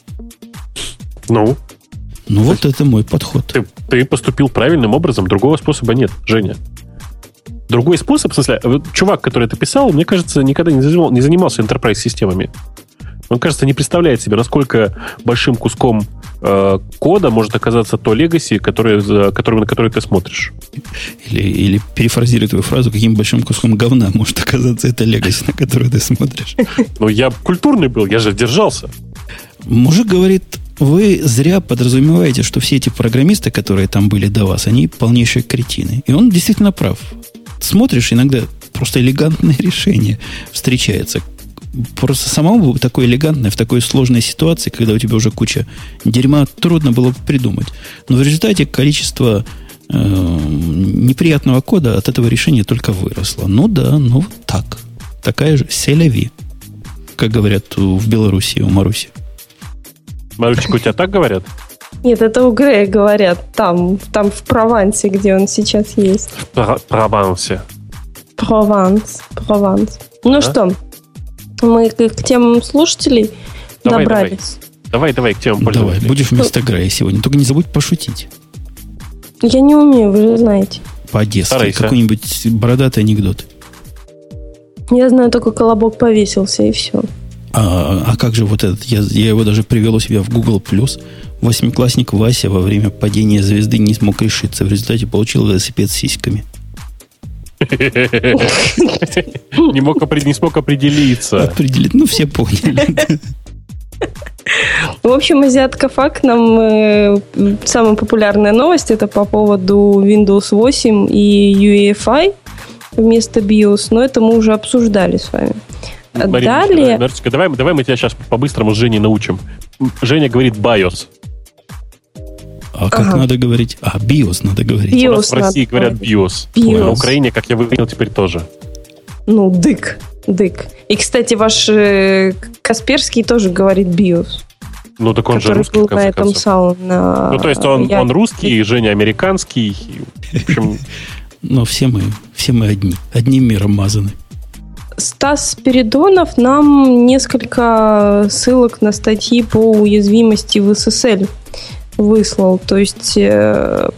Это мой подход. Ты поступил правильным образом, другого способа нет, Женя. Другой способ, в смысле, чувак, который это писал, мне кажется, никогда не занимался enterprise-системами. Он, кажется, не представляет себе, насколько большим куском кода может оказаться то legacy, на который ты смотришь. Или перефразируя твою фразу, каким большим куском говна может оказаться это legacy, на который ты смотришь. Я культурный был, я же держался. Мужик говорит, вы зря подразумеваете, что все эти программисты, которые там были до вас, они полнейшие кретины. И он действительно прав. Смотришь, иногда просто элегантное решение встречается. Просто самому такое элегантное в такой сложной ситуации, когда у тебя уже куча дерьма, трудно было бы придумать. Но в результате количество неприятного кода от этого решения только выросло. Так. Такая же селяви, как говорят в Беларуси, у Маруси. Марусечка, у тебя так говорят? Нет, это у Грея говорят. Там в Провансе, где он сейчас есть. В Провансе. Прованс. Что, мы к темам слушателей добрались. Давай к темам пользователей. Давай, будешь вместо Грея сегодня. Только не забудь пошутить. Я не умею, вы же знаете. По-одесски. Какой-нибудь бородатый анекдот. Я знаю только «Колобок повесился» и все. А как же этот? Я его даже привел у себя в Google+. Восьмиклассник Вася во время падения звезды не смог решиться. В результате получил велосипед с сиськами. Не смог определиться. Все поняли. В общем, Азиатка Фак нам самая популярная новость. Это по поводу Windows 8 и UEFI. вместо BIOS, но это мы уже обсуждали с вами. Далее... Мариночка, давай мы тебя сейчас по-быстрому с Женей научим. Женя говорит BIOS. А как надо говорить? BIOS надо говорить. BIOS у нас в России говорят BIOS. На Украине, как я выяснил, теперь тоже. Ну, дык. И, кстати, ваш Касперский тоже говорит BIOS. Ну, так он же русский, в конце концов. Ну, то есть он русский, Женя американский. В общем... Но все мы одним миром мазаны. Стас Спиридонов нам несколько ссылок на статьи по уязвимости в SSL выслал. То есть о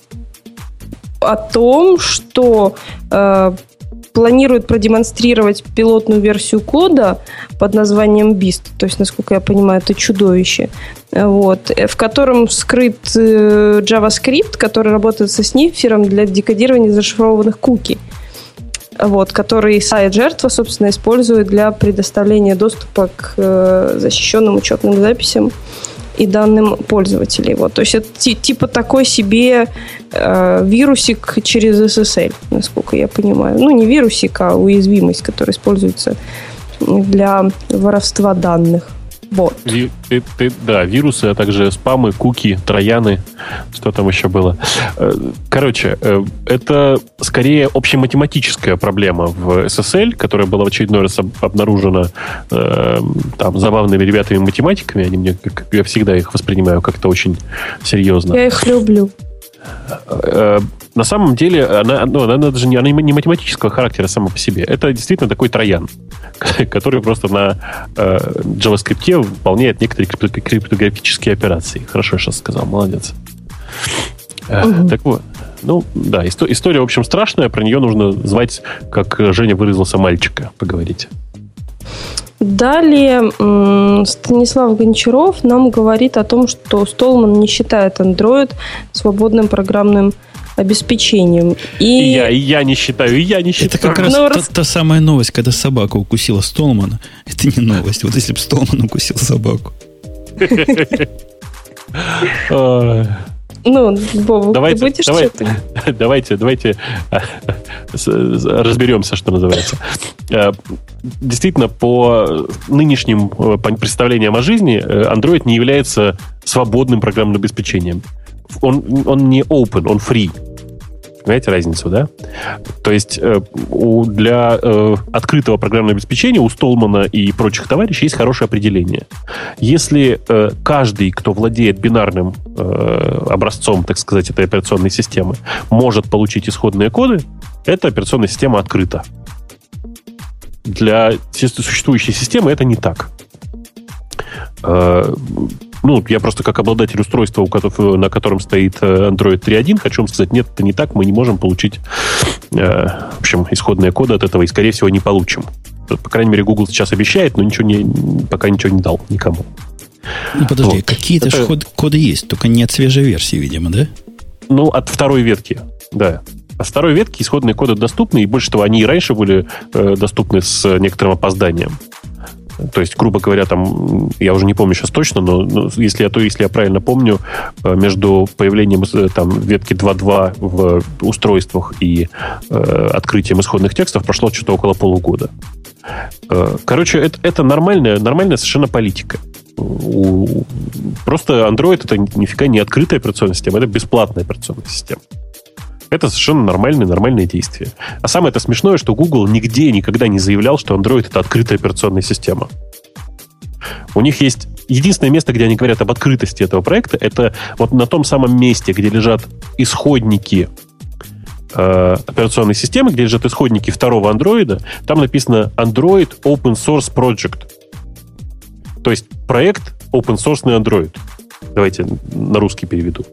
том, что планирует продемонстрировать пилотную версию кода под названием Beast, то есть, насколько я понимаю, это чудовище, в котором скрыт JavaScript, который работает со снифером для декодирования зашифрованных куки, который сайт-жертва, собственно, использует для предоставления доступа к защищенным учетным записям и данным пользователей. То есть это типа такой себе вирусик через SSL, насколько я понимаю. Ну, не вирусик, а уязвимость, которая используется для воровства данных. Да, вирусы, а также спамы, куки, трояны, что там еще было. Короче, это скорее общематематическая проблема в SSL, которая была в очередной раз обнаружена там забавными ребятами-математиками. Они мне, как я всегда их воспринимаю как-то очень серьезно. Я их люблю. На самом деле, она даже не математического характера сама по себе. Это действительно такой троян, который просто на JavaScript выполняет некоторые криптографические операции. Хорошо я сейчас сказал, молодец. Так вот, да, история, в общем, страшная. Про нее нужно звать, как Женя выразился, мальчика, поговорить. Далее Станислав Гончаров нам говорит о том, что Столман не считает Android свободным программным обеспечением. И я не считаю. Это как раз та самая новость, когда собака укусила Столмана. Это не новость. Вот если бы Столман укусил собаку. Бобок, ты будешь что-то? Давайте разберемся, что называется. Действительно, по нынешним представлениям о жизни, Android не является свободным программным обеспечением. Он не open, он free. Понимаете разницу, да? То есть для открытого программного обеспечения у Столмана и прочих товарищей есть хорошее определение. Если каждый, кто владеет бинарным образцом, так сказать, этой операционной системы, может получить исходные коды, эта операционная система открыта. Для существующей системы это не так. Я просто как обладатель устройства, на котором стоит Android 3.1, хочу вам сказать, нет, это не так, мы не можем получить, в общем, исходные коды от этого, и, скорее всего, не получим. По крайней мере, Google сейчас обещает, но пока ничего не дал никому. Подожди, какие-то коды есть, только не от свежей версии, видимо, да? От второй ветки, да. От второй ветки исходные коды доступны, и больше того, они и раньше были доступны с некоторым опозданием. То есть, грубо говоря, там, я уже не помню сейчас точно, но если я правильно помню, между появлением там, ветки 2.2 в устройствах и открытием исходных текстов прошло что-то около полугода. Короче, это нормальная совершенно политика. Просто Android это нифига не открытая операционная система, это бесплатная операционная система. Это совершенно нормальные действия. А самое это смешное, что Google нигде никогда не заявлял, что Android это открытая операционная система. У них есть единственное место, где они говорят об открытости этого проекта, это вот на том самом месте, где лежат исходники операционной системы, где лежат исходники второго Android, там написано Android Open Source Project. То есть проект open source Android. Давайте на русский переведу.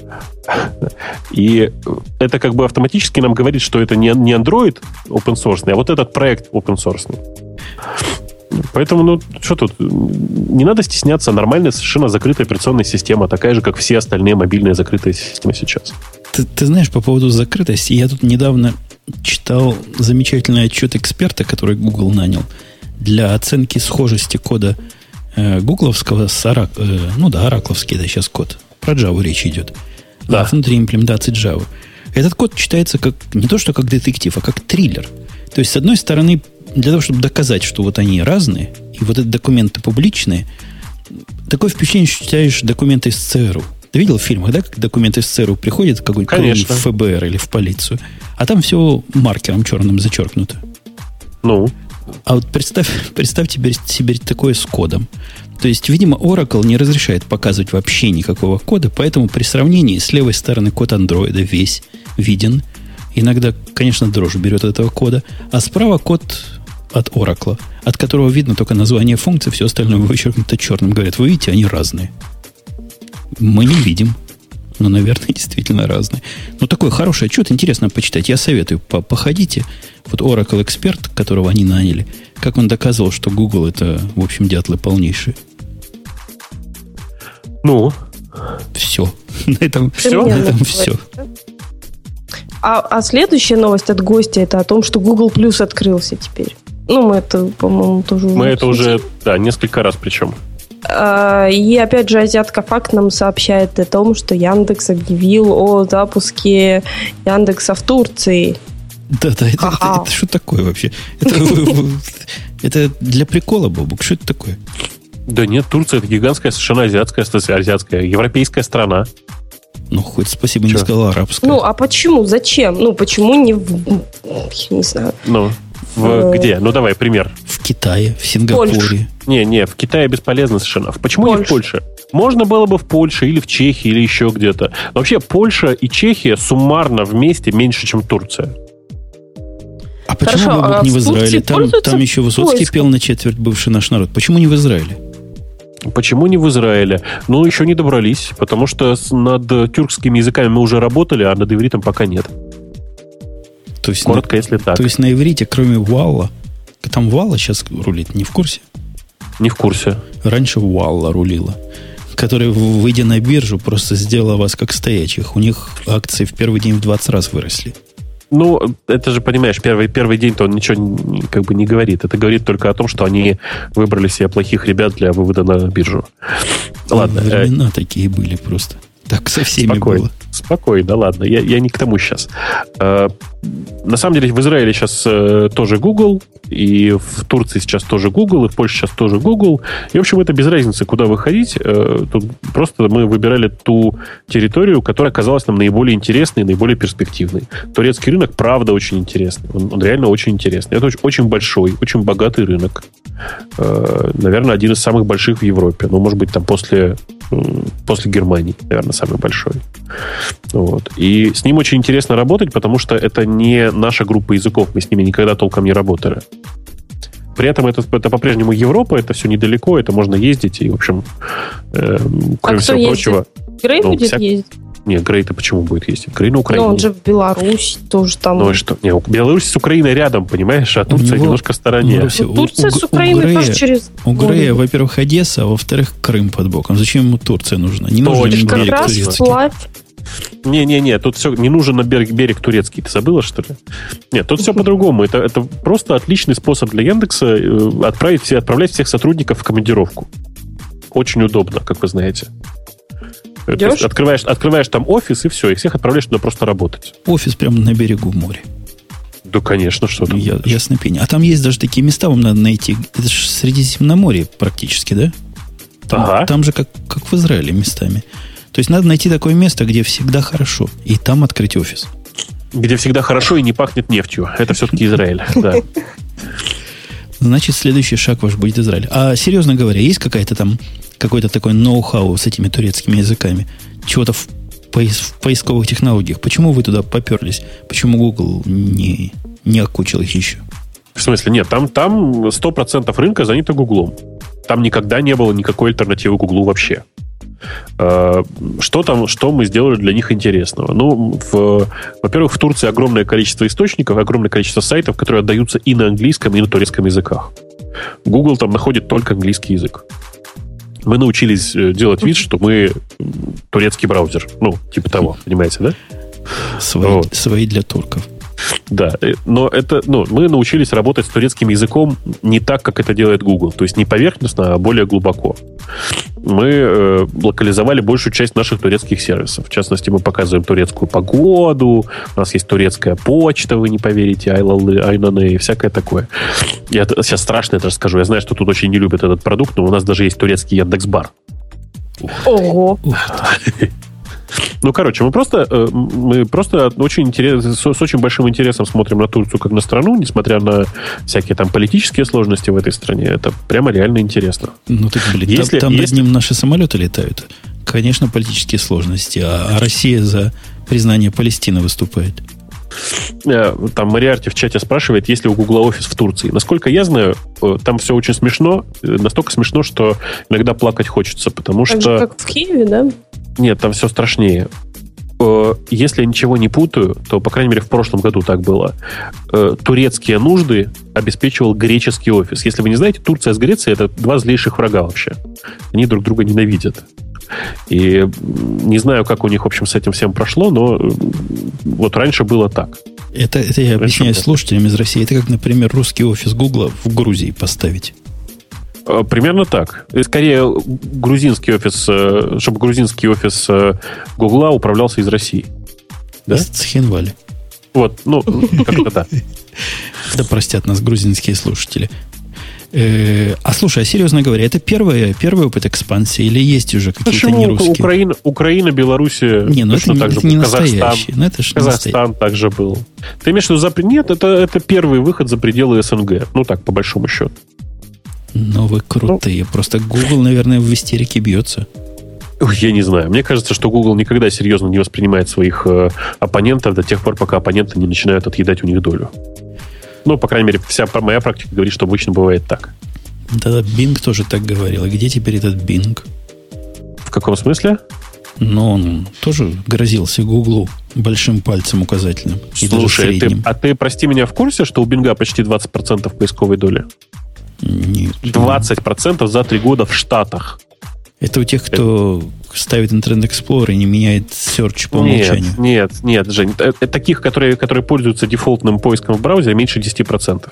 И это как бы автоматически нам говорит, что это не Android open source, а вот этот проект open source. Поэтому, что тут? Не надо стесняться. Нормальная, совершенно закрытая операционная система, такая же, как все остальные мобильные закрытые системы сейчас. Ты знаешь, по поводу закрытости, я тут недавно читал замечательный отчет эксперта, который Google нанял для оценки схожести кода гугловского с оракловский, да, сейчас код. Про Java речь идет. Да. Внутри имплементации Java. Этот код читается как не то, что как детектив, а как триллер. То есть, с одной стороны, для того, чтобы доказать, что вот они разные, и вот эти документы публичные, такое впечатление, что читаешь документы из ЦРУ. Ты видел в фильмах, да, как документы из ЦРУ приходят в какой-нибудь ФБР или в полицию, а там все маркером черным зачеркнуто. Ну? А вот представь себе такое с кодом. То есть, видимо, Oracle не разрешает показывать вообще никакого кода, поэтому при сравнении с левой стороны код Android весь виден. Иногда, конечно, дрожь берет от этого кода. А справа код от Oracle, от которого видно только название функции, все остальное вычеркнуто черным. Говорят, вы видите, они разные. Мы не видим. Но, наверное, действительно разные. Но такой хороший отчет, интересно почитать. Я советую, походите. Вот Oracle Expert, которого они наняли, как он доказывал, что Google это, в общем, дятлы полнейшие. Ну? Все. На этом все. А следующая новость от гостя это о том, что Google Plus открылся теперь. Ну, мы это, по-моему, тоже уже... Мы это уже, да, несколько раз причем. И опять же, Азиатка Факт нам сообщает о том, что Яндекс объявил о запуске Яндекса в Турции. Да, это что такое вообще? Это для прикола, Бобук, что это такое? Да нет, Турция это гигантская, совершенно азиатская, европейская страна. Ну, хоть спасибо, не сказала арабская. Ну, а почему? Зачем? Ну, почему не в... Я не знаю. Ну, где? Ну, давай, пример. В Китае, в Сингапуре. Польша. Не, в Китае бесполезно совершенно. Почему не в Польше? Можно было бы в Польше или в Чехии, или еще где-то. Но вообще Польша и Чехия суммарно вместе меньше, чем Турция. А почему, Бобук, не в Израиле? Там еще Высоцкий пел на четверть бывший наш народ. Почему не в Израиле? Почему не в Израиле? Ну, еще не добрались, потому что над тюркскими языками мы уже работали, а над ивритом пока нет. То есть коротко, если так. То есть на иврите, кроме Валла, там Валла сейчас рулит, не в курсе? Не в курсе. Раньше Валла рулила, которая, выйдя на биржу, просто сделала вас как стоячих. У них акции в первый день в 20 раз выросли. Ну, это же, понимаешь, первый день-то он ничего как бы не говорит. Это говорит только о том, что они выбрали себе плохих ребят для вывода на биржу. Ладно. Времена такие были просто. Так со всеми было. Спокойно, ладно. Я не к тому сейчас. На самом деле в Израиле сейчас тоже Google, и в Турции сейчас тоже Google, и в Польше сейчас тоже Google. И, в общем, это без разницы, куда выходить. Тут просто мы выбирали ту территорию, которая казалась нам наиболее интересной, наиболее перспективной. Турецкий рынок, правда, очень интересный. Он реально очень интересный. Это очень большой, очень богатый рынок. Наверное, один из самых больших в Европе. Ну, может быть, там после Германии, наверное, самый большой. Вот. И с ним очень интересно работать, потому что это не наша группа языков. Мы с ними никогда толком не работали. При этом это по-прежнему Европа, это все недалеко, это можно ездить. И, в общем, кроме всего прочего... Грей будет ездить? Нет, Грей-то почему будет ездить? Грей на Украине. Но он же в Беларусь тоже там. Ну и что? Не, Беларусь с Украиной рядом, понимаешь? А Турция немножко в стороне. Турция с Украиной тоже через... У Грея, во-первых, Одесса, а во-вторых, Крым под боком. Зачем ему Турция нужна? Не нужен ему берег турецкий. Не, тут все не нужен на берег турецкий. Ты забыла, что ли? Нет, тут все по-другому. Это просто отличный способ для Яндекса отправлять всех сотрудников в командировку. Очень удобно, как вы знаете. То есть открываешь там офис, и все, и всех отправляешь туда просто работать. Офис прямо на берегу моря. Да, конечно, что там. Ясно пень. А там есть даже такие места, вам надо найти. Это же Средиземноморье практически, да? Там же как в Израиле местами. То есть надо найти такое место, где всегда хорошо, и там открыть офис. Где всегда хорошо и не пахнет нефтью. Это все-таки Израиль, да. Значит, следующий шаг ваш будет Израиль. А серьезно говоря, есть какой-то такой ноу-хау с этими турецкими языками? Чего-то в поисковых технологиях? Почему вы туда поперлись? Почему Google не окучил их еще? В смысле? Нет, там 100% рынка занято Гуглом. Там никогда не было никакой альтернативы Гуглу вообще. Что мы сделали для них интересного? Ну, во-первых, в Турции огромное количество источников, огромное количество сайтов, которые отдаются и на английском, и на турецком языках. Google там находит только английский язык. Мы научились делать вид, что мы турецкий браузер. Ну, типа того, понимаете, да? Свои для турков. Да, но мы научились работать с турецким языком не так, как это делает Google. То есть не поверхностно, а более глубоко. Мы локализовали большую часть наших турецких сервисов. В частности, мы показываем турецкую погоду, у нас есть турецкая почта, вы не поверите, Айнане и всякое такое. Я сейчас страшно это расскажу. Я знаю, что тут очень не любят этот продукт, но у нас даже есть турецкий Яндекс.Бар. Ого! Ну, короче, мы просто очень с очень большим интересом смотрим на Турцию как на страну, несмотря на всякие там политические сложности в этой стране. Это прямо реально интересно. Ну, так, блин, там над ним наши самолеты летают. Конечно, политические сложности, а Россия за признание Палестины выступает. Там Мариарти в чате спрашивает, есть ли у Гугла офис в Турции. Насколько я знаю, там все очень смешно. Настолько смешно, что иногда плакать хочется, потому так что... как в Киеве, да? Нет, там все страшнее. Если я ничего не путаю, то, по крайней мере, в прошлом году так было. Турецкие нужды обеспечивал греческий офис. Если вы не знаете, Турция с Грецией — это два злейших врага вообще. Они друг друга ненавидят. И не знаю, как у них, в общем, с этим всем прошло, но вот раньше было так. Это я объясняю слушателям из России. Это как, например, русский офис Гугла в Грузии поставить. Примерно так. И скорее, грузинский офис, чтобы грузинский офис Гугла управлялся из России. Да? Из Цхинвали. Вот, как-то да. Да простят нас грузинские слушатели. А слушай, а серьезно говоря, это первый опыт экспансии или есть уже какие-то нерусские? Украина, Белоруссия, точно так же. Это не настоящий. Казахстан также был. Ты имеешь в виду Нет, это первый выход за пределы СНГ. Ну так, по большому счету. Ну, вы крутые. Просто Google, наверное, в истерике бьется. Я не знаю. Мне кажется, что Google никогда серьезно не воспринимает своих оппонентов до тех пор, пока оппоненты не начинают отъедать у них долю. Ну, по крайней мере, вся моя практика говорит, что обычно бывает так. Да, Bing тоже так говорил. И где теперь этот Bing? В каком смысле? Ну, он тоже грозился Гуглу большим пальцем указательным. Слушай, ты, прости меня, в курсе, что у Бинга почти 20% поисковой доли? Нет. 20% за 3 года в Штатах. Это у тех, кто ставит Internet Explorer и не меняет search по умолчанию. Нет, Жень. Таких, которые пользуются дефолтным поиском в браузере, меньше 10%.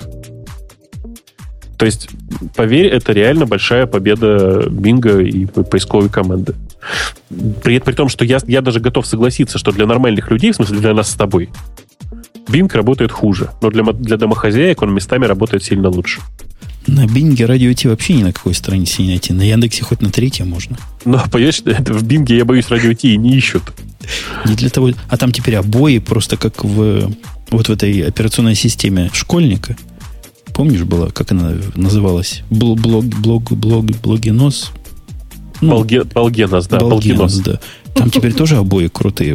То есть, поверь, это реально большая победа Бинга и поисковой команды. При том, что я даже готов согласиться, что для нормальных людей, в смысле для нас с тобой, Бинг работает хуже. Но для домохозяек он местами работает сильно лучше. На Бинге радио Ти вообще ни на какой странице не найти. На Яндексе хоть на 3 можно. Но, понимаешь, в Бинге, я боюсь, радио Ти не ищут. Не для того. А там теперь обои просто как в этой операционной системе школьника. Помнишь, была, как она называлась? Блогинос? Болгенос, да. Болгенос, да. Там теперь тоже обои крутые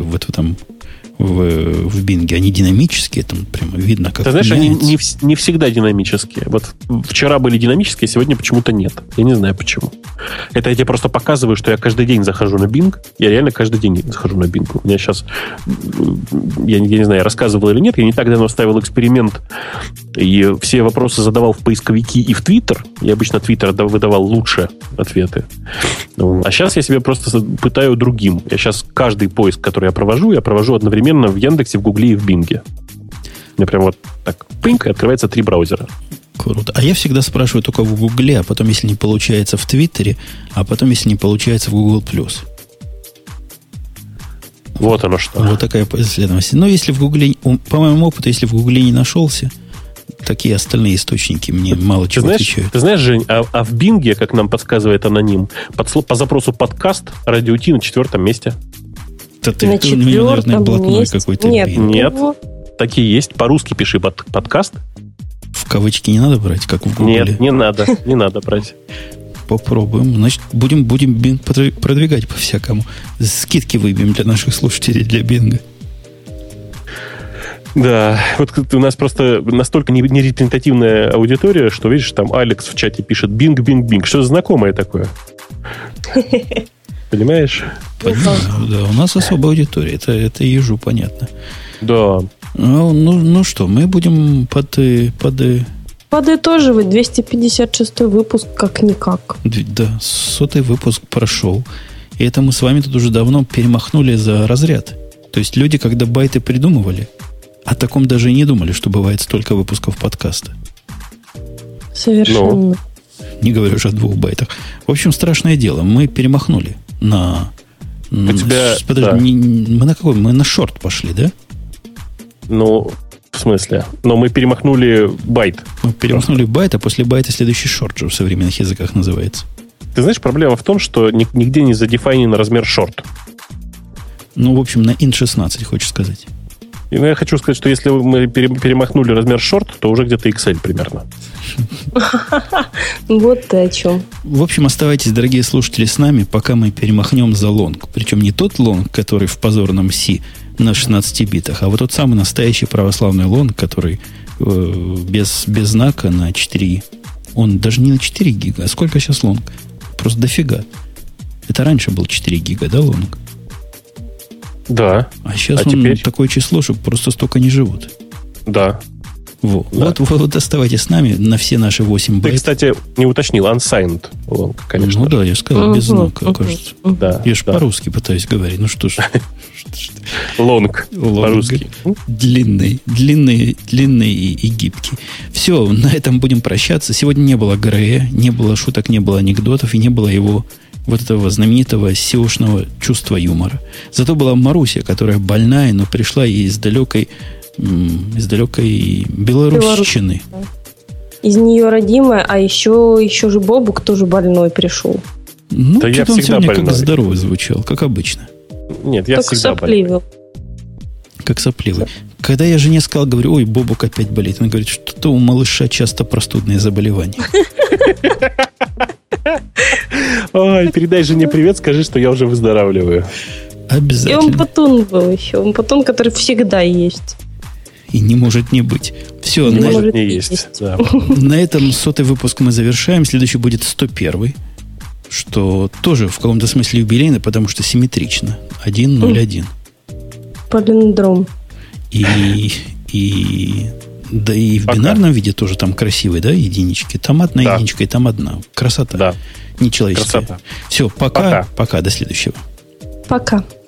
в Бинге. Они динамические, там прямо видно, как. Ты знаешь, они не всегда динамические. Вот вчера были динамические, сегодня почему-то нет. Я не знаю почему. Это я тебе просто показываю, что я каждый день захожу на Bing. Я реально каждый день захожу на Bing. У меня сейчас, я не знаю, я рассказывал или нет, я не так давно ставил эксперимент и все вопросы задавал в поисковики и в Twitter. Я обычно Twitter выдавал лучше ответы. А сейчас я себе просто пытаю другим. Я сейчас каждый поиск, который я провожу одновременно в Яндексе, в Гугле и в Бинге. У меня прям вот так пыньк, и открывается 3 браузера. Круто. А я всегда спрашиваю только в Гугле, а потом, если не получается, в Твиттере, а потом, если не получается, в Google+. Вот оно что. Вот такая последовательность. Но если в Гугле, по моему опыту, если в Гугле не нашелся, такие остальные источники мне мало чего отвечают. Ты знаешь, Жень, а в Бинге, как нам подсказывает аноним, по запросу подкаст радио Ти на 4 месте. На 4-м наверное, блатной какой-то. Нет. Такие есть. По-русски пиши подкаст. В кавычки не надо брать, как в Гугле? Нет, не надо брать. Попробуем. Значит, будем Bing продвигать по-всякому. Скидки выбьем для наших слушателей, для Бинга. Да, вот у нас просто настолько нерепрезентативная аудитория, что, видишь, там Алекс в чате пишет Bing. Что за знакомое такое? Понимаешь? Понимаю, да. У нас особая аудитория. Это ежу понятно. Да. Ну что, мы будем подытоживать 256 выпуск как-никак. Да, 100-й выпуск прошел. И это мы с вами тут уже давно перемахнули за разряд. То есть люди, когда байты придумывали, о таком даже и не думали, что бывает столько выпусков подкаста. Совершенно. Не говорю уже о 2 байтах. В общем, страшное дело. Мы перемахнули на... Подожди, мы на какой? Мы на шорт пошли, да? Ну, в смысле? Но мы перемахнули байт. Мы перемахнули байт, а после байта следующий шорт же в современных языках называется. Ты знаешь, проблема в том, что нигде не задефайнен размер шорт. Ну, в общем, на int 16, хочешь сказать. И я хочу сказать, что если мы перемахнули размер шорт, то уже где-то XL примерно. Вот ты о чем. В общем, оставайтесь, дорогие слушатели, с нами, пока мы перемахнем за лонг. Причем не тот лонг, который в позорном C на 16 битах, а вот тот самый настоящий православный лонг, который без знака на 4. Он даже не на 4 гига. А сколько сейчас лонг? Просто дофига. Это раньше был 4 гига, да, лонг? Да. А сейчас он теперь... такое число, что просто столько не живут. Да. Да. Вот оставайтесь с нами на все наши 8 байт. Ты, кстати, не уточнил, unsigned лонг, конечно. Ну да, я сказал без знака, кажется. Да, я же по-русски пытаюсь говорить. Ну что ж. Лонг по-русски. Длинный и гибкий. Все, на этом будем прощаться. Сегодня не было Грея, не было шуток, не было анекдотов и не было его вот этого знаменитого сеошного чувства юмора. Зато была Маруся, которая больная, но пришла из далекой Белорусщины. Из нее родимая, а еще же Бобук тоже больной пришел. Ну, да, что-то он сегодня больной. Как здоровый звучал, как обычно. Нет, я только всегда сопливый. Как сопливый. Когда я жене сказал, говорю, ой, Бобук опять болит. Она говорит, что-то у малыша часто простудные заболевания. Ой, передай жене привет, скажи, что я уже выздоравливаю. Обязательно. И он батун был еще. Он батун, который всегда есть. И не может не быть. Все, не может не есть. Да. На этом 100-й выпуск мы завершаем. Следующий будет 101-й. Что тоже в каком-то смысле юбилейно, потому что симметрично. 1-0-1. Палиндром. Да и в бинарном виде тоже там красивые, да, единички. Там одна единичка, и там одна. Красота. Да. Нечеловеческая. Красота. Все, пока. До следующего. Пока.